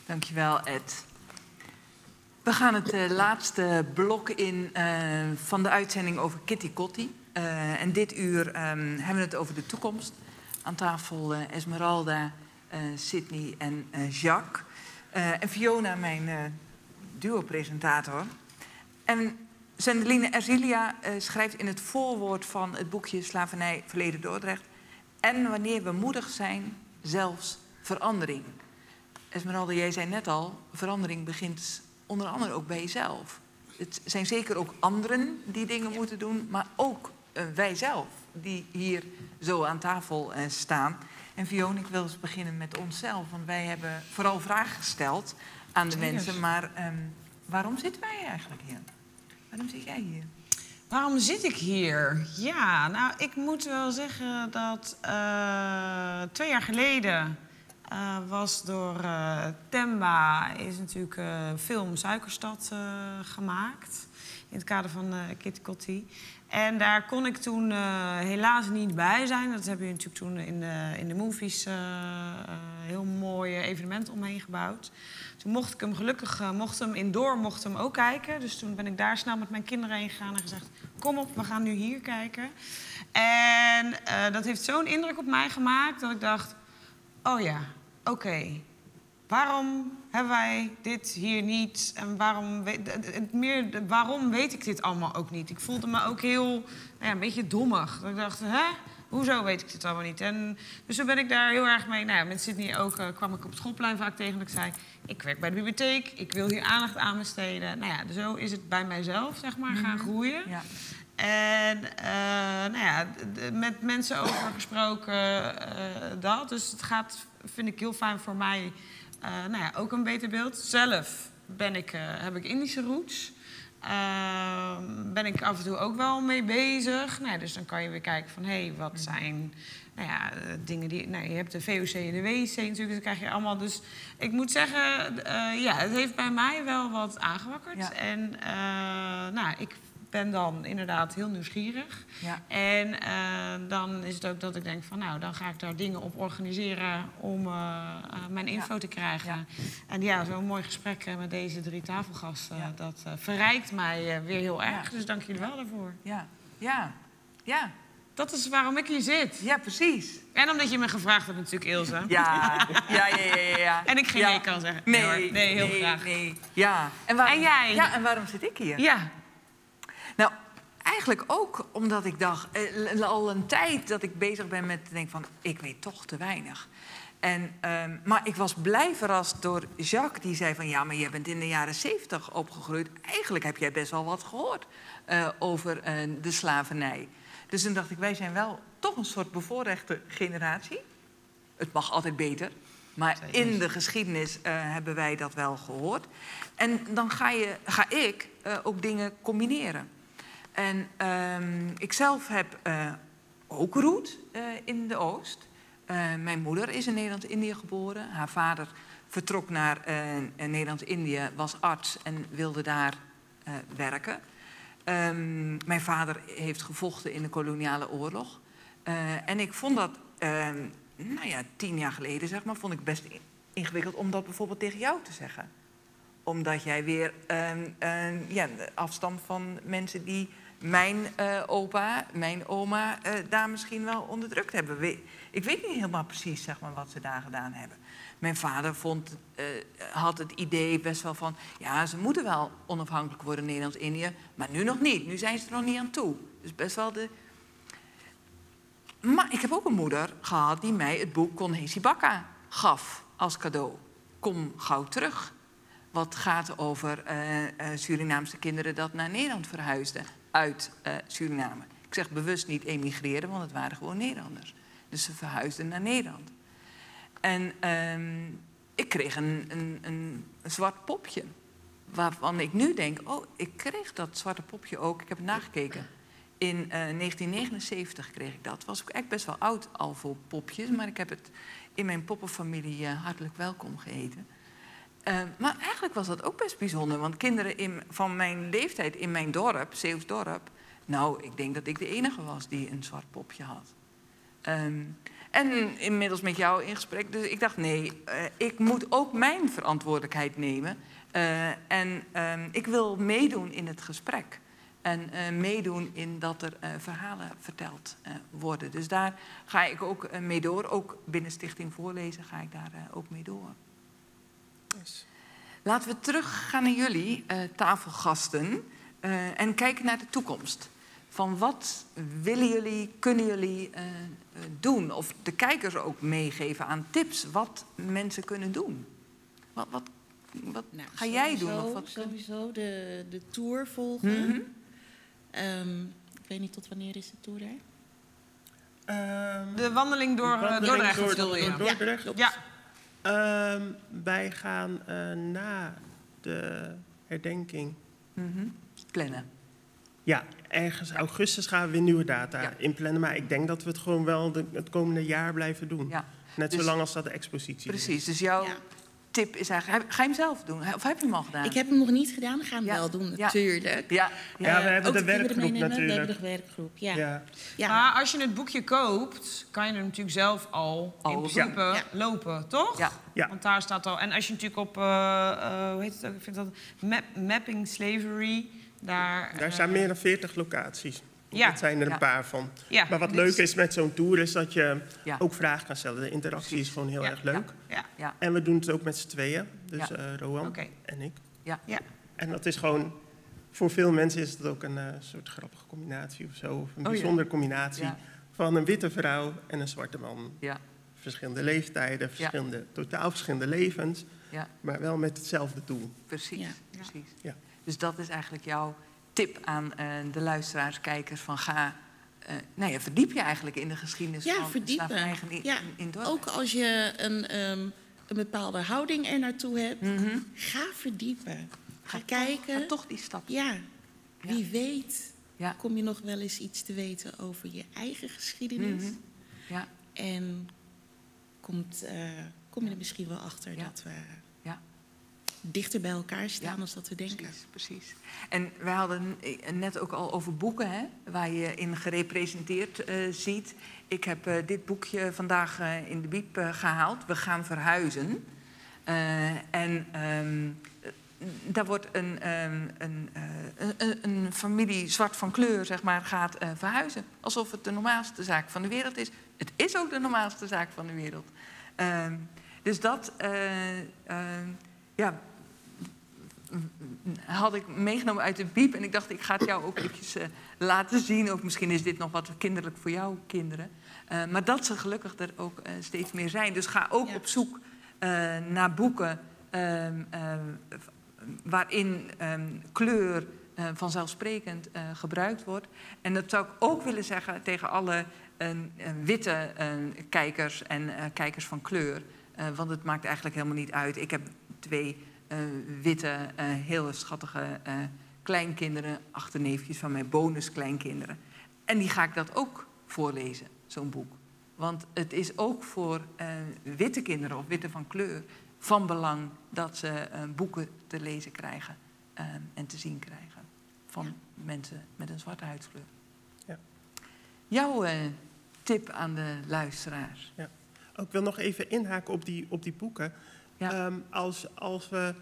Dankjewel, Ed. We gaan het uh, laatste blok in uh, van de uitzending over Kitty Kotti. Uh, en dit uur um, hebben we het over de toekomst. Aan tafel uh, Esmeralda, uh, Sydney en uh, Jacques. Uh, en Fiona, mijn uh, duo-presentator. En Zendeline Erzilia uh, schrijft in het voorwoord van het boekje Slavernij, Verleden Dordrecht. En wanneer we moedig zijn, zelfs verandering. Esmeralda, jij zei net al, verandering begint onder andere ook bij jezelf. Het zijn zeker ook anderen die dingen moeten doen, maar ook uh, wij zelf die hier zo aan tafel uh, staan. En Fiona, ik wil eens beginnen met onszelf, want wij hebben vooral vragen gesteld aan de mensen. Maar um, waarom zitten wij eigenlijk hier? Waarom zit jij hier? Waarom zit ik hier? Ja, nou, ik moet wel zeggen dat uh, twee jaar geleden uh, was door uh, Temba is natuurlijk uh, film Suikerstad uh, gemaakt. In het kader van uh, Kitty Kotti. En daar kon ik toen uh, helaas niet bij zijn. Dat hebben we natuurlijk toen in de, in de movies uh, uh, heel mooi evenement omheen gebouwd. Toen mocht ik hem gelukkig, uh, mocht hem indoor, mocht hem ook kijken. Dus toen ben ik daar snel met mijn kinderen heen gegaan en gezegd, kom op, we gaan nu hier kijken. En uh, dat heeft zo'n indruk op mij gemaakt dat ik dacht, oh ja, oké. Okay. Waarom hebben wij dit hier niet? En waarom weet, meer, waarom weet ik dit allemaal ook niet? Ik voelde me ook heel, nou ja, een beetje dommig. Dat ik dacht, hè? Hoezo weet ik dit allemaal niet? En dus toen ben ik daar heel erg mee... Nou ja, met Sydney ook uh, kwam ik op het schoolplein vaak tegen. Dat ik zei, ik werk bij de bibliotheek. Ik wil hier aandacht aan besteden. Nou ja, zo is het bij mijzelf, zeg maar, gaan groeien. Ja. En uh, nou ja, met mensen over gesproken, uh, dat. Dus het gaat, vind ik heel fijn voor mij... Uh, nou ja, ook een beter beeld. Zelf ben ik, uh, heb ik Indische roots. Uh, ben ik af en toe ook wel mee bezig. Nou ja, dus dan kan je weer kijken van, hé, hey, wat zijn nou ja, dingen die... Nou, je hebt de V O C en de W C natuurlijk, dat krijg je allemaal. Dus ik moet zeggen, uh, ja, het heeft bij mij wel wat aangewakkerd. Ja. En uh, nou, ik ben dan inderdaad heel nieuwsgierig. Ja. En uh, dan is het ook dat ik denk van, nou, dan ga ik daar dingen op organiseren om uh, uh, mijn info ja. te krijgen. Ja. En ja, zo'n mooi gesprek uh, met deze drie tafelgasten, ja. dat uh, verrijkt mij uh, weer heel erg. Ja. Dus dank jullie wel daarvoor. Ja, ja, ja. Dat is waarom ik hier zit. Ja, precies. En omdat je me gevraagd hebt natuurlijk, Ilse. Ja, ja, ja, ja. ja. En ik geen ja. nee kan zeggen. Nee, nee, nee heel nee, graag. Nee. Ja. En, waarom, en jij? Ja, en waarom zit ik hier? Ja. Nou, eigenlijk ook omdat ik dacht, eh, al een tijd dat ik bezig ben met te denken van, ik weet toch te weinig. En, um, maar ik was blij verrast door Jacques, die zei van, ja, maar jij bent in de jaren zeventig opgegroeid. Eigenlijk heb jij best wel wat gehoord uh, over uh, de slavernij. Dus toen dacht ik, wij zijn wel toch een soort bevoorrechte generatie. Het mag altijd beter. Maar in de geschiedenis uh, hebben wij dat wel gehoord. En dan ga, je, ga ik uh, ook dingen combineren. En uh, ik zelf heb uh, ook roet uh, in de Oost. Uh, mijn moeder is in Nederlands-Indië geboren. Haar vader vertrok naar uh, Nederlands-Indië, was arts en wilde daar uh, werken. Um, mijn vader heeft gevochten in de koloniale oorlog. Uh, en ik vond dat... Uh, Nou ja, tien jaar geleden, zeg maar, vond ik best ingewikkeld om dat bijvoorbeeld tegen jou te zeggen. Omdat jij weer uh, uh, ja, afstamt van mensen die mijn uh, opa, mijn oma, uh, daar misschien wel onderdrukt hebben. We, ik weet niet helemaal precies, zeg maar, wat ze daar gedaan hebben. Mijn vader vond, uh, had het idee best wel van, ja, ze moeten wel onafhankelijk worden in Nederlands-Indië, maar nu nog niet. Nu zijn ze er nog niet aan toe. Dus best wel de... Maar ik heb ook een moeder gehad die mij het boek Konhesi Bakka gaf als cadeau. Kom gauw terug. Wat gaat over uh, uh, Surinaamse kinderen dat naar Nederland verhuisden uit uh, Suriname. Ik zeg bewust niet emigreren, want het waren gewoon Nederlanders. Dus ze verhuisden naar Nederland. En uh, ik kreeg een, een, een, een zwart popje. Waarvan ik nu denk, oh, ik kreeg dat zwarte popje ook. Ik heb het nagekeken. In uh, negentien negenenzeventig kreeg ik dat. Was ook echt best wel oud al voor popjes. Maar ik heb het in mijn poppenfamilie uh, hartelijk welkom geheten. Uh, maar eigenlijk was dat ook best bijzonder. Want kinderen in, van mijn leeftijd in mijn dorp, Zeeuws dorp... Nou, ik denk dat ik de enige was die een zwart popje had. Um, en inmiddels met jou in gesprek. Dus ik dacht, nee, uh, ik moet ook mijn verantwoordelijkheid nemen. Uh, en um, ik wil meedoen in het gesprek. En uh, meedoen in dat er uh, verhalen verteld uh, worden. Dus daar ga ik ook uh, mee door. Ook binnen Stichting Voorlezen ga ik daar uh, ook mee door. Yes. Laten we teruggaan naar jullie, uh, tafelgasten. Uh, en kijken naar de toekomst. Van wat willen jullie, kunnen jullie uh, doen? Of de kijkers ook meegeven aan tips. Wat mensen kunnen doen. Wat, wat, wat nou, ga jij sowieso, doen? Of wat sowieso de, de tour volgen. Mm-hmm. um, ik weet niet tot wanneer is de tour daar? Um, de wandeling door uh, Dordrecht. Door, door, door Dordrecht. Ja. ja. Um, wij gaan uh, na de herdenking... Mm-hmm. plannen. Ja, ergens augustus gaan we weer nieuwe data ja. inplannen. Maar ik denk dat we het gewoon wel de, het komende jaar blijven doen. Ja. Net dus, zolang als dat de expositie precies, is. Dus jouw ja. tip is eigenlijk... Ga je hem zelf doen? Of heb je hem al gedaan? Ik heb hem nog niet gedaan. We gaan hem ja. wel doen, natuurlijk. Ja, ja. ja we hebben de werkgroep natuurlijk. We hebben de werkgroep, ja. ja. ja. Maar als je het boekje koopt, kan je er natuurlijk zelf al, al in principe ja. lopen, toch? Ja. ja. Want daar staat al... En als je natuurlijk op... Uh, uh, hoe heet het ook? Ik vind dat... Map, Mapping Slavery... Daar, Daar staan uh, meer dan veertig locaties. Ja. Dat zijn er een ja. paar van. Ja. Maar wat dus... leuk is met zo'n tour is dat je ja. ook vragen kan stellen. De interactie Precies. is gewoon heel ja. erg leuk. Ja. Ja. Ja. En we doen het ook met z'n tweeën. Dus ja. uh, Rowan okay. en ik. Ja. Ja. En dat is gewoon... Voor veel mensen is het ook een uh, soort grappige combinatie of zo. Of een oh, bijzondere ja. combinatie ja. van een witte vrouw en een zwarte man. Ja. Verschillende leeftijden, verschillende, ja. totaal verschillende levens. Ja. Maar wel met hetzelfde doel. Precies. Ja. Precies. Ja. Dus dat is eigenlijk jouw tip aan uh, de luisteraars, kijkers, van ga... Uh, nou ja, verdiep je eigenlijk in de geschiedenis ja, van verdiepen. slavernij in, ja, in, in Dordrecht. Ook als je een, um, een bepaalde houding er naartoe hebt, mm-hmm. ga verdiepen. Ga, ga kijken. Toch, ga toch die stap. Ja, wie ja. weet ja. kom je nog wel eens iets te weten over je eigen geschiedenis. Mm-hmm. Ja. En komt, uh, kom je er misschien wel achter ja. dat we... Ja. dichter bij elkaar staan ja, als dat we denken. Precies, precies. En wij hadden net ook al over boeken, hè, waar je in gerepresenteerd uh, ziet. Ik heb uh, dit boekje vandaag uh, in de biep uh, gehaald. We gaan verhuizen. Uh, en um, daar wordt een, um, een, uh, een, een familie zwart van kleur, zeg maar, gaat uh, verhuizen. Alsof het de normaalste zaak van de wereld is. Het is ook de normaalste zaak van de wereld. Uh, dus dat... Uh, uh, ja, had ik meegenomen uit de biep. En ik dacht, ik ga het jou ook eventjes uh, laten zien. Ook misschien is dit nog wat kinderlijk voor jouw kinderen. Uh, maar dat ze gelukkig er ook uh, steeds meer zijn. Dus ga ook ja. op zoek uh, naar boeken uh, uh, waarin um, kleur uh, vanzelfsprekend uh, gebruikt wordt. En dat zou ik ook willen zeggen tegen alle uh, uh, witte uh, kijkers en uh, kijkers van kleur. Uh, want het maakt eigenlijk helemaal niet uit. Ik heb twee... Uh, witte, uh, heel schattige uh, kleinkinderen, achterneefjes van mijn bonuskleinkinderen. En die ga ik dat ook voorlezen, zo'n boek. Want het is ook voor uh, witte kinderen of witte van kleur van belang dat ze uh, boeken te lezen krijgen uh, en te zien krijgen van ja. mensen met een zwarte huidskleur. Ja. Jouw uh, tip aan de luisteraars? Ja. Ik wil nog even inhaken op die, op die boeken. Ja. Um, als, als we,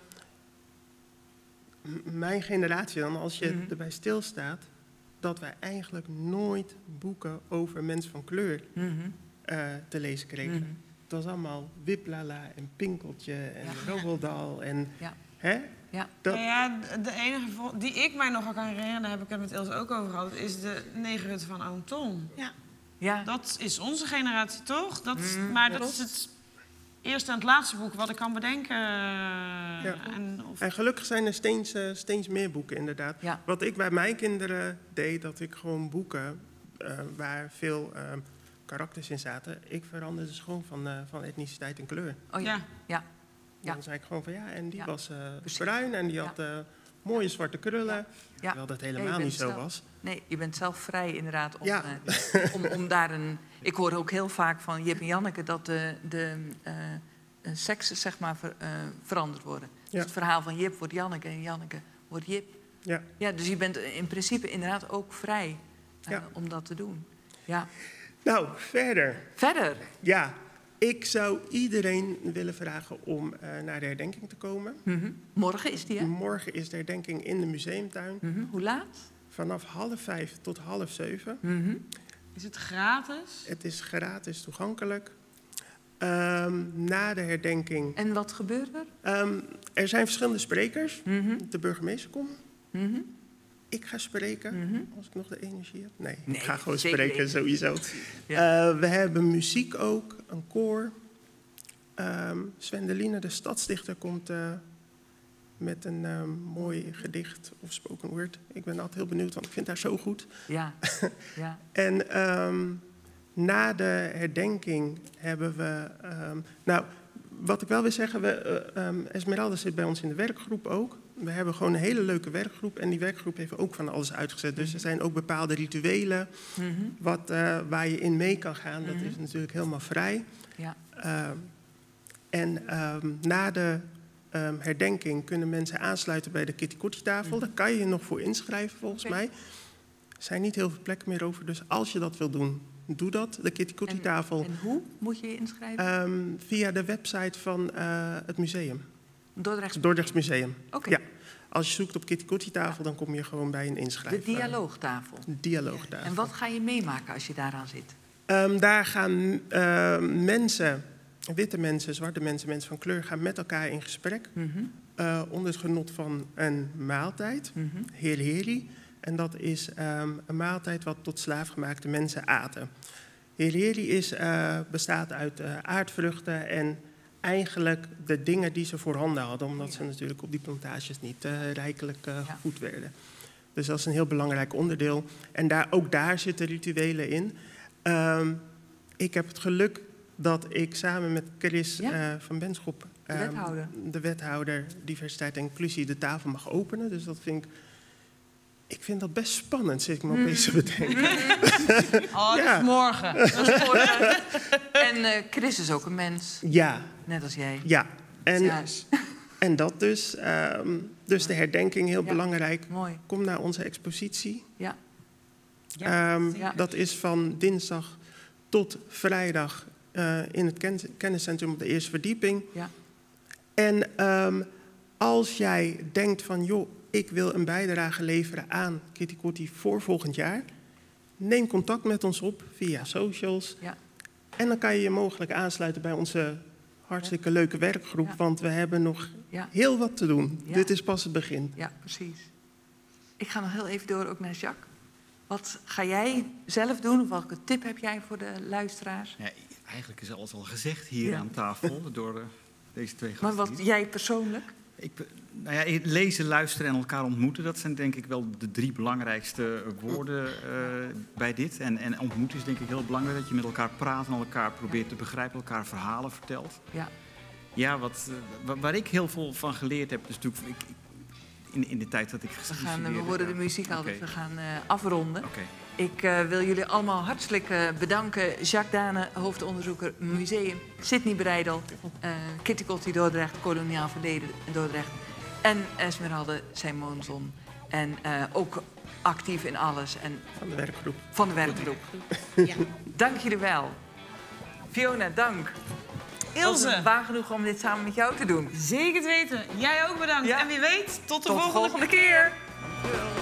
mijn generatie dan, als je mm-hmm. erbij stilstaat, dat wij eigenlijk nooit boeken over mensen van kleur mm-hmm. uh, te lezen kregen. Mm-hmm. Het was allemaal Wiplala en Pinkeltje en ja. Robbaldal en... Ja. Hè? Ja. Dat... Nou ja, de enige die ik mij nog kan herinneren, daar heb ik het met Ilse ook over gehad, is de Negerhut van Oom Tom. Ja. Ja. Dat is onze generatie, toch? Dat is, mm, maar dat, dat is het... eerste en het laatste boek wat ik kan bedenken. Ja. En, of... en gelukkig zijn er steeds, uh, steeds meer boeken, inderdaad. Ja. Wat ik bij mijn kinderen deed, dat ik gewoon boeken uh, waar veel uh, karakters in zaten, ik veranderde ze gewoon van, uh, van etniciteit en kleur. Oh ja. Ja. Ja. Dan zei ik gewoon van ja, en die ja. was uh, bruin en die had uh, mooie zwarte krullen. Ja. Ja. Terwijl dat helemaal ja, niet zo zelf, was. Nee, je bent zelf vrij inderdaad om, ja. uh, om, om daar een... Ik hoor ook heel vaak van Jip en Janneke dat de, de uh, seksen zeg maar ver, uh, veranderd worden. Ja. Dus het verhaal van Jip wordt Janneke en Janneke wordt Jip. Ja. Ja, dus je bent in principe inderdaad ook vrij uh, ja. om dat te doen. Ja. Nou, verder. Verder? Ja, ik zou iedereen willen vragen om uh, naar de herdenking te komen. Mm-hmm. Morgen is die, hè? Morgen is de herdenking in de museumtuin. Mm-hmm. Hoe laat? Vanaf half vijf tot half zeven. Mm-hmm. Is het gratis? Het is gratis toegankelijk. Um, na de herdenking... En wat gebeurt er? Um, er zijn verschillende sprekers. Mm-hmm. De burgemeester komt. Mm-hmm. Ik ga spreken, mm-hmm. als ik nog de energie heb. Nee, nee ik ga gewoon spreken, sowieso. Ja. Uh, we hebben muziek ook, een koor. Um, Sven de Liene, de stadsdichter, komt uh, met een um, mooi gedicht of spoken word. Ik ben altijd heel benieuwd, want ik vind haar zo goed. Ja. ja. En um, na de herdenking hebben we... Um, nou, wat ik wel wil zeggen, we, uh, um, Esmeralda zit bij ons in de werkgroep ook. We hebben gewoon een hele leuke werkgroep. En die werkgroep heeft ook van alles uitgezet. Dus er zijn ook bepaalde rituelen mm-hmm. wat, uh, waar je in mee kan gaan. Dat mm-hmm. is natuurlijk helemaal vrij. Ja. Uh, en um, na de um, herdenking kunnen mensen aansluiten bij de Kitty Kotti tafel. Mm-hmm. Daar kan je je nog voor inschrijven volgens okay. mij. Er zijn niet heel veel plekken meer over. Dus als je dat wil doen, doe dat. De Kitty Kotti tafel. En, en hoe moet je je inschrijven? Um, via de website van uh, het museum. Dordrechts, Dordrechts Museum. Oké. Okay. Ja. Als je zoekt op Kitty Kotti tafel, dan kom je gewoon bij een inschrijven. De dialoogtafel. De dialoogtafel. En wat ga je meemaken als je daaraan zit? Um, daar gaan uh, mensen, witte mensen, zwarte mensen, mensen van kleur, gaan met elkaar in gesprek. Mm-hmm. Uh, onder het genot van een maaltijd, mm-hmm. heri heri. En dat is um, een maaltijd wat tot slaafgemaakte mensen aten. Heri heri is, uh, bestaat uit uh, aardvruchten en eigenlijk de dingen die ze voorhanden hadden, omdat ze natuurlijk op die plantages niet uh, rijkelijk uh, gevoed werden. Dus dat is een heel belangrijk onderdeel. En daar, ook daar zitten rituelen in. Um, ik heb het geluk dat ik samen met Chris ja? uh, van Benschop, de, um, wethouder. de wethouder diversiteit en inclusie, de tafel mag openen. Dus dat vind ik... Ik vind dat best spannend, zit ik me opeens te bedenken. Oh, dat ja. is morgen. Dat is morgen. En uh, Chris is ook een mens. Ja. Net als jij. Ja. En, ja. en dat dus. Um, dus de herdenking, heel ja. belangrijk. Mooi. Kom naar onze expositie. Ja. Ja. Um, ja. Dat is van dinsdag tot vrijdag uh, in het ken- kenniscentrum op de eerste verdieping. Ja. En um, als jij denkt van, joh, ik wil een bijdrage leveren aan Kitty Kotti voor volgend jaar, neem contact met ons op via socials. Ja. En dan kan je je mogelijk aansluiten bij onze hartstikke leuke werkgroep, ja. want we hebben nog ja. heel wat te doen. Ja. Dit is pas het begin. Ja, precies. Ik ga nog heel even door ook naar Jacques. Wat ga jij zelf doen? Welke tip heb jij voor de luisteraars? Ja, eigenlijk is alles al gezegd hier ja. aan tafel door de, deze twee gasten. Maar wat jij persoonlijk? Ik, nou ja, lezen, luisteren en elkaar ontmoeten, dat zijn denk ik wel de drie belangrijkste woorden uh, bij dit. En, en ontmoeten is denk ik heel belangrijk, dat je met elkaar praat en elkaar probeert te begrijpen, elkaar verhalen vertelt. Ja, ja wat, uh, waar ik heel veel van geleerd heb, is natuurlijk ik, in, in de tijd dat ik gestudeerd heb. We horen de muziek al, okay. dus we gaan uh, afronden. Okay. Ik uh, wil jullie allemaal hartelijk uh, bedanken. Jacques Dane, hoofdonderzoeker museum. Sydney Breidel, uh, Kitty Kotti Dordrecht, koloniaal verleden Dordrecht. En Esmeralda Simonson. En uh, ook actief in alles. En van de werkgroep. Van de werkgroep. Ja. Dank jullie wel. Fiona, dank. Ilse. Het was waar genoeg om dit samen met jou te doen. Zeker te weten. Jij ook bedankt. Ja. En wie weet, tot de tot volgende, volgende keer. keer.